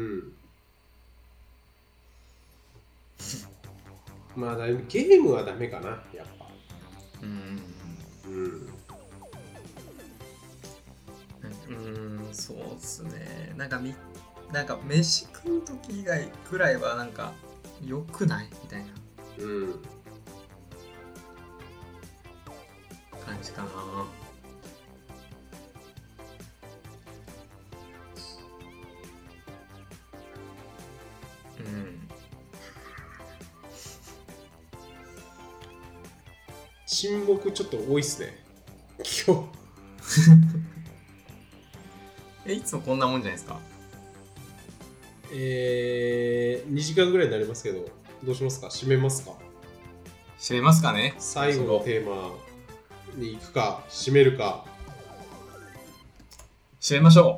Speaker 2: まあだいぶゲームはダメかな、やっぱ。うん。うん。
Speaker 1: うん、そうっすね。なんかみ、なんか飯食う時以外くらいはなんか良くないみたいな。うん。感じかな。うん。
Speaker 2: 沈黙ちょっと多いっすね。今日。
Speaker 1: え、いつもこんなもんじゃないですか？
Speaker 2: えー、にじかんぐらいになりますけど、どうしますか？締めますか？
Speaker 1: 締めますかね。
Speaker 2: 最後のテーマに行くか、締めるか。
Speaker 1: 締めましょ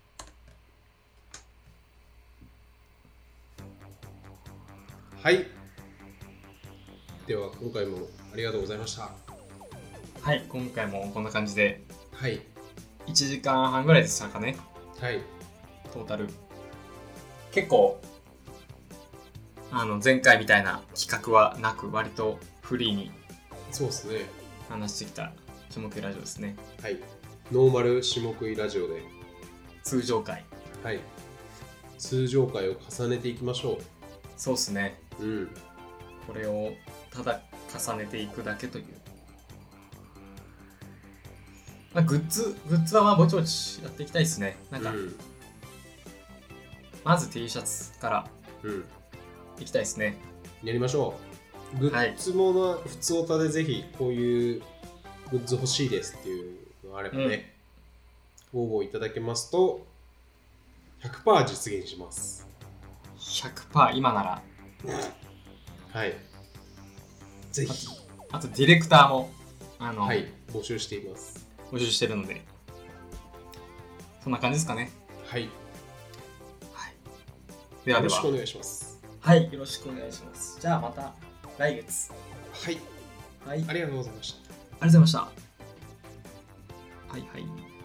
Speaker 2: う。はい。では今回もありがとうございました。
Speaker 1: はい、今回もこんな感じで。
Speaker 2: はい。
Speaker 1: いちじかんはんぐらいでしたかね。
Speaker 2: はい。
Speaker 1: トータル。結構、あの、前回みたいな企画はなく、割とフリーに。
Speaker 2: そうですね。
Speaker 1: 話してきた、キモケラジオですね。
Speaker 2: はい。 ノーマル下食いラジオで
Speaker 1: 通常回。
Speaker 2: はい。通常回を重ねていきましょう。
Speaker 1: そうっすね。
Speaker 2: うん。
Speaker 1: これをただ重ねていくだけという。まあ、グッズ、グッズはまあぼちぼちやっていきたいですね。なんか、うん、まず T シャツからいきたいですね。
Speaker 2: やりましょう。グッズもな、普通オタでぜひこういうグッズ欲しいですっていうのがあればね、うん、応募いただけますと ひゃくパーセント 実現します。
Speaker 1: ひゃくパーセント 今なら。
Speaker 2: はい。ぜひ。
Speaker 1: あと、あとディレクターもあの、
Speaker 2: はい、募集しています。
Speaker 1: 募集してるので、そんな感じですかね。
Speaker 2: はい。
Speaker 1: はい。ではでは。
Speaker 2: よろしくお願いします。
Speaker 1: はい、よろしくお願いします。じゃあまた来月。
Speaker 2: はい。
Speaker 1: はい。
Speaker 2: ありがとうございました。
Speaker 1: ありがとうございました。はいはい。